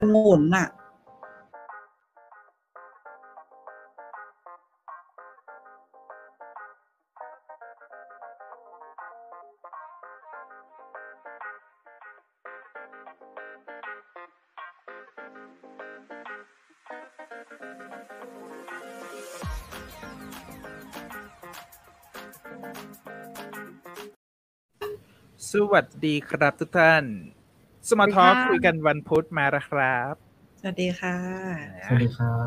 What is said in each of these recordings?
หมุนอ่ะสวัสดีครับทุกท่านสมาร์ททอล์กคุยกันวันพุธมาแล้วครับสวัสดีค่ะสวัสดีครับ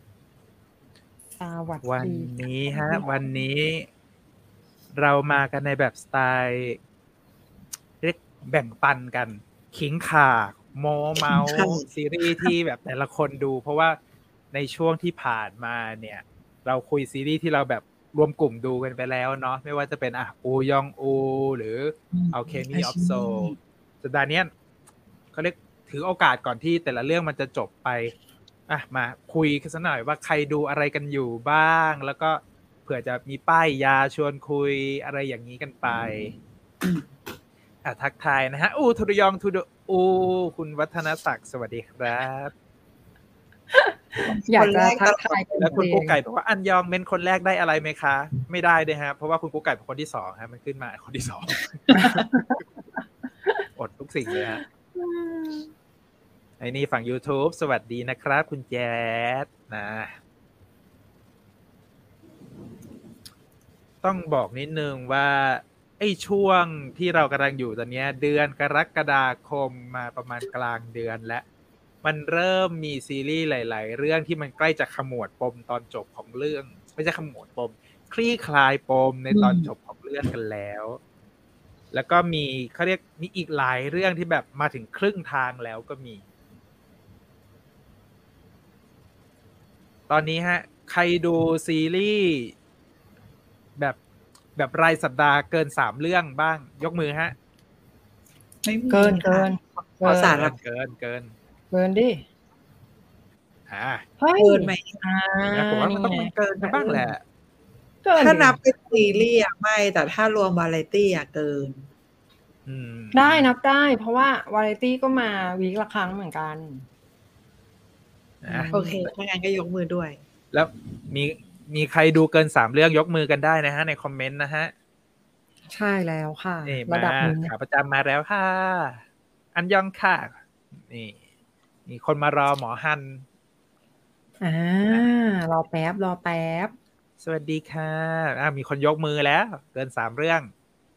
วันนี้วันนี้เรามากันในแบบสไตล์เรียกแบ่งปันกันขิงข่าโมเมาซีรีส์ที่แบบแต่ละคนดูเพราะว่าในช่วงที่ผ่านมาเนี่ยเราคุยซีรีส์ที่เราแบบรวมกลุ่มดูกันไปแล้วเนาะไม่ว่าจะเป็นอูยองอูหรือAlchemy of Soul สัปดาห์นี้เขาเรียกถือโอกาสก่อนที่แต่ละเรื่องมันจะจบไปมาคุยกันสักหน่อยว่าใครดูอะไรกันอยู่บ้างแล้วก็เผื่อจะมีป้ายยาชวนคุยอะไรอย่างนี้กันไปทักทายนะฮะทุดยองทุดคุณวัฒนศักดิ์สวัสดีครับอยากจะทักทายแล้วคุณกุ๊กไก่บอกว่าอันยองเป็นคนแรกได้อะไรไหมคะไม่ได้ด้วยฮะเพราะว่าคุณกุ๊กไก่เป็นคนที่2ฮะมันขึ้นมาคนที่2 อดทุกสิ่งเลยฮะไอ้นี่ฝั่ง YouTube สวัสดีนะครับคุณแจ๊ดนะต้องบอกนิดนึงว่าไอ้ช่วงที่เรากำลังอยู่ตอนนี้เดือนกรกฎาคมมาประมาณกลางเดือนแล้วมันเริ่มมีซีรีส์หลายๆเรื่องที่มันใกล้จะขมวดปมตอนจบของเรื่องไม่ใช่ขมวดปมคลี่คลายปมในตอนจบของเรื่องกันแล้วแล้วก็มีเขาเรียกมีอีกหลายเรื่องที่แบบมาถึงครึ่งทางแล้วก็มีตอนนี้ใครดูซีรีส์แบบรายสัปดาห์เกิน3เรื่องบ้างยกมือไม่มีเกินขอสารเกินดิเกินไหมผมว่ามันต้องเกินกันบ้างแหละถ้านับเป็นซีรีส์ไม่แต่ถ้ารวมวาไรตี้เกินได้นับได้เพราะว่าวาไรตี้ก็มาวีคละครั้งเหมือนกันโอเคถ้างั้นก็ยกมือด้วยแล้วมีใครดูเกิน3เรื่องยกมือกันได้นะฮะในคอมเมนต์นะฮะใช่แล้วค่ะระดับนึงขาประจำมาแล้วค่ะอันยองค่ะนี่มีคนมารอหมอฮันรอแป๊บสวัสดีค่ะมีคนยกมือแล้วเกิน3เรื่อง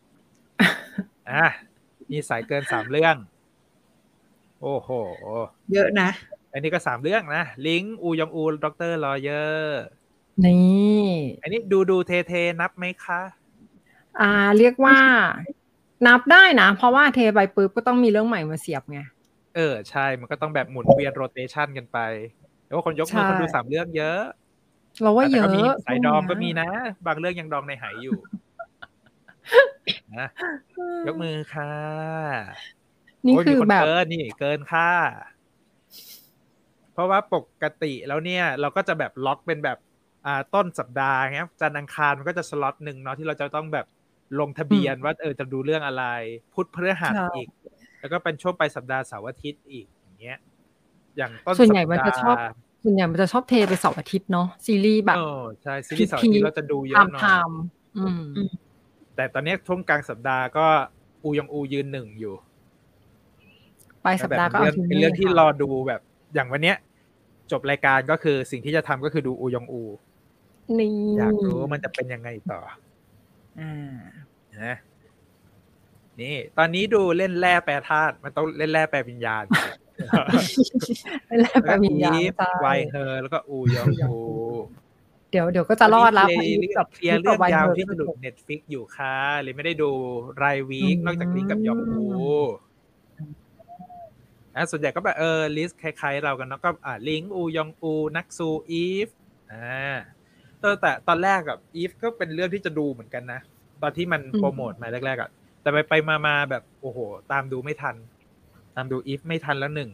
มีสายเกิน3เรื่องโอ้โหเยอะนะอันนี้ก็3เรื่องนะลิงอูยองอูด็อกเตอร์ลอเยอร์นี่อันนี้ดูเทนับไหมคะเรียกว่านับได้นะเพราะว่าเทไปปุ๊บก็ต้องมีเรื่องใหม่มาเสียบไงใช่มันก็ต้องแบบหมุนเวียนโรเตชันกันไปแต่ว่าคนยกมือคนดู3เรื่องเยอะเราว่าเยอะสายดอมก็มีนะบางเรื่องยังดอมในหายอยู่นะยกมือค่ะนี่คือแบบเกินค่ะเพราะว่าปกติแล้วเนี่ยเราก็จะแบบล็อกเป็นแบบต้นสัปดาห์เงี้ยจันทร์อังคารมันก็จะสล็อตนึงเนาะที่เราจะต้องแบบลงทะเบียนว่าจะดูเรื่องอะไรพุธพฤหัสอีกแล้วก็เป็นช่วงไปสัปดาห์เสาร์อาทิตย์อีกอย่างเงี้ยอย่างต้นส่วนใหญ่มันจะชอบเทไปเสาร์อาทิตย์เนาะซีรีส์แบบใช่ซีรีส์เสาร์อาทิตย์เราจะดูเยอะหน่อยแต่ตอนนี้ช่วงกลางสัปดาห์ก็อูยองอูยืน1อยู่ไปสัปดาห์ก็เป็นเรื่องที่รอดูแบบอย่างวันเนี้ยจบรายการก็คือสิ่งที่จะทำก็คือดูอูยองอูอยากรู้มันจะเป็นยังไงต่อนะนี่ตอนนี้ดูเล่นแร่แปรธาตุมันต้องเล่นแร่แปรวิญญาณแร่แปรวิญญาณไวเฮอแล้วก็อูยองอูเดี๋ยวก็จะรอดแล้วเคลียร์เรื่องยาวที่จะดู Netflix อยู่ค่ะเลยไม่ได้ดูรายวีคนอกจากลิงกับยองอูส่วนใหญ่ก็แบบลิสต์คล้ายๆเรากันเนาะก็ลิงอูยองอูนักซูอีฟแต่ตอนแรกกับอีฟก็เป็นเรื่องที่จะดูเหมือนกันนะตอนที่มันโปรโมทมาแรกๆแต่ไปมาแบบโอ้โหตามดูไม่ทันตามดูอีฟไม่ทันแล้ว1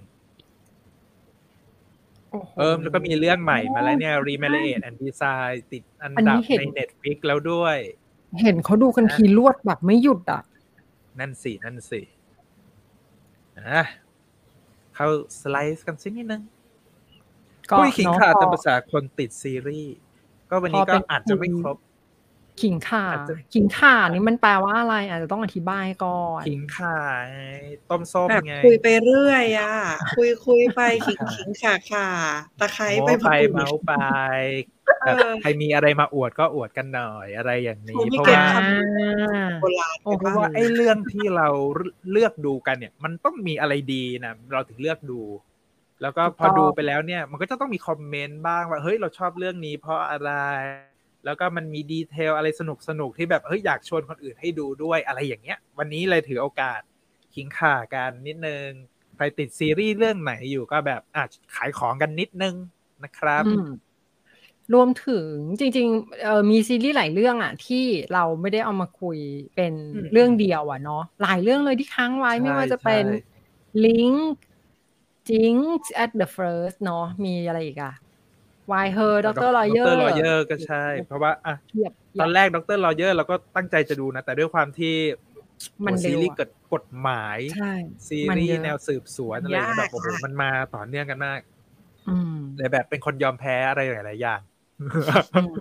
แล้วก็มีเรื่องใหม่มาแล้วเนี่ย Remarriage and Design ติดอันดับใน Netflix แล้วด้วยเห็นเขาดูกันทีรวดแบบไม่หยุดนั่นสิเข้าสไลด์กันสักนิดนึงก็คุยขิงเนาะข่าวพอตามภาษาคนติดซีรีส์ก็วันพนี้อก็เป็นอาจจะไม่ครบขิงข่าอาจจะขิงข่านี่มันแปลว่าอะไร อาจจะต้องอธิบายก่อนขิงข่าไงต้มส้มแบบไงคุยไปเรื่อยอ่ะ คุยไปขิขิงงข่าข่าตะไคร้โม้ไปไปมะกรูดเมาไปเอแบบอใครมีอะไรมาอวดก็อวดกันหน่อยอะไรอย่างเขานี้มีเพราะเก็บว่าคำโบราณโอ้ไปเพราะบ้างว่าไอ้เรื่องที่เราเลือกดูกันเนี่ย มันต้องมีอะไรดีนะเราถึงเลือกดู แล้วก็ถูกพอต้ดูองไปแล้วเนี่ย มันก็จะต้องมีคอมเมนต์บ้างว่าเฮ้ยเราชอบเรื่องนี้เพราะอะไร แล้วก็มันมีดีเทลอะไรสนุกที่แบบเฮ้ยอยากชวนคนอื่นให้ดูด้วยอะไรอย่างเงี้ย วันนี้เลยถือโอกาสขิงข่ากันนิดนึงใครติดซีรีส์เรื่องไหนอยู่ก็แบบขายของกันนิดนึงนะครับอืม รวมถึงจริงๆมีซีรีส์หลายเรื่องอะที่เราไม่ได้เอามาคุยเป็นอืมเรื่องเดียวอะเนาะหลายเรื่องเลยที่ค้างไว้ไม่ว่าจะใช่เป็นใช่ Link Jinx at the First เนาะมีอะไรอีกอะ Why Her ด Dr. ร Lawyer ลอเยอร์ก็ใช่ เพราะว่าเทียบตอนแรกดรลอเยอร์เราก็ตั้งใจจะดูนะ แต่ด้วยความที่มันโอ้เร็ซีวรีส์อะเกิดกฎหมายใช่ซีมันรีเยส์อะแนวสืบสวนอะไรอย่างเงี้ยยากแบบโอ้โหมากมันมาต่อเนื่องกันมากอืมเลยแบบเป็นคนยอมแพ้อะไรหลายๆอย่างอืม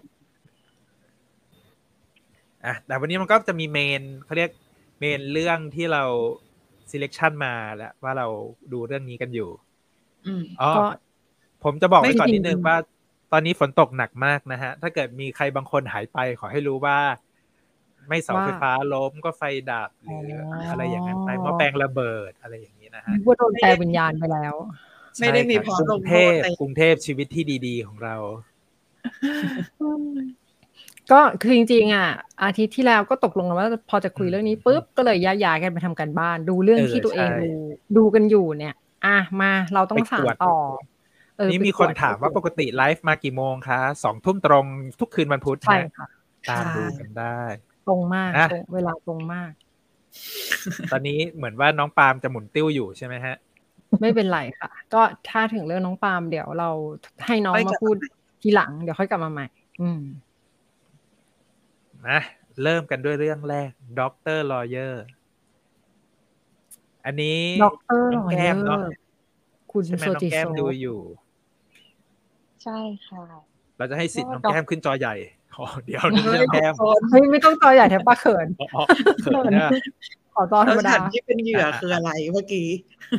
แต่วันนี้มันก็จะมีเมนเขาเรียกเมนเรื่องที่เรา selection มาแล้วว่าเราดูเรื่องนี้กันอยู่อืมอ๋อก็ผมจะบอกไม่ไว้ก่อนจรินิงดนึงๆว่าตอนนี้ฝนตกหนักมากนะฮะ ถ้าเกิดมีใครบางคนหายไปขอให้รู้ว่า ไม่เสาว่าไฟฟ้าล้มก็ไฟดับหอ๋รือออะไรอย่างนั้นไปหม้อแปลงระเบิดอะไรอย่างนี้นะฮะนึกว่าโดนแปลวิญญาณไปแล้วไม่ได้ใช่มีครับพร้อมกลรุงงเทโทษพแต่กรุงเทพชีวิตที่ดีๆของเราก็คือจริงๆอ่ะอาทิตย์ที่แล้วก็ตกลงกันว่าพอจะคุยอืมเรื่องนี้ปุ๊บก็เลยย้ายๆกันไปทำการบ้าน ดูเรื่องที่ตัวเองใช่ดูกันอยู่เนี่ยมาเราต้อไปงสาตรรวจต่อนี่ไปมีตครวน จถามว่าปกติไลฟ์มากี่โมงคะ 20:00 นตรงทุกคืนวันพุธใช่ฮะค่ะตามใช่ดูกันได้ตรงมากนะตรงเวลาตรงมากตอนนี้เหมือนว่าน้องปาล์มจะหมุนติ้วอยู่ใช่ไหมฮะไม่เป็นไรค่ะ ก็ถ้าถึงเรื่องน้องปาล์มเดี๋ยวเราให้น้องค่อยกมาลับพูดมาใหม่ทีหลังเดี๋ยวค่อยกลับมาใหม่ อืมนะเริ่มกันด้วยเรื่องแรกด็อกเตอร์ลอเยอร์อันนี้ด็อกเตอร์น้องแก้ม Lawyer เนาะคุณใช่ไหมโซน้องจิแก้โซมดูอยู่ใช่ค่ะเราจะให้สิทธิ์ก็น้องด็อกแก้มขึ้นจอใหญ่อ๋อเดี๋ยวนี่เฮ้น้ยองแก้มขอโทษเฮ้ยไม่ต้องจอใหญ่แทบป้าเขินอ๋อเขินนะขอจอธรแล้วรมฉัดานที่เป็นเหยื่อคืออะไรเมื่อกี้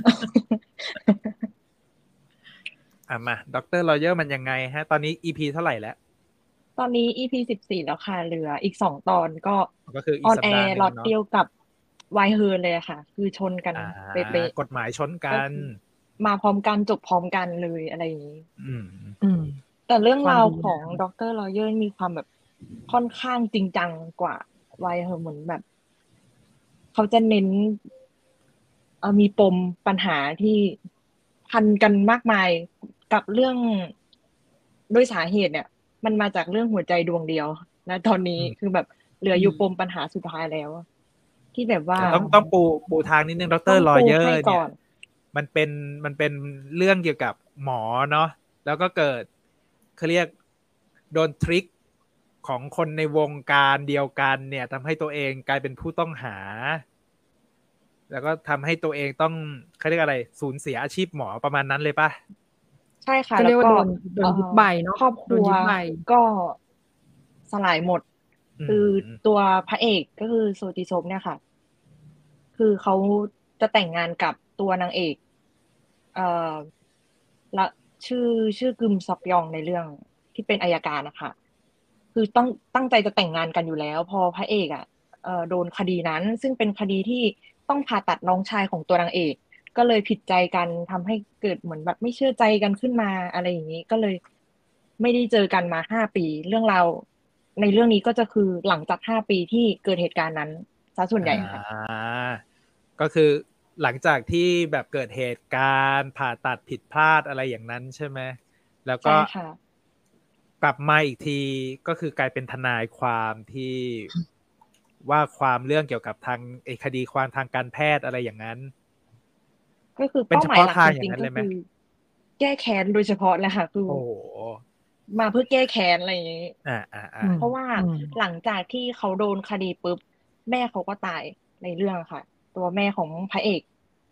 มาด็อกเตอร์ลอเยอร์มันยังไงฮะ ตอนนี้ EP เท่าไหร่แล้วตอนนี้ EP 14 แล้วค่ะ เหลืออีก 2 ตอนก็ก็คืออีอก อนสัปแอดาห์ร์หล็นึ่อง ตเนาะเดียวกับวายเฮิร์นเลยอะค่ะ คือชนกัน เป๊ะกฎหมายชนๆกัก็นคือมาพร้อมกันจบพร้อมกันเลยอะไรอย่างนี้อืมอืมแต่เรื่องความราวดีของงามด็อกเตอร์ลอเยอร์มีความแบบค่อนข้างจริงจังกว่าวายเฮิร์นเหมือนแบบ เขาจะเน้นมีปมปัญหาที่พันกันมากมายกับเรื่องด้วยสาเหตุเนี่ย มันมาจากเรื่องหัวใจดวงเดียวนะตอนนี้อืมคือแบบเหลืออยู่ปมปัญหาสุดท้ายแล้ว ที่แบบว่าแต่ต้องปูทางนิดนึงด็อกเตอต้อร์งลอปูเยอให้ร์ก่เนี่อย นมันเป็นเรื่องเกี่ยวกับหมอเนาะแล้วก็เกิดเขาเรียกโดนทริคของคนในวงการเดียวกันเนี่ยทำให้ตัวเองกลายเป็นผู้ต้องหา แล้วก็ทำให้ตัวเองต้องเขาเรียกอะไรสูญเสียอาชีพหมอประมาณนั้นเลยป่ะใช่ค่ะก็แล้เรียว กว่าก็โดนยึดใบเนาะครอบคโดรันวยึดใบก็สลายหมดอืมคือตัวพระเอกก็คือโซจิซบเนี่ยค่ะ คือเขาจะแต่งงานกับตัวนางเอก เอ่อละชื่อกึมซอกยองในเรื่องที่เป็นอัยการนะคะ คือตั้งใจจะแต่งงานกันอยู่แล้ว พอพระเอกโดนคดีนั้น ซึ่งเป็นคดีที่ต้องผ่าตัดน้องชายของตัวนางเอก ก็เลยผิดใจกันทำให้เกิดเหมือนแบบไม่เชื่อใจกันขึ้นมาอะไรอย่างนี้ ก็เลยไม่ได้เจอกันมา5 ปี เรื่องราวในเรื่องนี้ก็จะคือหลังจาก5 ปีที่เกิดเหตุการณ์นั้นซะส่วนใหญ่ค่ะก็คือหลังจากที่แบบเกิดเหตุการณ์ผ่าตัดผิดพลาดอะไรอย่างนั้นใช่ไหมแล้วก็ใช่ค่ะกลับมาอีกทีก็คือกลายเป็นทนายความที่ว่าความเรื่องเกี่ยวกับทางคดีความทางการแพทย์อะไรอย่างนั้นก็คือเป็นเป้าเฉหมายพาะหลักทางจอย่าริงงนั้นๆเลก็ยไหมคือ แก้แค้นโดยเฉพาะเลยค่ะ คือโอ้โหมาเพื่อแก้แค้นอะไรอย่างนี้อืมเพราะว่าอืมหลังจากที่เขาโดนคดีปุ๊บแม่เขาก็ตายในเรื่องค่ะ ตัวแม่ของพระเอก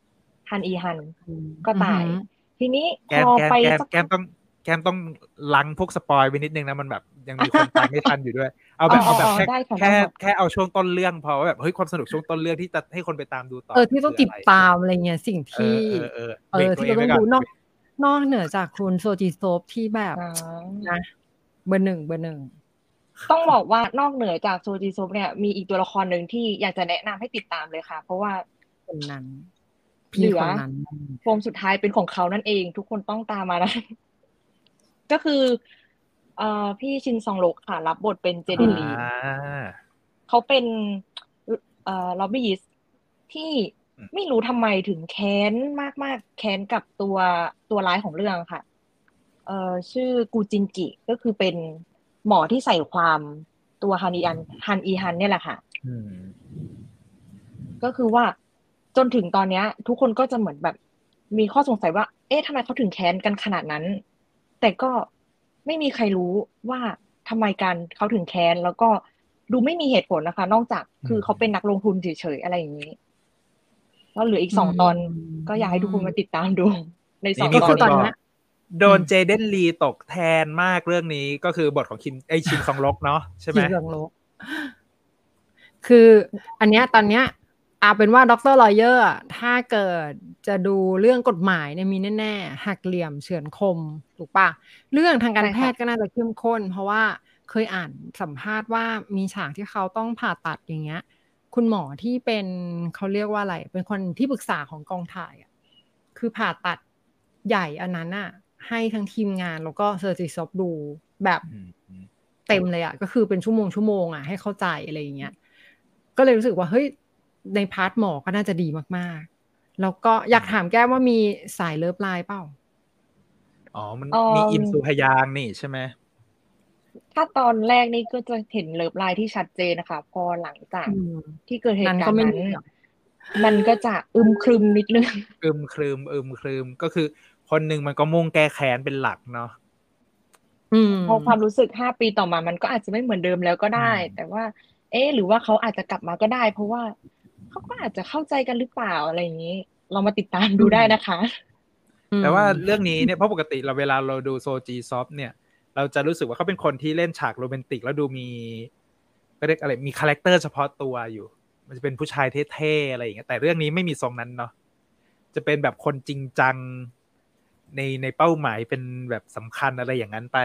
ฮันอีฮันอืมก็ตายอือหือทีนี้แกพมอแกมไปแกมสักแกมต้องลังพวกสปอยไว้นิดนึงนะมันแบบยังมีคนตามไม่ทันอยู่ด้วย เอาแบบอ๋อเอาแบบอ๋อแค่ได้ค่ะแค่ได้ค่ะแค่เอาช่วงต้นเรื่องพอว่าแบบเฮ้ยความสนุกช่วงต้นเรื่องที่จะให้คนไปตามดูต่อที่ต้องคืติดอะไรตามอะไรเงี้ยสิ่งที่เบรกตัวที่เองเราไว้ต้องก่อนดูนอกเหนือจากคุณโซจิโซฟที่แบบอ๋อนะเบอร์หนึ่งต้องบอกว่านอกเหนือจากโซจิซบเนี่ยมีอีกตัวละครหนึ่งที่อยากจะแนะนำให้ติดตามเลยค่ะ เพราะว่าคนนั้นเหพี่ลืคอนนั้นโฟมสุดท้ายเป็นของเขานั่นเอง ทุกคนต้องตามมานะ ก็คือพี่ชินซองลกค่ะ รับบทเป็นเจอ่เดนลีาเขาเป็นล็อบบี้ยิสต์ที่อืมไม่รู้ทำไมถึงแค้นมากๆ แค้นกับตัวร้ายของเรื่องค่ะ ชื่อกูจินกิก็คือเป็นหมอที่ใส่ความตัวฮันอีฮันเนี่ยแหละค่ะอืมก็คือว่าจนถึงตอนเนี้ย ทุกคนก็จะเหมือนแบบ มีข้อสงสัยว่า เอ๊ะทำไมเขาถึงแค้นกันขนาดนั้น แต่ก็ไม่มีใครรู้ว่าทำไมเขาถึงแค้น แล้วก็ดูไม่มีเหตุผลนะคะ นอกจากคือเขาเป็นนักลงทุนเฉยๆอะไรอย่างนี้ แล้วเหลืออีก 2 ตอน ก็อยากให้ทุกคนมาติดตามดู ในนี่ 2 มีตอคน นนี้บอกเนี้ยโดนเจเดนลีตกแทนมากเรื่องนี้ก็คือบทของชินซองลกเนาะใช่ไหมชินซองลก คืออันเนี้ยตอนเนี้ยเอาเป็นว่าด็อกเตอร์ลอยเยอร์ถ้าเกิดจะดูเรื่องกฎหมายเนี่ยมีแน่ๆหักเหลี่ยมเฉือนคมถูกปะเรื่องทางการใช่แพค่ะทย์ก็น่าจะเข้มข้น เพราะว่าเคยอ่านสัมภาษณ์ว่ามีฉากที่เขาต้องผ่าตัดอย่างเงี้ย คุณหมอที่เป็นเขาเรียกว่าอะไรเป็นคนที่ปรึกษาของกองถ่ายอ่ะคือผ่าตัดใหญ่อันนั้นอ่ะให้ทั้งทีมงานแล้วก็เซอร์จิซอฟดูแบบอืมอืมเต็มเลยอ่ะก็คือเป็นชั่วโมงอ่ะให้เข้าใจอะไรอย่างเงี้ยก็เลยรู้สึกว่าเฮ้ยในพาร์ทหมอก็น่าจะดีมากๆแล้วก็อยากถามแก้มว่ามีสายเลิฟไลน์เปล่าอ๋อมันเอิ่มมีอิมซูฮยางนี่ใช่ไหมถ้าตอนแรกนี่ก็จะเห็นเลิฟไลน์ที่ชัดเจนนะคะ พอหลังจากอืมที่เกิดเหนั้ตุนการก็ณ์ไม่นั้นมีหรอกมันก็จะอึมครึมนิดนึงอึมครึมก็คือคนหนึ่งมันก็มุ่งแก้แค้นเป็นหลักเนาะอืมพอความรู้สึก5 ปีต่อมามันก็อาจจะไม่เหมือนเดิมแล้วก็ได้อืมแต่ว่า หรือว่าเขาอาจจะกลับมาก็ได้ เพราะว่าเขาก็อาจจะเข้าใจกันหรือเปล่าอะไรอย่างนี้ เรามาติดตามดูได้นะคะแต่ว่าเรื่องนี้เนี่ยเพราะปกติเวลาเราดูโซจีซอฟเนี่ย เราจะรู้สึกว่าเขาเป็นคนที่เล่นฉากโรแมนติกแล้วดูมีก็เรียกอะไรมีคาแรคเตอร์เฉพาะตัวอยู่ มันจะเป็นผู้ชายเท่ๆอะไรอย่างเงี้ยแต่เรื่องนี้ไม่มีทรงนั้นเนาะจะเป็นแบบคนจริงจังในเป้าหมายเป็นแบบสำคัญอะไรอย่างนั้นไป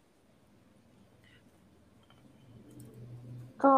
ก็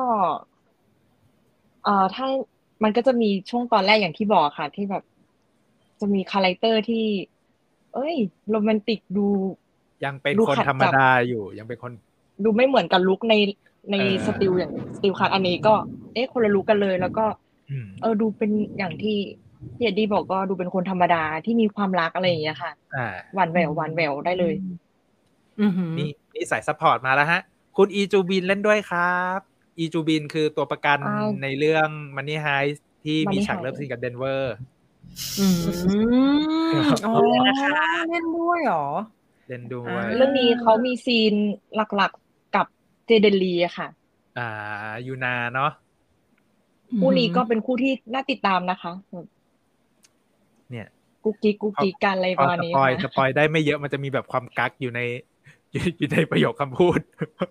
ถ้ามันก็จะมีช่วงตอนแรกอย่างที่บอกค่ะ ที่แบบจะมีคาแรคเตอร์ที่ โรแมนติกดูยังเป็นดูคนขัดธรรมกับดาอยู่ยังเป็นคนดูไม่เหมือนกับลุคในเออสติลอย่างสติลคัทอันนี้ก็ คนละลุคกันเลย แล้วก็อืมดูเป็นอย่างที่เอ็ดดี้บอกก็ดูเป็นคนธรรมดาที่มีความรักอะไรอย่างเงี้ยค่ะอ่าหวานแหววได้เลยอือหือนี่สายซัพพอร์ตมาแล้วฮะ คุณอีจูบินเล่นด้วยครับ อีจูบินคือตัวประกันอ่าในเรื่อง Money Heist ที่มี Money ฉากเลิฟ Heist ซีนกับเดนเวอร์อืมอ๋อเลยนะคะเล่นด้วยเหรอเล่นด้วยอ่าเรื่องนี้เขามีซีนหลักๆกับเจเดนลีอะค่ะยูนาเนาะคู่นี้ก็เป็นคู่ที่น่าติดตามนะคะเนี่ยกุ๊กกิ๊กกันอะไรพปอระมาณสนี้ปอยค่ะสปอยได้ไม่เยอะมันจะมีแบบความกักอยู่ในอยู่ในประโยคคำพูด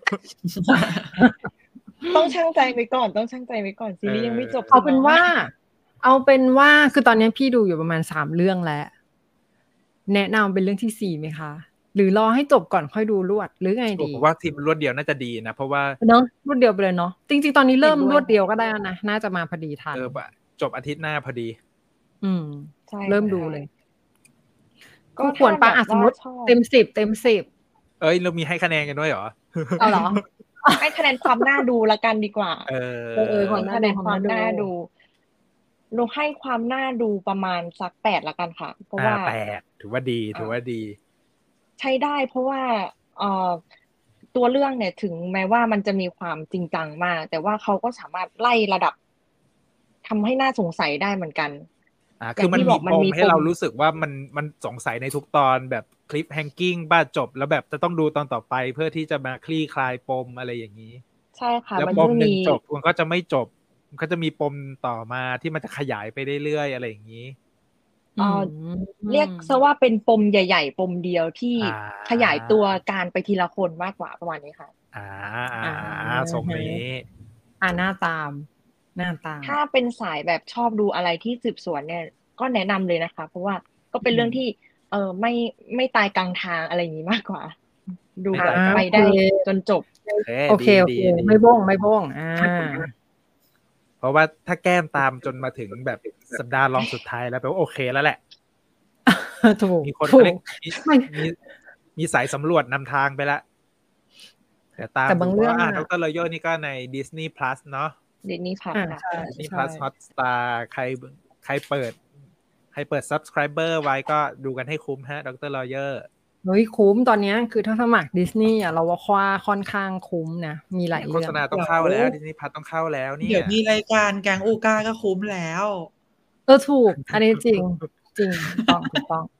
ต้องชั่งใจไว้ก่อนซีรีส์ยังไม่จบเอาเป็นว่าคือตอนนี้พี่ดูอยู่ประมาณ3 เรื่องแล้ว แนะนำเป็นเรื่องที่ 4ไหมคะ หรือรอให้จบก่อนค่อยดูรวดหรือไงดีผมว่าทีมรวดเดียวน่าจะดีนะ เพราะว่าเนาะรวดเดียวไปเลยเนาะจริงๆตอนนี้เริ่มเห็นด้วยรวดเดียวก็ได้นะน่าจะมาพอดีทันจบอาทิตย์หน้าพอดีอืมใช่เริ่มดูเลยก็คู่ควรปะถ้าแบบสมมติว่าชอบเต็ม 10 เอ้ยเรามีให้คะแนนกันด้วยเหรอเอาเหรอให้คะแนนความน่าดูละกันดีกว่าความน่าดูคะแนนความน่าดูเราให้ความน่าดูประมาณสัก8ละกันค่ะ เพราะว่า 8ถือว่าดีถือว่าดีใช้ได้เพราะว่าตัวเรื่องเนี่ยถึงแม้ว่ามันจะมีความจริงจังมาก แต่ว่าเขาก็สามารถไล่ระดับทำให้น่าสงสัยได้เหมือนกันคือมันอย่างที่มีบอกปมันมมีให้เรารู้สึกว่ามันสงสัยในทุกตอนแบบคลิปแฮงกิ้งบ้าจบ แล้วแบบจะต้องดูตอนต่อไปเพื่อที่จะมาคลี่คลายปมอะไรอย่างนี้ใช่ค่ะแล้วมันปจะมหนึ่มีงจบมันก็จะไม่จบมันก็จะมีปมต่อมาที่มันจะขยายไปเรื่อยๆอะไรอย่างนี้เเรียกซะว่าเป็นปมใหญ่ๆปมเดียวที่ขยายตัวการไปทีละคนมากกว่าประมาณนี้ค่ะทรงนี้หน้าตามถ้าเป็นสายแบบชอบดูอะไรที่สืบสวนเนี่ยก็แนะนำเลยนะคะ เพราะว่าก็เป็นเรื่องที่ไม่ตายกลางทางอะไรอย่างนี้มากกว่า ดูไปได้จนจบโอเคไม่บ้งเพราะว่าถ้าแก้มตามจนมาถึงแบบสัปดาห์รองสุดท้ายแล้วแปลว่าโอเคแล้วแหละถูกมีคนมีสายสำรวจนำทางไปละแต่บางเรื่องดร.รอยโยนี่ก็ใน Disney Plus เนาะ Disney Plus Disney Plus Hotstar ใครเปิด Subscriber ไว้ก็ดูกันให้คุ้มฮะดร.รอยโยเฮ้ยคุ้มตอนนี้คือถ้าสมัครดิสนีย์เราว่าค่อนข้างคุ้มนะมีหลายเรื่องโฆษณาต้องเข้าแล้ว Disney Plus ต้องเข้าแล้วเนี่ยเดี๋ยวมีรายการแกงอูก้าก็คุ้มแล้วถูกอันนี้จริงถูกต้อง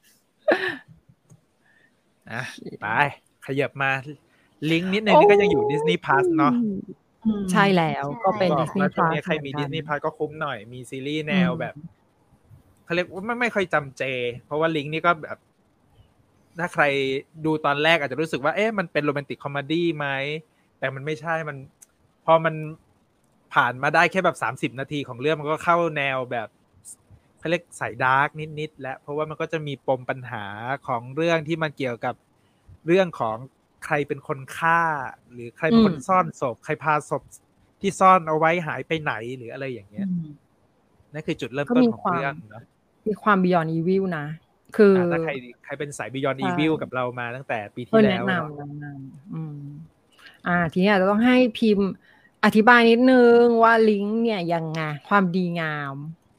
ไปขยับมาลิงก์นิดนึงนี่ก็ยังอยู่ Disney Plus เนาะใช่แล้วก็เป็น Disney Plus ใครมี Disney Plus ก็คุ้มหน่อยมีซีรีส์แนวแบบเขาเรียกว่าไม่ค่อยจำเจเพราะว่าลิงก์นี่ก็แบบถ้าใครดูตอนแรกอาจจะรู้สึกว่ามันเป็นโรแมนติกคอมเมดี้ไหมแต่มันไม่ใช่มันพอมันผ่านมาได้แค่แบบ30นาทีของเรื่องมันก็เข้าแนวแบบเขาเรียกสายดาร์กนิดๆแล้วเพราะว่ามันก็จะมีปมปัญหาของเรื่องที่มันเกี่ยวกับเรื่องของใครเป็นคนฆ่าหรือใครเป็นคนซ่อนศพใครพาศพที่ซ่อนเอาไว้หายไปไหนหรืออะไรอย่างเงี้ยนั่นคือจุดเริ่มต้นของเรื่องเนาะมีความ Beyond Evil นะคือถ้าใครเป็นสาย Beyond Evil กับเรามาตั้งแต่ปีที่แล้วแนะนำทีนี้อาจจะต้องให้พิมพ์อธิบายนิดนึงว่าลิงก์เนี่ยยังไงความดีงาม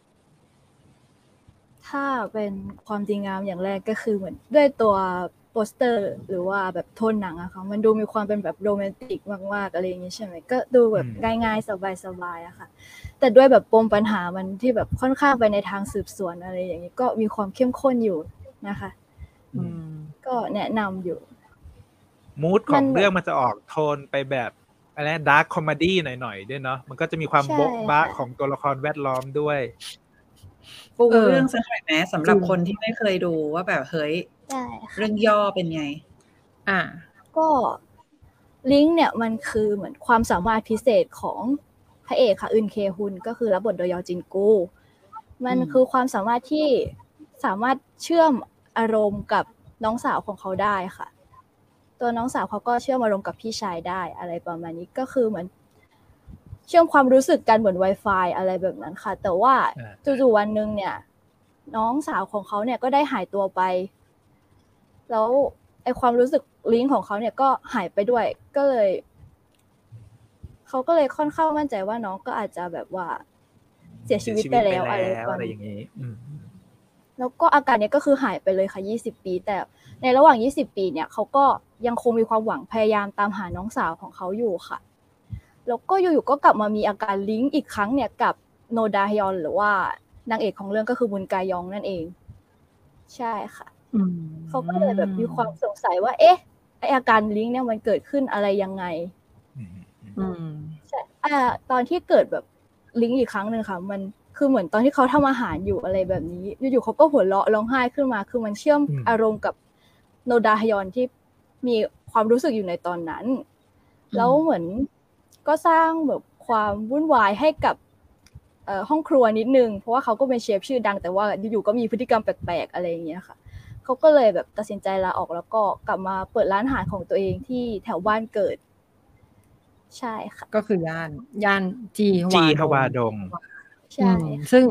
ถ้าเป็นความดีงามอย่างแรกก็คือเหมือนด้วยตัวโปสเตอร์หรือว่าแบบโทนหนังอะค่ะมันดูมีความเป็นแบบโรแมนติกมากๆอะไรอย่างนี้ใช่ไหมก็ดูแบบง่ายๆสบายๆอะค่ะแต่ด้วยแบบปมปัญหามันที่แบบค่อนข้างไปในทางสืบสวนอะไรอย่างนี้ก็มีความเข้มข้นอยู่นะคะก็แนะนำอยู่มูดของเรื่องมันจะออกโทนไปแบบอะไรดาร์คคอมเมดี้หน่อยๆด้วยเนาะมันก็จะมีความโบ๊ะบ้าของตัวละครแวดล้อมด้วยปูเรื่องสักหน่อยไหมสำหรับคนที่ไม่เคยดูว่าแบบเฮ้ยเรื่องย่อเป็นไงก็ลิงก์เนี่ยมันคือเหมือนความสามารถพิเศษของพระเอกค่ะอึนเคฮุนก็คือรับบทโดยยอจินกูมันคือความสามารถที่สามารถเชื่อมอารมณ์กับน้องสาวของเขาได้ค่ะตัวน้องสาวเขาก็เชื่อมอารมณ์กับพี่ชายได้อะไรประมาณนี้ก็คือเหมือนเชื่อมความรู้สึกกันเหมือน Wi-Fi อะไรแบบนั้นค่ะแต่ว่าจู่ๆวันนึงเนี่ยน้องสาวของเขาเนี่ยก็ได้หายตัวไปแล้วไอ้ความรู้สึกลิงก์ของเขาเนี่ยก็หายไปด้วยก็เลยเขาก็เลยค่อนข้างมั่นใจว่าน้องก็อาจจะแบบว่าเสียชีวิตไปแล้วอะไรอย่างนี้แล้วก็อาการนี้ก็คือหายไปเลยค่ะ20ปีแต่ในระหว่าง20ปีเนี่ยเขาก็ยังคงมีความหวังพยายามตามหาน้องสาวของเขาอยู่ค่ะแล้วก็อยู่ๆก็กลับมามีอาการลิงก์อีกครั้งเนี่ยกับโนดาฮยอนหรือว่านางเอกของเรื่องก็คือบุนกายองนั่นเองใช่ค่ะเขาก็เลยแบบมีความสงสัยว่าไออาการลิงก์เนี่ยมันเกิดขึ้นอะไรยังไงใช่ตอนที่เกิดแบบลิงก์อีกครั้งนึงค่ะมันคือเหมือนตอนที่เขาทำอาหารอยู่อะไรแบบนี้อยู่ๆเขาก็หัวเราะร้องไห้ขึ้นมาคือมันเชื่อมอารมณ์กับโนดาฮยอนที่มีความรู้สึกอยู่ในตอนนั้นแล้วเหมือนก็สร้างแบบความวุ่นวายให้กับห้องครัวนิดนึงเพราะว่าเขาก็เป็นเชฟชื่อดังแต่ว่าอยู่ๆก็มีพฤติกรรมแปลกๆอะไรอย่างเงี้ยค่ะเขาก็เลยแบบตัดสินใจลาออกแล้วก็กลับมาเปิดร้านอาหารของตัวเองที่แถวบ้านเกิดใช่ค่ะก็คือย่านจีฮวาดงใช่ซึ่ง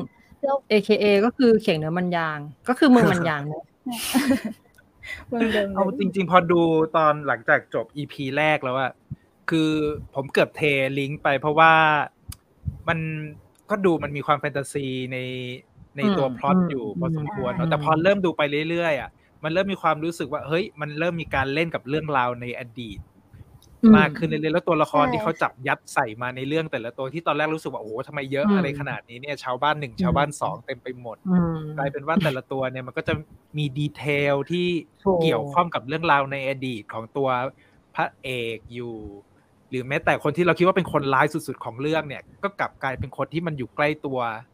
AKA ก็คือเขียงเหนือมันยางก็คือเมืองมันยางนะเมืองเดิมเอาจริงๆพอดูตอนหลังจากจบ EP แรกแล้วอะคือผมเกือบเทลิงก์ไปเพราะว่ามันก็ดูมันมีความแฟนตาซีในตัวพล็อตอยู่พอสมควรเนาะแต่พอเริ่มดูไปเรื่อยๆอ่ะมันเริ่มมีความรู้สึกว่าเฮ้ยมันเริ่มมีการเล่นกับเรื่องราวในอดีตมากขึ้นเรื่อยๆแล้วตัวละครที่เขาจับยัดใส่มาในเรื่องแต่ละตัวที่ตอนแรกรู้สึกว่าโอ้โหทำไมเยอะอะไรขนาดนี้เนี่ยชาวบ้าน1ชาวบ้าน2เต็มไปหมดกลายเป็นว่าแต่ละตัวเนี่ยมันก็จะมีดีเทลที่เกี่ยวข้องกับเรื่องราวในอดีตของตัวพระเอกอยู่หรือแม้แต่คนที่เราคิดว่าเป็นคนร้ายสุดๆของเรื่องเนี่ยก็กลับกลายเป็นคนที่มันอยู่ใกล้ตัว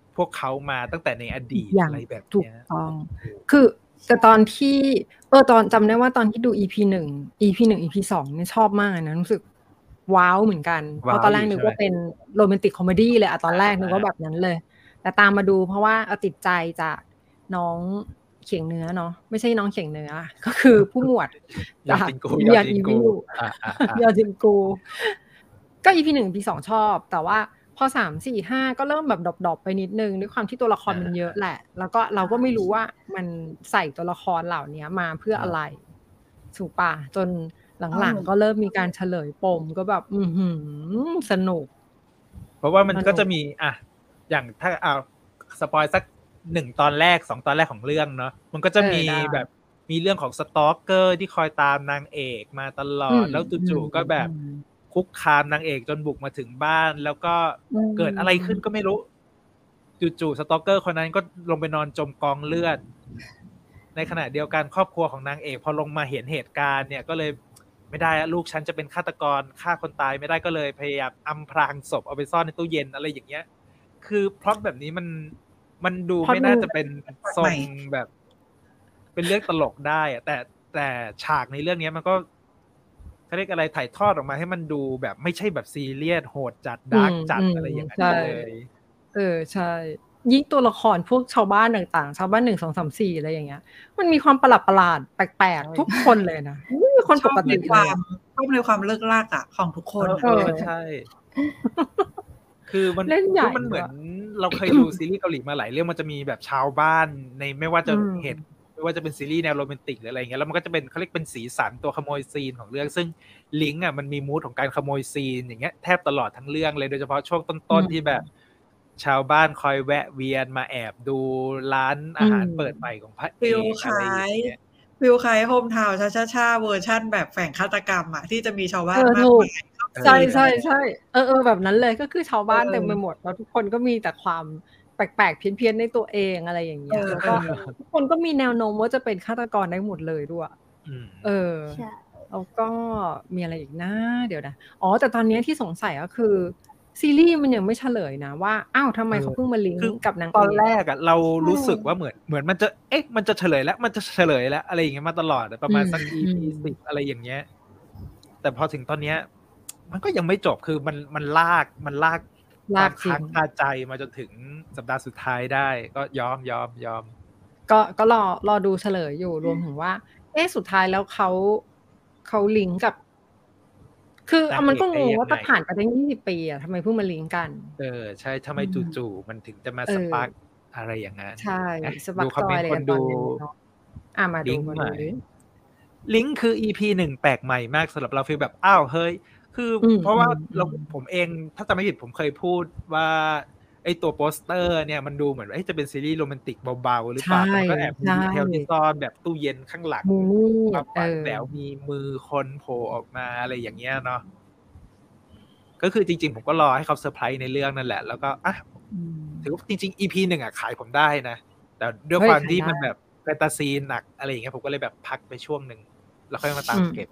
พวกเขามาตั้งแต่ในอดีตอย่างอะไรแบบถูกเนี้ยต้องคือแต่ตอนที่ตอนจำได้ว่าตอนที่ดู EP 1 EP 2เนี่ยชอบมากนะรู้สึกว้าวเหมือนกันเพราะตอนแรกนึกว่าเป็นโรแมนติกคอมเมดี้เลยอะตอนแรกนึกว่าแบบนั้นเลย แต่ตามมาดูเพราะว่าติดใจจากน้องเขียงเนื้อเนาะไม่ใช่น้องเขียงเนื้อก็คือผู้หมวดยอดจินกูยอดอีวิลยอดจินกูก็ EP 1 EP 2ชอบแต่ว่าพอ3 4 5ก็เริ่มแบบดรอปไปนิดนึงด้วยความที่ตัวละครมันเยอะแหละแล้วก็เราก็ไม่รู้ว่ามันใส่ตัวละครเหล่านี้มาเพื่ออะไรถูกป่ะจนหลังๆก็เริ่มมีการเฉลยปมก็แบบสนุกเพราะว่ามันก็จะมีอย่างถ้าเอาสปอยสัก1 ตอนแรก2 ตอนแรกของเรื่องเนาะมันก็จะมีแบบมีเรื่องของสตอกเกอร์ที่คอยตามนางเอกมาตลอดแล้วจู่ๆก็แบบคุกคามนางเอกจนบุกมาถึงบ้านแล้วก็เกิดอะไรขึ้นก็ไม่รู้จู่ๆสตอกเกอร์คนนั้นก็ลงไปนอนจมกองเลือดในขณะเดียวกันครอบครัวของนางเอกพอลงมาเห็นเหตุการณ์เนี่ยก็เลยไม่ได้ลูกฉันจะเป็นฆาตกรฆ่าคนตายไม่ได้ก็เลยพยายามอำพรางศพเอาไปซ่อนในตู้เย็นอะไรอย่างเงี้ยคือพล็อตแบบนี้มันดูไม่น่าจะเป็นทรงแบบเป็นเรื่องตลกได้อะแต่ฉากในเรื่องนี้มันก็เขาเรียกอะไรถ่ายทอดออกมาให้มันดูแบบไม่ใช่แบบซีเรียสโหดจัดดาร์กจัดอะไรอย่างเงี้ยเลยใช่ยิ่งตัวละครพวกชาวบ้านต่างๆชาวบ้าน1 2 3 4อะไรอย่างเงี้ยมันมีความประหลาดแปลกๆทุกคนเลยนะไม่มีคนปกติชอบในความเลิกลากอ่ะของทุกคนใช่คือมันเหมือนเราเคยดูซีรีส์เกาหลีมาหลายเรื่องมันจะมีแบบชาวบ้านในไม่ว่าจะไม่ว่าจะเป็นซีรีส์แนวโรแมนติกหรืออะไรเงี้ยแล้วมันก็จะเป็นเขาเรียกเป็นสีสันตัวขโมยซีนของเรื่องซึ่งลิงก์มันมีมูดของการขโมยซีนอย่างเงี้ยแทบตลอดทั้งเรื่องเลยโดยเฉพาะช่วงต้นๆที่แบบชาวบ้านคอยแวะเวียนมาแอบดูร้านอาหารเปิดใหม่ของพระเอกอะไรอย่างเงี้ยฟิลคล้ายโฮมทาวน์ช้าๆเวอร์ชั่นแบบแฝงฆาตกรรมอ่ะที่จะมีชาวบ้านมากมายใช่แบบนั้นเลยก็คือชาวบ้านเต็มไปหมดแล้วทุกคนก็มีแต่ความแปลกๆเพี้ยนๆในตัวเองอะไรอย่างเงี้ยแล้วก็ทุกคนก็มีแนวโน้มว่าจะเป็นฆาตกรได้หมดเลยด้วยแล้วก็มีอะไรอีกนะเดี๋ยวนะแต่ตอนนี้ที่สงสัยก็คือซีรีส์มันยังไม่เฉลยนะว่าอ้าวทำไมเขาเพิ่งมาลิงก์กับนางตอนแรกเรารู้สึกว่าเหมือนมันจะเฉลยแล้วมันจะเฉลยแล้วอะไรอย่างเงี้ยมาตลอดประมาณสัก EP 10อะไรอย่างเงี้ยแต่พอถึงตอนเนี้ยมันก็ยังไม่จบคือมันลากความค้างคาใจมาจนถึงสัปดาห์สุดท้ายได้ก็ยอมก็รอดูเฉลยอยู่รวมถึงว่าสุดท้ายแล้วเขาลิงก์กับคือมันก็งงว่าผ่านไปตั้ง20 ปีอะทำไมเพิ่งมาลิงก์กันใช่ทำไมจู่ๆมันถึงจะมาสปาร์กอะไรอย่างนั้นใช่สปาร์กจอยอะไรกันตอนนี้เนาะมาดูลิงก์คือ EP 1แปลกใหม่มากสำหรับเราฟีลแบบอ้าวเฮ้ยคือเพราะว่าผมเองถ้าจำไม่ผิดผมเคยพูดว่าไอ้ตัวโปสเตอร์เนี่ยมันดูเหมือนว่าจะเป็นซีรีส์โรแมนติกเบาๆหรือเปล่ามันก็แอบมีดีเทลที่ซ่อนแบบตู้เย็นข้างหลังแล้วมีมือคนโผล่ออกมาอะไรอย่างเงี้ยเนาะก็คือจริงๆผมก็รอให้เขาเซอร์ไพรส์ในเรื่องนั่นแหละแล้วก็ถือว่าจริงๆ EP 1ขายผมได้นะแต่ด้วยความที่มันแบบแฟนตาซีหนักอะไรอย่างเงี้ยผมก็เลยแบบพักไปช่วงนึงแล้วค่อยมาตามเก็บ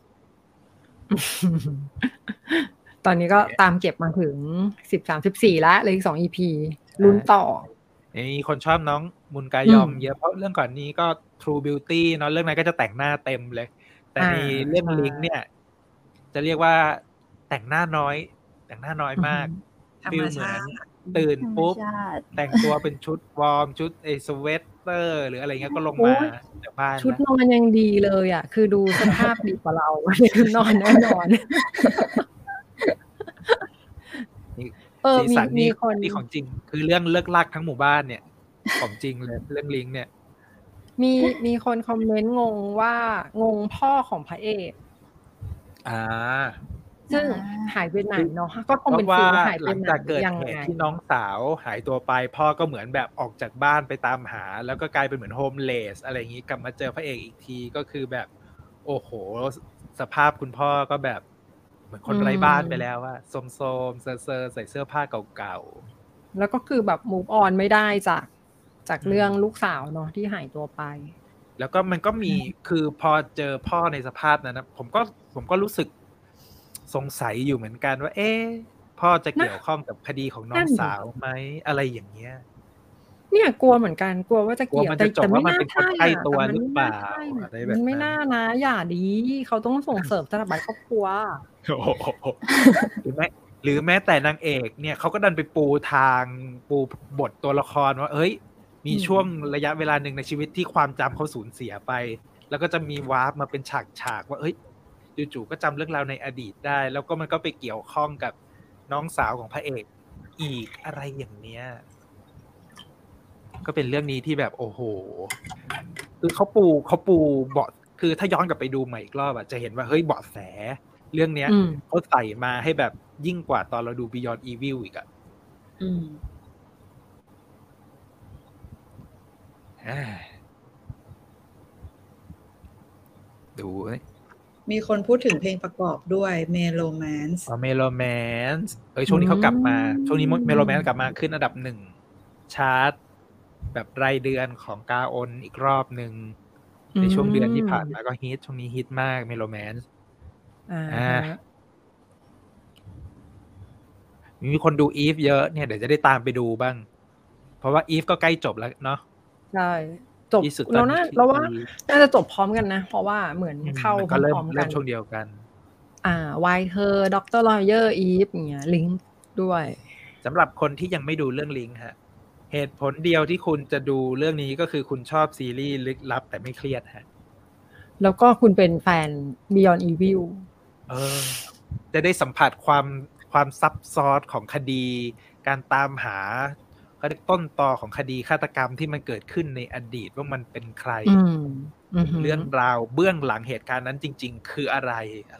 ตอนนี้ก็ตามเก็บมาถึง13 14แล้วเลยอีก2 EP ลุ้นต่อมีคนชอบน้องมุนกายอมเยอะเพราะเรื่องก่อนนี้ก็ True Beauty เนาะเรื่องนั้นก็จะแต่งหน้าเต็มเลยแต่ในเรื่องลิงก์เนี่ยจะเรียกว่าแต่งหน้าน้อยมากฟีลเหมือนตื่นปุ๊บแต่งตัวเป็นชุดวอร์มชุดสเวตเตอร์หรืออะไรเงี้ยก็ลงมาจากบ้านชุดนอนยังดีเลยอ่ะคือดูสภาพดีกว่าเราคือนอนแน่นอนสีสันนี่ของจริงคือเรื่องเลิกลากทั้งหมู่บ้านเนี่ยของจริงเลยเรื่องลิงก์เนี่ยมีคนคอมเมนต์งงว่างงพ่อของพระเอกซึ่งหายไปไหนเนาะก็คงเป็นฟิลหายไปไหนหลังจากเกิดเหตุที่น้องสาวหายตัวไปพ่อก็เหมือนแบบออกจากบ้านไปตามหาแล้วก็กลายเป็นเหมือนโฮมเลสอะไรอย่างนี้กลับมาเจอพระเอกอีกทีก็คือแบบโอ้โหสภาพคุณพ่อก็แบบเหมือนคนไร้บ้านไปแล้วว่าโซมๆเซอร์ใส่เสื้อผ้าเก่าๆแล้วก็คือแบบ move on ไม่ได้จากเรื่องลูกสาวเนาะที่หายตัวไปแล้วก็มันก็มีคือพอเจอพ่อในสภาพนั้นนะผมก็รู้สึกสงสัยอยู่เหมือนกันว่าพ่อจะเกี่ยวข้องกับคดีของน้องสาวไหมอะไรอย่างเงี้ยเนี่ยกลัวเหมือนกันกลัวว่าจะกลัวเกี่ยวมันแต่จะจบแต่ว่าไม่มันน่าเป็นคนใช่ใกล้อ่ะตัวแต่มันหรือไม่เปน่าล่าใช่อะไรแบมับนไม่นั้น่าน นะอย่าดีเขาต้องส่งเสริมสถาบันครอบครัวโอ้โหหรือแม้แต่นางเอกเนี่ยเขาก็ดันไปปูทางปูบทตัวละครว่าเอ้ย มีช่วงระยะเวลาหนึ่งในชีวิตที่ความจำเขาสูญเสียไป แล้วก็จะมีวาร์ปมาเป็นฉากว่าเอ้ยจู่ๆก็จำเรื่องราวในอดีตได้ แล้วก็มันก็ไปเกี่ยวข้องกับน้องสาวของพระเอกอีกอะไรอย่างเนี้ยก็เป็นเรื่องนี้ที่แบบโอ้โหคือเขาปูเบาะคือถ้าย้อนกลับไปดูใหม่อีกรอบอะจะเห็นว่าเฮ้ยเบาะแสเรื่องเนี้ยเขาใส่มาให้แบบยิ่งกว่าตอนเราดู Beyond Evil อีกอะดูมีคนพูดถึงเพลงประกอบด้วย Melomance Melomance ช่วงนี้เขากลับมาช่วงนี้ Melomance กลับมาขึ้นอันดับ1ชาร์ตแบบรายเดือนของกาออนอีกรอบหนึ่งในช่วงเดือนที่ผ่านมาก็ฮิตช่วงนี้ฮิตมาก Melomance มีคนดู Eve เยอะเนี่ยเดี๋ยวจะได้ตามไปดูบ้างเพราะว่า Eve ก็ใกล้จบแล้วเนาะใช่จบเราว่าน่าจะจบพร้อมกันนะเพราะว่าเหมือนเข้าพร้อมกันช่วงเดียวกัน Why Her Dr. Lawyer Eve อย่างเงี้ยลิงก์ด้วยสำหรับคนที่ยังไม่ดูเรื่องลิงก์ฮะเหตุผลเดียวที่คุณจะดูเรื่องนี้ก็คือคุณชอบซีรีส์ลึกลับแต่ไม่เครียดฮะแล้วก็คุณเป็นแฟน Beyond Evil จะได้สัมผัสความซับซ้อนของคดีการตามหาต้นตอของคดีฆาตกรรมที่มันเกิดขึ้นในอดีตว่ามันเป็นใครเรื่องราวเบื้องหลังเหตุการณ์นั้นจริงๆคืออะไร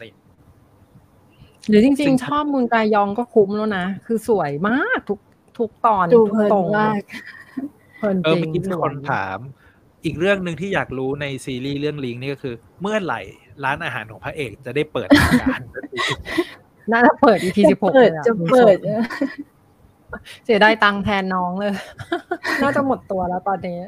หรือจริงๆชอบมุนกายองก็คุ้มแล้วนะคือสวยมากทุกตอนทุกตรงมากเมื่อกี้มีคนถามอีกเรื่องนึงที่อยากรู้ในซีรีส์เรื่องลิงนี่ก็คือเมื่อไหร่ร้านอาหารของพระเอกจะได้เปิดทำการน่าจะเปิด EP 16เลยจะเปิดเสียดายตังค์แทนน้องเลยน่าจะหมดตัวแล้วตอนนี้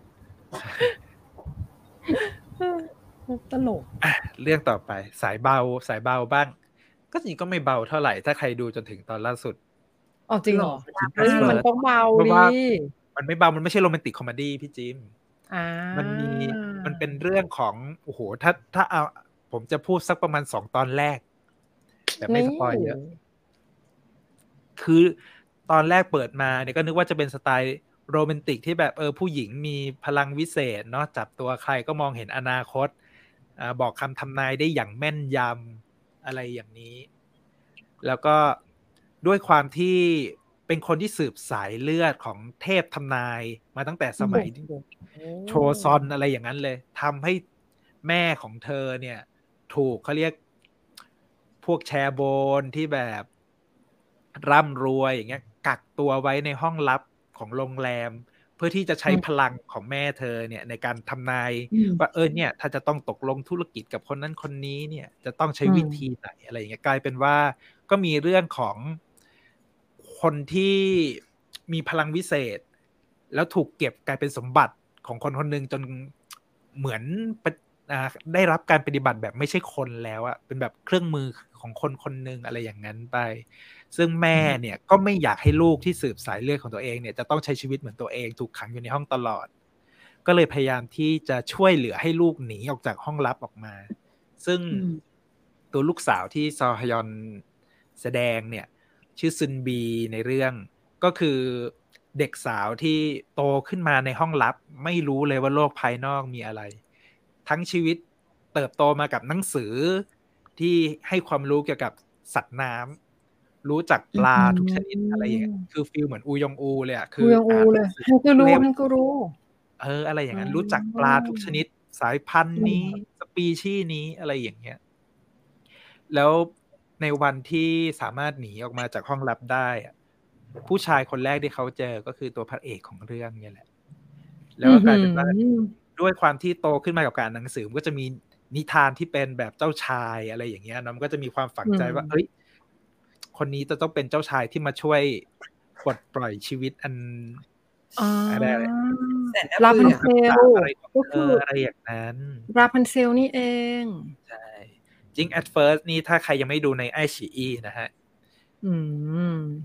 ตลกเรื่องต่อไปสายเบาบ้างก็จริงก็ไม่เบาเท่าไหร่ถ้าใครดูจนถึงตอนล่าสุดจริงเหรอมันต้องเบาดิมันไม่เบามันไม่ใช่โรแมนติกคอมเมดี้พี่จิมมันเป็นเรื่องของโอ้โหถ้าเอาผมจะพูดสักประมาณ2ตอนแรกแต่ไม่สปอยเยอะคือตอนแรกเปิดมาเนี่ยก็นึกว่าจะเป็นสไตล์โรแมนติกที่แบบผู้หญิงมีพลังวิเศษเนาะจับตัวใครก็มองเห็นอนาคตบอกคำทำนายได้อย่างแม่นยำอะไรอย่างนี้แล้วก็ด้วยความที่เป็นคนที่สืบสายเลือดของเทพทำนายมาตั้งแต่สมัยโชซอนอะไรอย่างนั้นเลยทำให้แม่ของเธอเนี่ยถูกเขาเรียกพวกแชร์โบนที่แบบร่ำรวยอย่างเงี้ยกักตัวไว้ในห้องลับของโรงแรมเพื่อที่จะใช้พลังของแม่เธอเนี่ยในการทำนายว่าเนี่ยถ้าจะต้องตกลงธุรกิจกับคนนั้นคนนี้เนี่ยจะต้องใช้วิธีไหนอะไรอย่างเงี้ยกลายเป็นว่าก็มีเรื่องของคนที่มีพลังวิเศษแล้วถูกเก็บกลายเป็นสมบัติของคนคนหนึ่งจนเหมือนได้รับการปฏิบัติแบบไม่ใช่คนแล้วอะเป็นแบบเครื่องมือของคนคนหนึ่งอะไรอย่างนั้นไปซึ่งแม่เนี่ยก็ไม่อยากให้ลูกที่สืบสายเลือดของตัวเองเนี่ยจะต้องใช้ชีวิตเหมือนตัวเองถูกขังอยู่ในห้องตลอดก็เลยพยายามที่จะช่วยเหลือให้ลูกหนีออกจากห้องลับออกมาซึ่งตัวลูกสาวที่ซอฮยอนแสดงเนี่ยชื่อซึนบีในเรื่องก็คือเด็กสาวที่โตขึ้นมาในห้องลับไม่รู้เลยว่าโลกภายนอกมีอะไรทั้งชีวิตเติบโตมากับหนังสือที่ให้ความรู้เกี่ยวกับสัตว์น้ำรู้จักปลาทุกชนิดอะไรอย่างเงี้ยคือฟีลเหมือนอูยองอูเลยอ่ะคือเลยฮันกูรู้อะไรอย่างนั้นรู้จักปลาทุกชนิดสายพันธุ์นี้สปีชีส์นี้อะไรอย่างเงี้ยแล้วในวันที่สามารถหนีออกมาจากห้องลับได้ผู้ชายคนแรกที่เขาเจอก็คือตัวพระเอกของเรื่องนี่แหละแล้วก็กลายเป็นว่าด้วยความที่โตขึ้นมากับการอ่านหนังสือมันก็จะมีนิทานที่เป็นแบบเจ้าชายอะไรอย่างเงี้ยมันก็จะมีความฝังใจว่าคนนี้จะต้องเป็นเจ้าชายที่มาช่วยปลดปล่อยชีวิตอันอะไรราพันเซลก็คืออะไรอย่างนั้นราพันเซลนี่เองใช่จริง at first นี่ถ้าใครยังไม่ดูในไอชีอีนะฮะ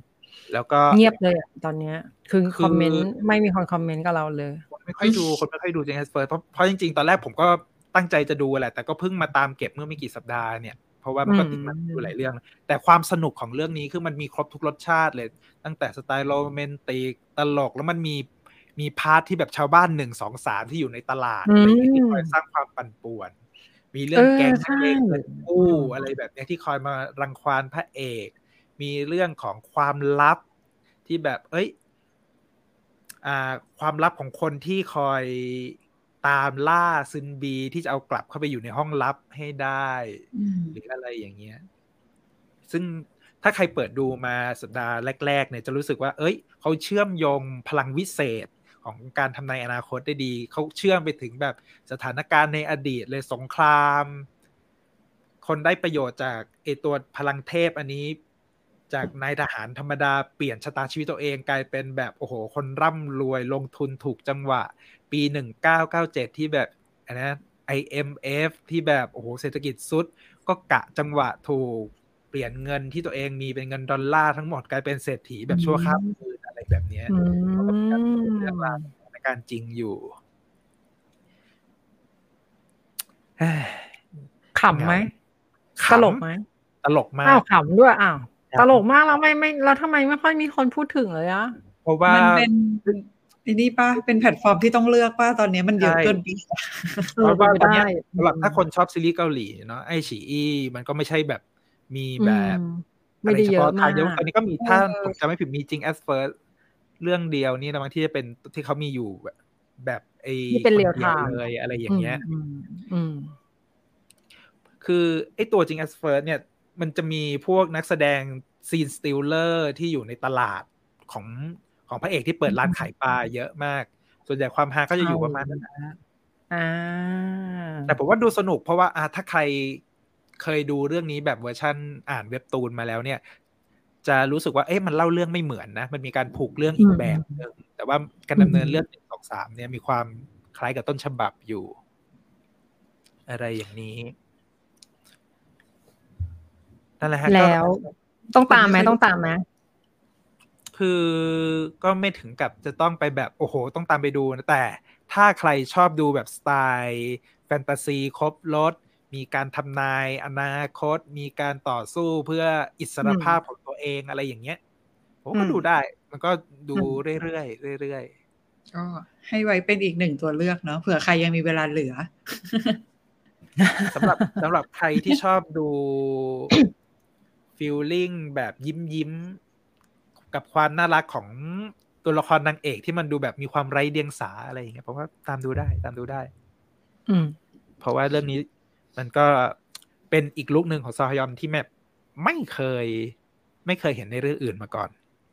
แล้วก็เงียบเลยอะตอนเนี้ยคือคอมเมนต์ไม่มีคนคอมเมนต์กับเราเลยคนไม่ค่อยดูจริงๆเพราะจริงๆตอนแรกผมก็ตั้งใจจะดูแหละแต่ก็เพิ่งมาตามเก็บเมื่อไม่กี่สัปดาห์เนี่ยเพราะว่ามันก็ติดมันอยู่หลายเรื่องแต่ความสนุกของเรื่องนี้คือมันมีครบทุกรสชาติเลยตั้งแต่สไตล์โรแมนติกตลกแล้วมันมีพาร์ทที่แบบชาวบ้าน1 2 3ที่อยู่ในตลาดอะไรอย่างเงี้ยที่คอยสร้างความปั่นป่วนมีเรื่องแก๊งนักเลงเงินกู้อะไรแบบนี้ที่คอยมารังควานพระเอกมีเรื่องของความลับที่แบบความลับของคนที่คอยตามล่าซึนบีที่จะเอากลับเข้าไปอยู่ในห้องลับให้ได้หรืออะไรอย่างเงี้ยซึ่งถ้าใครเปิดดูมาสัปดาห์แรกๆเนี่ยจะรู้สึกว่าเขาเชื่อมโยงพลังวิเศษของการทำนายอนาคตได้ดีเขาเชื่อมไปถึงแบบสถานการณ์ในอดีตเลยสงครามคนได้ประโยชน์จากตัวพลังเทพอันนี้จากนายทหารธรรมดาเปลี่ยนชะตาชีวิตตัวเองกลายเป็นแบบโอ้โหคนร่ำรวยลงทุนถูกจังหวะปี1997ที่แบบIMF ที่แบบโอ้โหเศรษฐกิจสุดก็กะจังหวะถูกเปลี่ยนเงินที่ตัวเองมีเป็นเงินดอลลาร์ทั้งหมดกลายเป็นเศรษฐีแบบชั่วข้ามคืนอะไรแบบนี้เขาก็มีการเรื่องราวในการจริงอยู่ขำไหมตลกไหมตลกมากขำด้วยตลกมากแล้วไม่แล้วทำไมไม่ค่อยมีคนพูดถึงเลยอะเพราะว่ามันเป็นนี่ป่ะเป็นแพลตฟอร์มที่ต้องเลือกป่ะตอนนี้มันเยอะเกินไปเพราะว่าตอนนี้สำหรับถ้าคนชอบซีรีส์เกาหลีเนาะไอฉีอี้มันก็ไม่ใช่แบบมีแบบไม่ได้เยอะมากตอนนี้ก็มีถ้าผมจำไม่ผิดมีจริง as first เรื่องเดียวนี่นะบางที่จะเป็นที่เขามีอยู่แบบที่เป็นเรียลไทม์เลยอะไรอย่างเงี้ยคือไอตัวจริง as first เนี่ยมันจะมีพวกนักแสดงซีนสติลเลอร์ที่อยู่ในตลาดของพระเอกที่เปิดร้านขายปลาเยอะมากส่วนใหญ่ความฮาก็จะอยู่ประมาณนั้นแต่ผมว่าดูสนุกเพราะว่าถ้าใครเคยดูเรื่องนี้แบบเวอร์ชั่นอ่านเว็บตูนมาแล้วเนี่ยจะรู้สึกว่ามันเล่าเรื่องไม่เหมือนนะมันมีการผูกเรื่องอีกแบบนึงแต่ว่าการดำเนินเรื่อง1 2 3เนี่ยมีความคล้ายกับต้นฉบับอยู่อะไรอย่างนี้นั่นแหละฮะแล้วต้องตามไหมคือก็ไม่ถึงกับจะต้องไปแบบโอ้โหต้องตามไปดูนะแต่ถ้าใครชอบดูแบบสไตล์แฟนตาซีครบรสมีการทำนายอนาคตมีการต่อสู้เพื่ออิสรภาพของตัวเองอะไรอย่างเงี้ยผมก็ดูได้มันก็ดูเรื่อยก็ให้ไว้เป็นอีก1ตัวเลือกเนาะเผื่อใครยังมีเวลาเหลือสำหรับใครที่ชอบดูฟีลลิ่งแบบยิ้มกับความน่ารักของตัวละครนางเอกที่มันดูแบบมีความไร้เดียงสาอะไรอย่างเงี้ยเพราะว่าตามดูได้เพราะว่าเรื่องนี้มันก็เป็นอีกลุคนึงของซอฮยอนที่แบบไม่เคยเห็นในเรื่องอื่นมาก่อน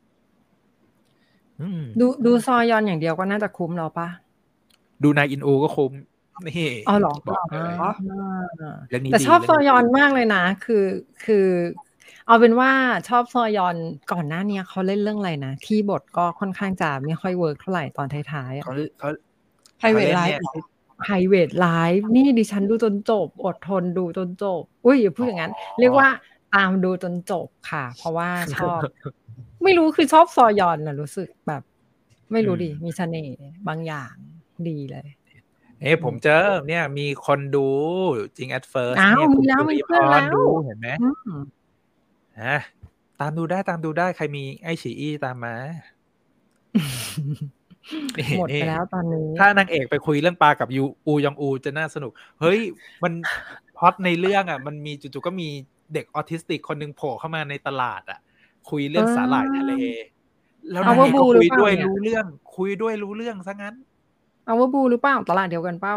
ดูซอยอนอย่างเดียวก็น่าจะคุ้มแล้วป่ะดูนายอินอูก็คุ้มนี่หรอบอกเลยแต่ชอบซอยอนมากเลยนะคือเอาเป็นว่าชอบซอยอนก่อนหน้านี้เขาเล่นเรื่องอะไรนะที่บทก็ค่อนข้างจะไม่ค่อยเวิร์กเท่าไหร่ตอนท้ายๆเขา Private Life Private Life นี่ดิฉันดูจนจบอดทนดูจนจบอย่าพูดอย่างนั้นเรียกว่าตามดูจนจบค่ะเพราะว่าชอบไม่รู้คือชอบซอยอนนะรู้สึกแบบไม่รู้ดิมีเสน่ห์บางอย่างดีเลยผมเจอเนี่ยมีคนดูจริง at first เนี่ยคุณสุริพรดูเห็นไหมตามดูได้ใครมีไอฉีอี้ตามมาหมดไปแล้วตอนนี้ถ้านางเอกไปคุยเรื่องปลากับอูยองอูจะน่าสนุกเฮ้ยมันพล็อตในเรื่องมันมีจู่ๆก็มีเด็กออทิสติกคนนึงโผล่เข้ามาในตลาดคุยเรื่องสาหร่ายทะเลแล้วนางเอกก็คุยด้วยรู้เรื่องซะงั้นเอาว่าบูหรือเปล่าตลาดเดียวกันเปล่า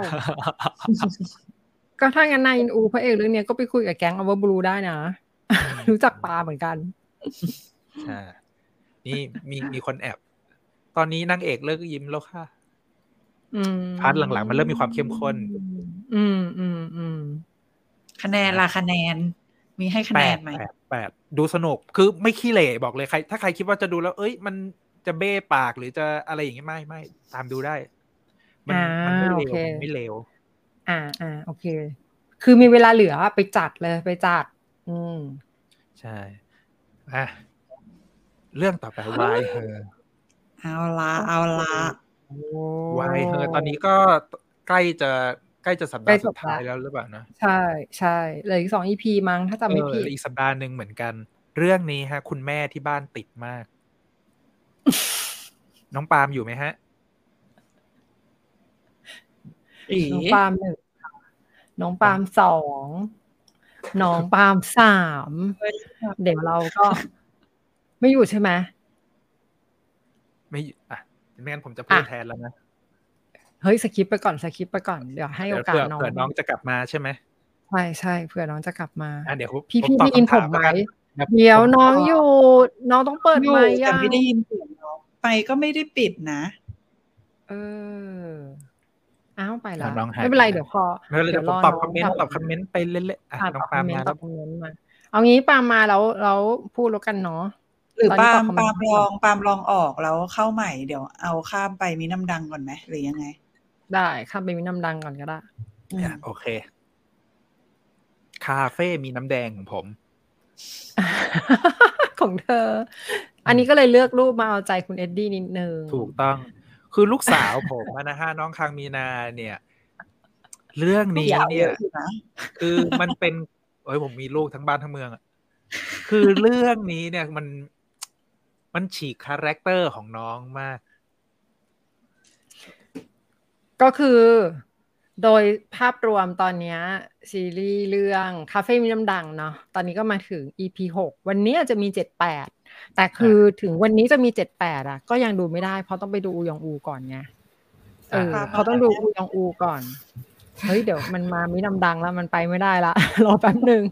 ก็ถ้างั้นนายอินอูพระเอกเรื่องนี้ก็ไปคุยกับแก๊งเอาว่าบูได้นะ รู้จักปลาเหมือนกันใช่นี่มีคนแอบตอนนี้นางเอกเลิกยิ้มแล้วค่ะพาร์ทหลังๆมันเริ่มมีความเข้มข้นคะแนนล่ะคะแนนมีให้คะแนนไหม 8ดูสนุกคือไม่ขี้เหร่บอกเลยใครถ้าใครคิดว่าจะดูแล้วมันจะเบ้ปากหรือจะอะไรอย่างงี้ไม่ตามดูได้มันไม่เลวมันไม่เลวโอเคคือมีเวลาเหลือไปจัดเลยใช่เรื่องต่อไป Why Her เอาละ Why Her ตอนนี้ก็ใกล้จะสัปดาห์สุดท้ายแล้วหรือเปล่านะใช่เหลืออีก2 EP มั้งถ้าจำไม่ผิดอีกสัปดาห์นึงเหมือนกันเรื่องนี้ฮะคุณแม่ที่บ้านติดมาก น้องปาล์มอยู่ไหมฮะน้องปาล์ม1น้องปาล์ม2น้องปาล์ม3เดี๋ยวเราก็ไม่อยู่ใช่ไหมไม่ไม่งั้นผมจะพูดแทนแล้วนะเฮ้ยสคิปไปก่อนเดี๋ยวให้โอกาสน้องเผื่อน้องจะกลับมาใช่ไหมใช่เผื่อน้องจะกลับมาเดี๋ยวพี่ได้ยินผมไหมเดี๋ยวน้องอยู่น้องต้องเปิดไมค์แต่ไม่ได้ยินเสียงน้องไปก็ไม่ได้ปิดนะอ้าวไปแล้วไม่เป็นไรเดี๋ยวผมตอบคอมเมนต์ไปเรื่อยๆน้องปาล์มมาแล้วเอางี้ปาล์มมาแล้วพูดแล้วกันเนาะหรือปาล์มลองออกแล้วเข้าใหม่เดี๋ยวเอาข้ามไปมีน้ำดังก่อนไหมหรือยังไงได้ข้ามไปมีน้ำดังก่อนก็ได้โอเคคาเฟ่มีน้ำแดงของผมของเธออันนี้ก็เลยเลือกรูปมาเอาใจคุณเอ็ดดี้นิดนึงถูกต้องคือลูกสาวผมนะฮะน้องคังมีนาเนี่ยเรื่องนี้เนี่ยคือมันเป็นผมมีลูกทั้งบ้านทั้งเมืองอ่ะคือเรื่องนี้เนี่ยมันฉีกคาแรคเตอร์ของน้องมากก็คือโดยภาพรวมตอนนี้ซีรีส์เรื่องคาเฟ่มีน้ำดังเนาะตอนนี้ก็มาถึง EP 6วันนี้จะมี78แต่คือถึงวันนี้จะมี78ก็ยังดูไม่ได้เพราะต้องไปดูอูยองอูก่อนไงเขาต้องดูอูยองอูก่อนเฮ้ยเดี๋ยวมันมามีน้ำดังแล้วมันไปไม่ได้ละรอแป๊บนึง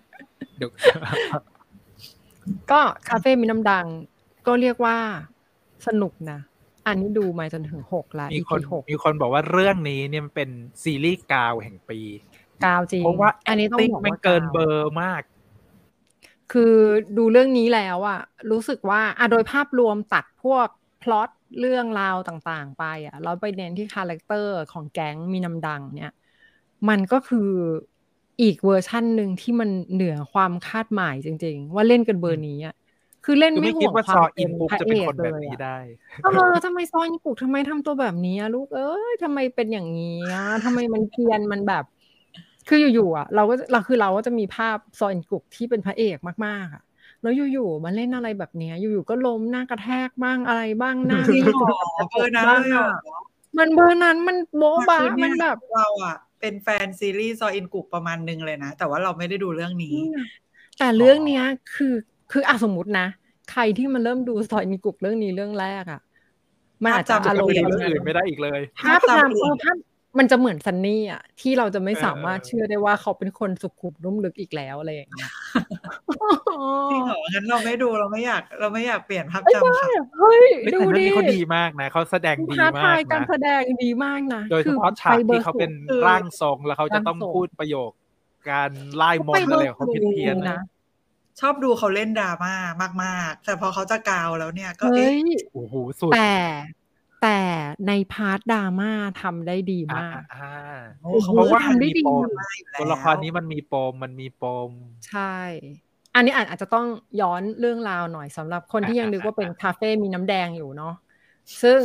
ก็คาเฟ่มีน้ำดังก็เรียกว่าสนุกนะอันนี้ดูมาจนถึง6แล้ว EP 6 มีคนบอกว่าเรื่องนี้เนี่ยมันเป็นซีรีส์กาวแห่งปีกาวจริงเพราะว่าอันนี้ต้องบอกว่าเกินเบอร์มากคือดูเรื่องนี้แล้วรู้สึกว่าโดยภาพรวมตัดพวกพล็อตเรื่องราวต่างๆไปแล้วไปเน้นที่คาแรคเตอร์ของแก๊งมีน้ำดังเนี่ยมันก็คืออีกเวอร์ชั่นนึงที่มันเหนือความคาดหมายจริงๆว่าเล่นกันเบอร์นี้คือเล่นไม่ห่วงความเป็นพระเอกเลยทำไมซออินกุกทำไมทำตัวแบบนี้ลูกทำไมเป็นอย่างนี้ทำไมมันเกรียนมันแบบคืออยู่ๆเราก็จะมีภาพซออินกุกที่เป็นพระเอกมากๆแล้วอยู่ๆมันเล่นอะไรแบบนี้อยู่ๆก็ล้มหน้ากระแทกบ้างอะไรบ้างหน้าที่เบอร์นั้นมันเบอร์นั้นมันโบ๊ะบ้ามันแบบเราเป็นแฟนซีรีส์ซออินกุกประมาณนึงเลยนะแต่ว่าเราไม่ได้ดูเรื่องนี้แต่เรื่องนี้คือสมมุตินะใครที่มันเริ่มดูซอยอินกุกเรื่องนี้เรื่องแรกมันอาจจะอารมณ์เรื่องอื่นไม่ได้อีกเลยภาพมันจะเหมือนซันนี่ที่เราจะไม่สามารถเชื่อได้ว่าเขาเป็นคนสุขุมนุ่มลึกอีกแล้วอะไรอย่างเงี้ยจริงเหรองั้นเราไม่ดูเราไม่อยากเปลี่ยนภาพจำค่ะเฮ้ยดูดิเขาดีมากนะเขาแสดงดีมากนะการแสดงดีมากนะโดยเฉพาะฉากที่เขาเป็นร่างทรงแล้วเขาจะต้องพูดประโยคการไล่มนต์อะไรของเขาเพี้ยนนะชอบดูเขาเล่นดราม่ามากๆแต่พอเขาจะกาวแล้วเนี่ยก็โอ้โหสุดแต่ในพาร์ทดราม่าทำได้ดีมากเพราะว่าทำได้ดีตัวละครนี้มันมีปมใช่อันนี้อาจจะต้องย้อนเรื่องราวหน่อยสำหรับคนที่ยังนึกว่าเป็นคาเฟ่มีน้ำแดงอยู่เนาะซึ่ง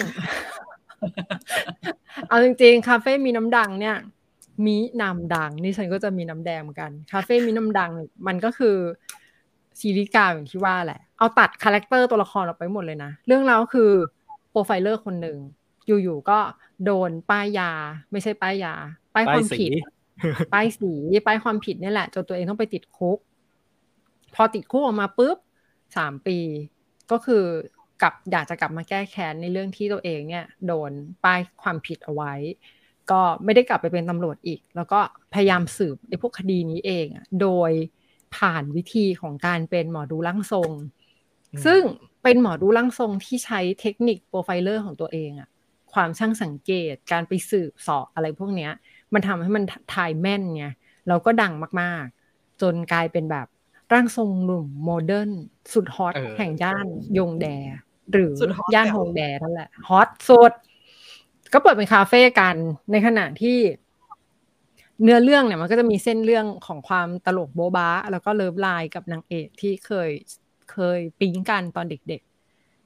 เอาจริงๆคาเฟ่มีน้ำดังเนี่ยมีน้ำดังนี่ฉันก็จะมีน้ำแดงเหมือนกันคาเฟ่มีน้ำดังมันก็คือซีรีส์กาวอย่างที่ว่าแหละเอาตัดคาแรคเตอร์ตัวละครออกไปหมดเลยนะเรื่องราวคือโปรไฟเลอร์คนหนึ่งอยู่ๆก็โดนป้ายยาไม่ใช่ป้ายยาป้ายความผิดป้ายสีป้ายความผิดนี่แหละจนตัวเองต้องไปติดคุกพอติดคุกออกมาปุ๊บ3 ปีก็คืออยากจะกลับมาแก้แค้นในเรื่องที่ตัวเองเนี่ยโดนป้ายความผิดเอาไว้ก็ไม่ได้กลับไปเป็นตำรวจอีกแล้วก็พยายามสืบในพวกคดีนี้เองโดยผ่านวิธีของการเป็นหมอดูร่างทรงซึ่งเป็นหมอดูร่างทรงที่ใช้เทคนิคโปรไฟเลอร์ของตัวเองความช่างสังเกตการไปสืบสอบอะไรพวกเนี้ยมันทำให้มันทายแม่นไงแล้วก็ดังมากๆจนกลายเป็นแบบร่างทรงหนุ่มโมเดิร์นสุดฮอตแห่งย่านยงแดหรือย่านฮงแดนั่นแหละฮอตสุดก็เปิดเป็นคาเฟ่กันในขณะที่เนื้อเรื่องเนี่ยมันก็จะมีเส้นเรื่องของความตลกโบ๊ะบ้าแล้วก็เลิฟไลน์กับนางเอกที่เคยปิ๊งกันตอนเด็ก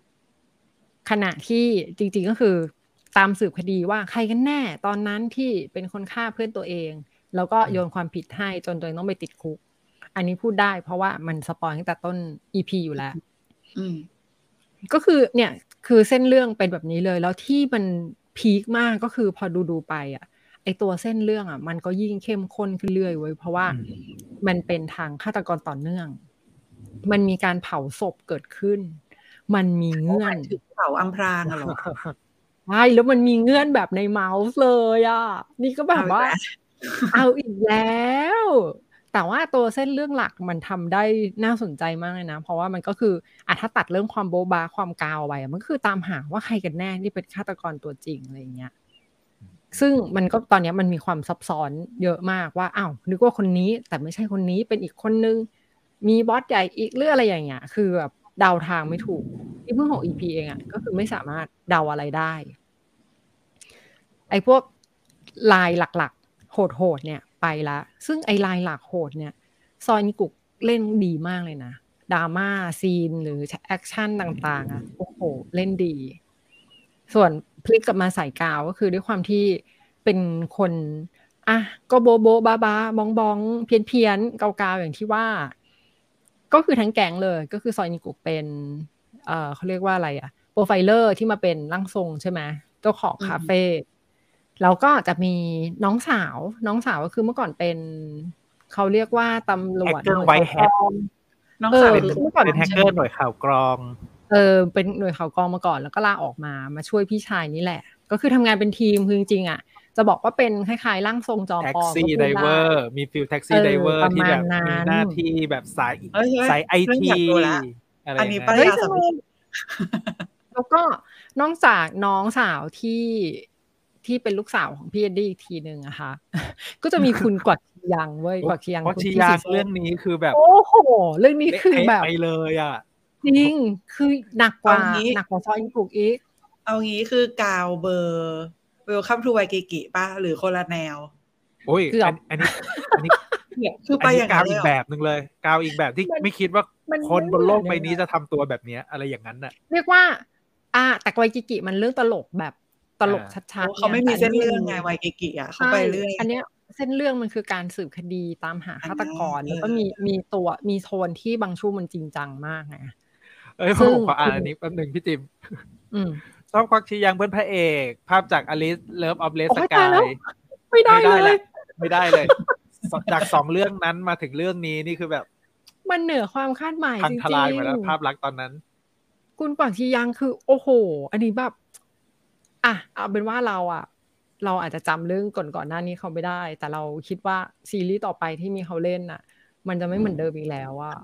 ขณะที่จริงๆก็คือตามสืบคดีว่าใครกันแน่ตอนนั้นที่เป็นคนฆ่าเพื่อนตัวเองแล้วก็โยนความผิดให้จนตัวเองต้องไปติดคุกอันนี้พูดได้เพราะว่ามันสปอยตั้งแต่ต้น EP อยู่แล้วก็คือเนี่ยคือเส้นเรื่องเป็นแบบนี้เลยแล้วที่มันพีคมากก็คือพอดูไปอ่ะไอตัวเส้นเรื่องอ่ะมันก็ยิ่งเข้มข้นขึ้นเรื่อยเว้ยเพราะว่ามันเป็นทางฆาตกรต่อเนื่องมันมีการเผาศพเกิดขึ้นมันมีเงื่อนเผาอำพรางอะหรอใช่แล้วมันมีเงื่อนแบบในเมาส์เลยอ่ะนี่ก็แบบว่าเอาอีกแล้วแต่ว่าตัวเส้นเรื่องหลักมันทำได้น่าสนใจมากเลยนะเพราะว่ามันก็คือถ้าตัดเรื่องความโบ๊ะบ้าความกาวไปมันก็คือตามหาว่าใครกันแน่ที่เป็นฆาตกรตัวจริงอะไรอย่างเงี้ยซึ่งมันก็ตอนนี้มันมีความซับซ้อนเยอะมากว่าอ้าวนึกว่าคนนี้แต่ไม่ใช่คนนี้เป็นอีกคนนึงมีบอสใหญ่อีกหรืออะไรอย่างเงี้ยคือแบบเดาทางไม่ถูกที่เพิ่ง6 EP เองอ่ะก็คือไม่สามารถเดาอะไรได้ไอ้พวกลายหลักๆโหดๆเนี่ยไปละซึ่งไอ้ลายหลักโหดเนี่ยซอยนิกุกเล่นดีมากเลยนะดราม่าซีนหรือแอคชั่นต่างๆอ่ะโอ้โหเล่นดีส่วนพลิกกลับมาใส่กาวก็คือด้วยความที่เป็นคนก็โบโบบ้าบ้าบองบองเพี้ยนเพี้ยนเกาๆอย่างที่ว่าก็คือทั้งแก๊งเลยก็คือซอยนิกุกเป็นเขาเรียกว่าอะไรโปรไฟเลอร์ที่มาเป็นร่างทรงใช่ไหมเจ้าของคาเฟ่แล้วก็จะมีน้องสาวก็คือเมื่อก่อนเป็นเขาเรียกว่าตำรวจหน่วยข่าวกรองน้องสาวเมื่อก่อนเป็นแฮกเกอร์หน่วยข่าวกรองเป็นหน่วยข่าวกรองมาก่อนแล้วก็ลาออกมาช่วยพี่ชายนี่แหละก็คือทำงานเป็นทีมคือจริงๆจะบอกว่าเป็นคล้ายๆร่างทรงจอปอแท็กซี่ไดเวอร์มีฟิลแท็กซี่ไดเวอร์ที่แบบมีหน้าที่แบบสายไอทีอันนี้ปริยาสมิทแล้วก็นอกจากน้องสาวที่เป็นลูกสาวของพี่เอ็ดดี้อีกทีนึงอะค่ะก็จะมีคุณกวักชียังเว้ยกวักชียังคุณที่ยังเรื่องนี้คือแบบโอ้โหเรื่องนี้คือแบบไปเลยอ่ะจริงคือหนักกว่าซอยอินปุกอีกเอางี้คือกาวเบอร์Welcome to Waikiki ป่ะหรือคนละแนวโอ้ยอันนี้คือไปอย่างกาวอีกแบบนึงเลยกาวอีกแบบที่ไม่คิดว่าคนบนโลกใบนี้จะทำตัวแบบนี้อะไรอย่างนั้นน่ะเรียกว่าแต่ไวกิกิมันเรื่องตลกแบบตลกชัดๆเขาไม่มีเส้นเรื่องไงไวกิกิเขาไปเรื่อยอันเนี้ยเส้นเรื่องมันคือการสืบคดีตามหาฆาตกรแล้วก็มีโทนที่บางช่วงมันจริงจังมากไงผมขออ่านอันนี้แป๊บนึงพี่จิมชอบควักชียังเพื่อนพระเอกภาพจากอลิสเลิฟออฟเลสสกายไม่ได้เลยจาก2เรื่องนั้นมาถึงเรื่องนี้นี่คือแบบมันเหนือความคาดหมายจริงๆทลายมาแล้วภาพลักษณ์ตอนนั้นคุณกวักชียังคือโอ้โหอันนี้แบบเอาเป็นว่าเราอาจจะจำเรื่องก่อนหน้านี้เขาไม่ได้แต่เราคิดว่าซีรีส์ต่อไปที่มีเขาเล่นน่ะมันจะไม่เหมือนเดิมอีกแล้วอะ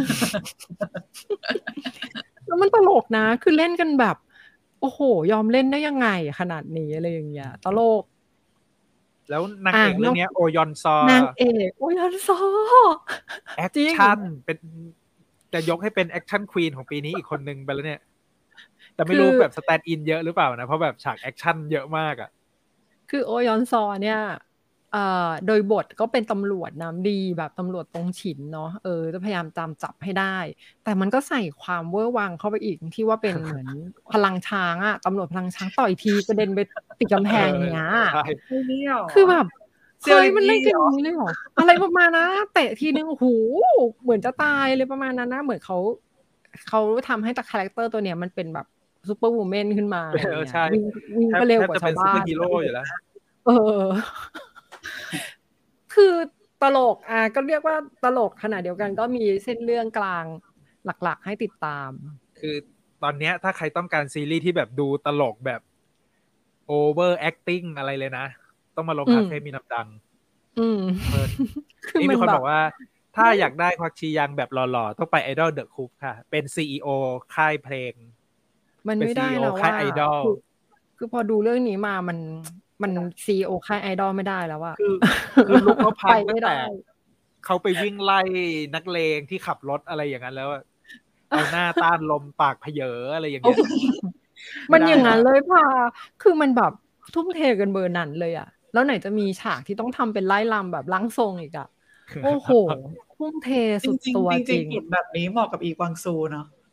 แล้วมันตลกนะคือเล่นกันแบบโอ้โหยอมเล่นได้ยังไงขนาดนี้อะไรอย่างเงี้ยตลกแล้วนางเอกเรื่องนี้โอยอนซอนางเอกโอยอนซอแอคชั่นเป็นจะยกให้เป็นแอคชั่นควีนของปีนี้อีกคนนึงไปแล้วเนี่ยแต่ไม่รู้แบบสแตนด์อินเยอะหรือเปล่านะเพราะแบบฉากแอคชั่นเยอะมากอ่ะคือโอยอนซอเนี่ยโดยบทก็เป็นตำรวจน้ำดีแบบตำรวจตรงฉินเนาะจะพยายามจับให้ได้แต่มันก็ใส่ความเวอร์วังเข้าไปอีกที่ว่าเป็นเหมือนพลังช้างตำรวจพลังช้างต่อยทีกระเด็นไปติดกำแพงเนี้ยคือแบบเฮ้ยมันเล่นกันอย่างนี้เลยเหรออะไรประมาณนะเตะทีนึงหูเหมือนจะตายเลยประมาณนั้นนะเหมือนเขาทำให้แต่คาแรคเตอร์ตัวเนี้ยมันเป็นแบบซูเปอร์วูแมนขึ้นมาใช่วิ่งก็เร็วกว่าชาวบ้านจะเป็นซูเปอร์ฮีโร่อยู่แล้วคือตลกก็เรียกว่าตลกขนาดเดียวกันก็มีเส้นเรื่องกลางหลักๆให้ติดตามคือตอนนี้ถ้าใครต้องการซีรีส์ที่แบบดูตลกแบบโอเวอร์แอคติ้งอะไรเลยนะต้องมาลงคาเฟ่มีน้ำดังนี่มีคนบอกว่าถ้าอยากได้ควักชียังแบบหล่อๆต้องไปไอดอลเดอะคุปค่ะเป็น CEO ค่ายเพลงมันไม่ได้แล้วว่าคือพอดูเรื่องนี้มามัน CEO ค่ายไอดอลไม่ได้แล้วอะคือลุกเขาพังตั้งแต่เขาไปวิ่งไล่นักเลงที่ขับรถอะไรอย่างนั้นแล้วเอาหน้าต้านลมปากเผยอะไรอย่างเงี้ยมันอย่างนั้นเลยค่ะคือมันแบบทุ่มเทกันเบอร์นั้นเลยอะแล้วไหนจะมีฉากที่ต้องทำเป็นไล่ลำแบบล้างทรงอีกอะโอ้โหทุ่มเทสุดตัวจริงแบบนี้เหมาะกับอีกวางซูเนาะ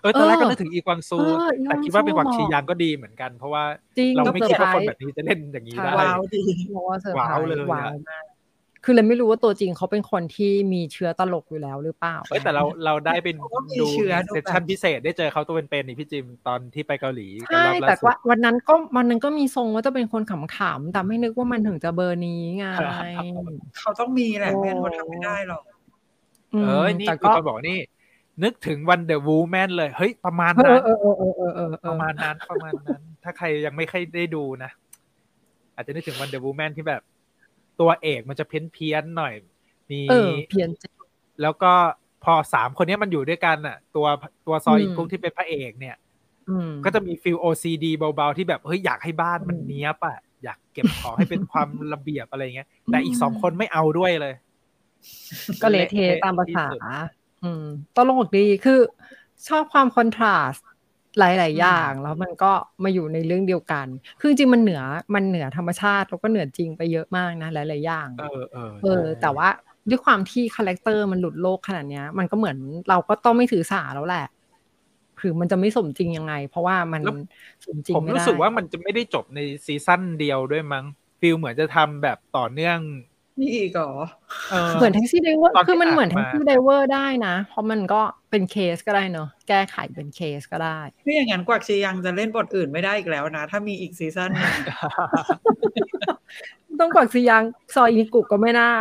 ตอนแรกก็นึกถึงอีกวางซูอีกแต่วางคิดว่าซูเป็นหวังเหชีมาะยางก็ดีเหมือนกัน เพราะว่าจริงเราก็ไม่เซอคิดร์ไพรว่าคนส์แบบนี้จะเล่นอย่างนี้ใช่ได้ว้าวดีบอกว่าเซอร์ไพรว้าวส์เลยว้าวอะมาก คือเลยไม่รู้ว่าตัวจริงเขาเป็นคนที่มีเชื้อตลกอยู่แล้วหรือเปล่าแต่เราได้เป็นเขาก็มีดูเชื้อเซสชั่นพิเศษได้เจอเขาตัวเป็นๆนี่พี่จิมตอนที่ไปเกาหลีใชกัน่ รอบล่าแต่สุว่าดวันนั้นก็มีทรงว่าจะเป็นคนขำๆ แต่ไม่นึกว่ามันถึงจะเบอร์นี้ไงเขาต้องมีแหละโอ้ไม่งั้นเขาทำไม่ได้หรอกนี่แต่มีก็คนบอกนี่ นึกถึง Wonder Woman เลย เฮ้ย ประมาณเอนั้นอประๆมาณๆนั้น ประมาณนั้น ถ้าใครยังไม่ค่อยได้ดูนะ อาจจะนึกถึง Wonder Woman ที่แบบ ตัวเอกมันจะเพี้ยนๆหน่อย มีเพี้ยนจริงแล้วก็พอ3คนเนี้ยมันอยู่ด้วยกันน่ะ ตัวซออินกุ๊กที่เป็นพระเอกเนี่ย ก็จะมีฟีล OCD เบาๆที่แบบเฮ้ยอยากให้บ้านมันเนี๊ยบอะอยากเก็บของให้เป็นความระเบียบอะไรเงี้ย แต่อีก2คนไม่เอาด้วยเลยก็เละเทะตามภาที่ษาสุดตลกดี คือชอบความคอนทราสต์หลาย ๆ อย่าง แล้วมันก็มาอยู่ในเรื่องเดียวกัน คือจริงๆมันเหนือธรรมชาติแล้วก็เหนือจริงไปเยอะมากนะหลาย ๆ อย่างใช่แต่ว่าด้วยความที่คาแรคเตอร์มันหลุดโลกขนาดเนี้ย มันก็เหมือนเราก็ต้องไม่ถือสาแล้วแหละคือมันจะไม่สมจริงยังไง เพราะว่ามันแล้วสมจริงผมไม่รู้ได้สึกว่ามันจะไม่ได้จบในซีซั่นเดียวด้วยมั้งฟีลเหมือนจะทำแบบต่อเนื่องมีอีกเหรอเหมือนแท็กซี่ไดเวอร์ตอนที่คือมันเหมือนอ่านแท็กมาซี่ไดเวอร์ได้นะ เพราะมันก็เป็นเคสก็ได้เนอะแก้ไขเป็นเคสก็ได้ไม่อย่างนั้นกวักชียังจะเล่นบทอื่นไม่ได้อีกแล้วนะ ถ้ามีอีกซีซั่นหนึ่งต้องกวักซียังซอยอิกุก็ไม่น่า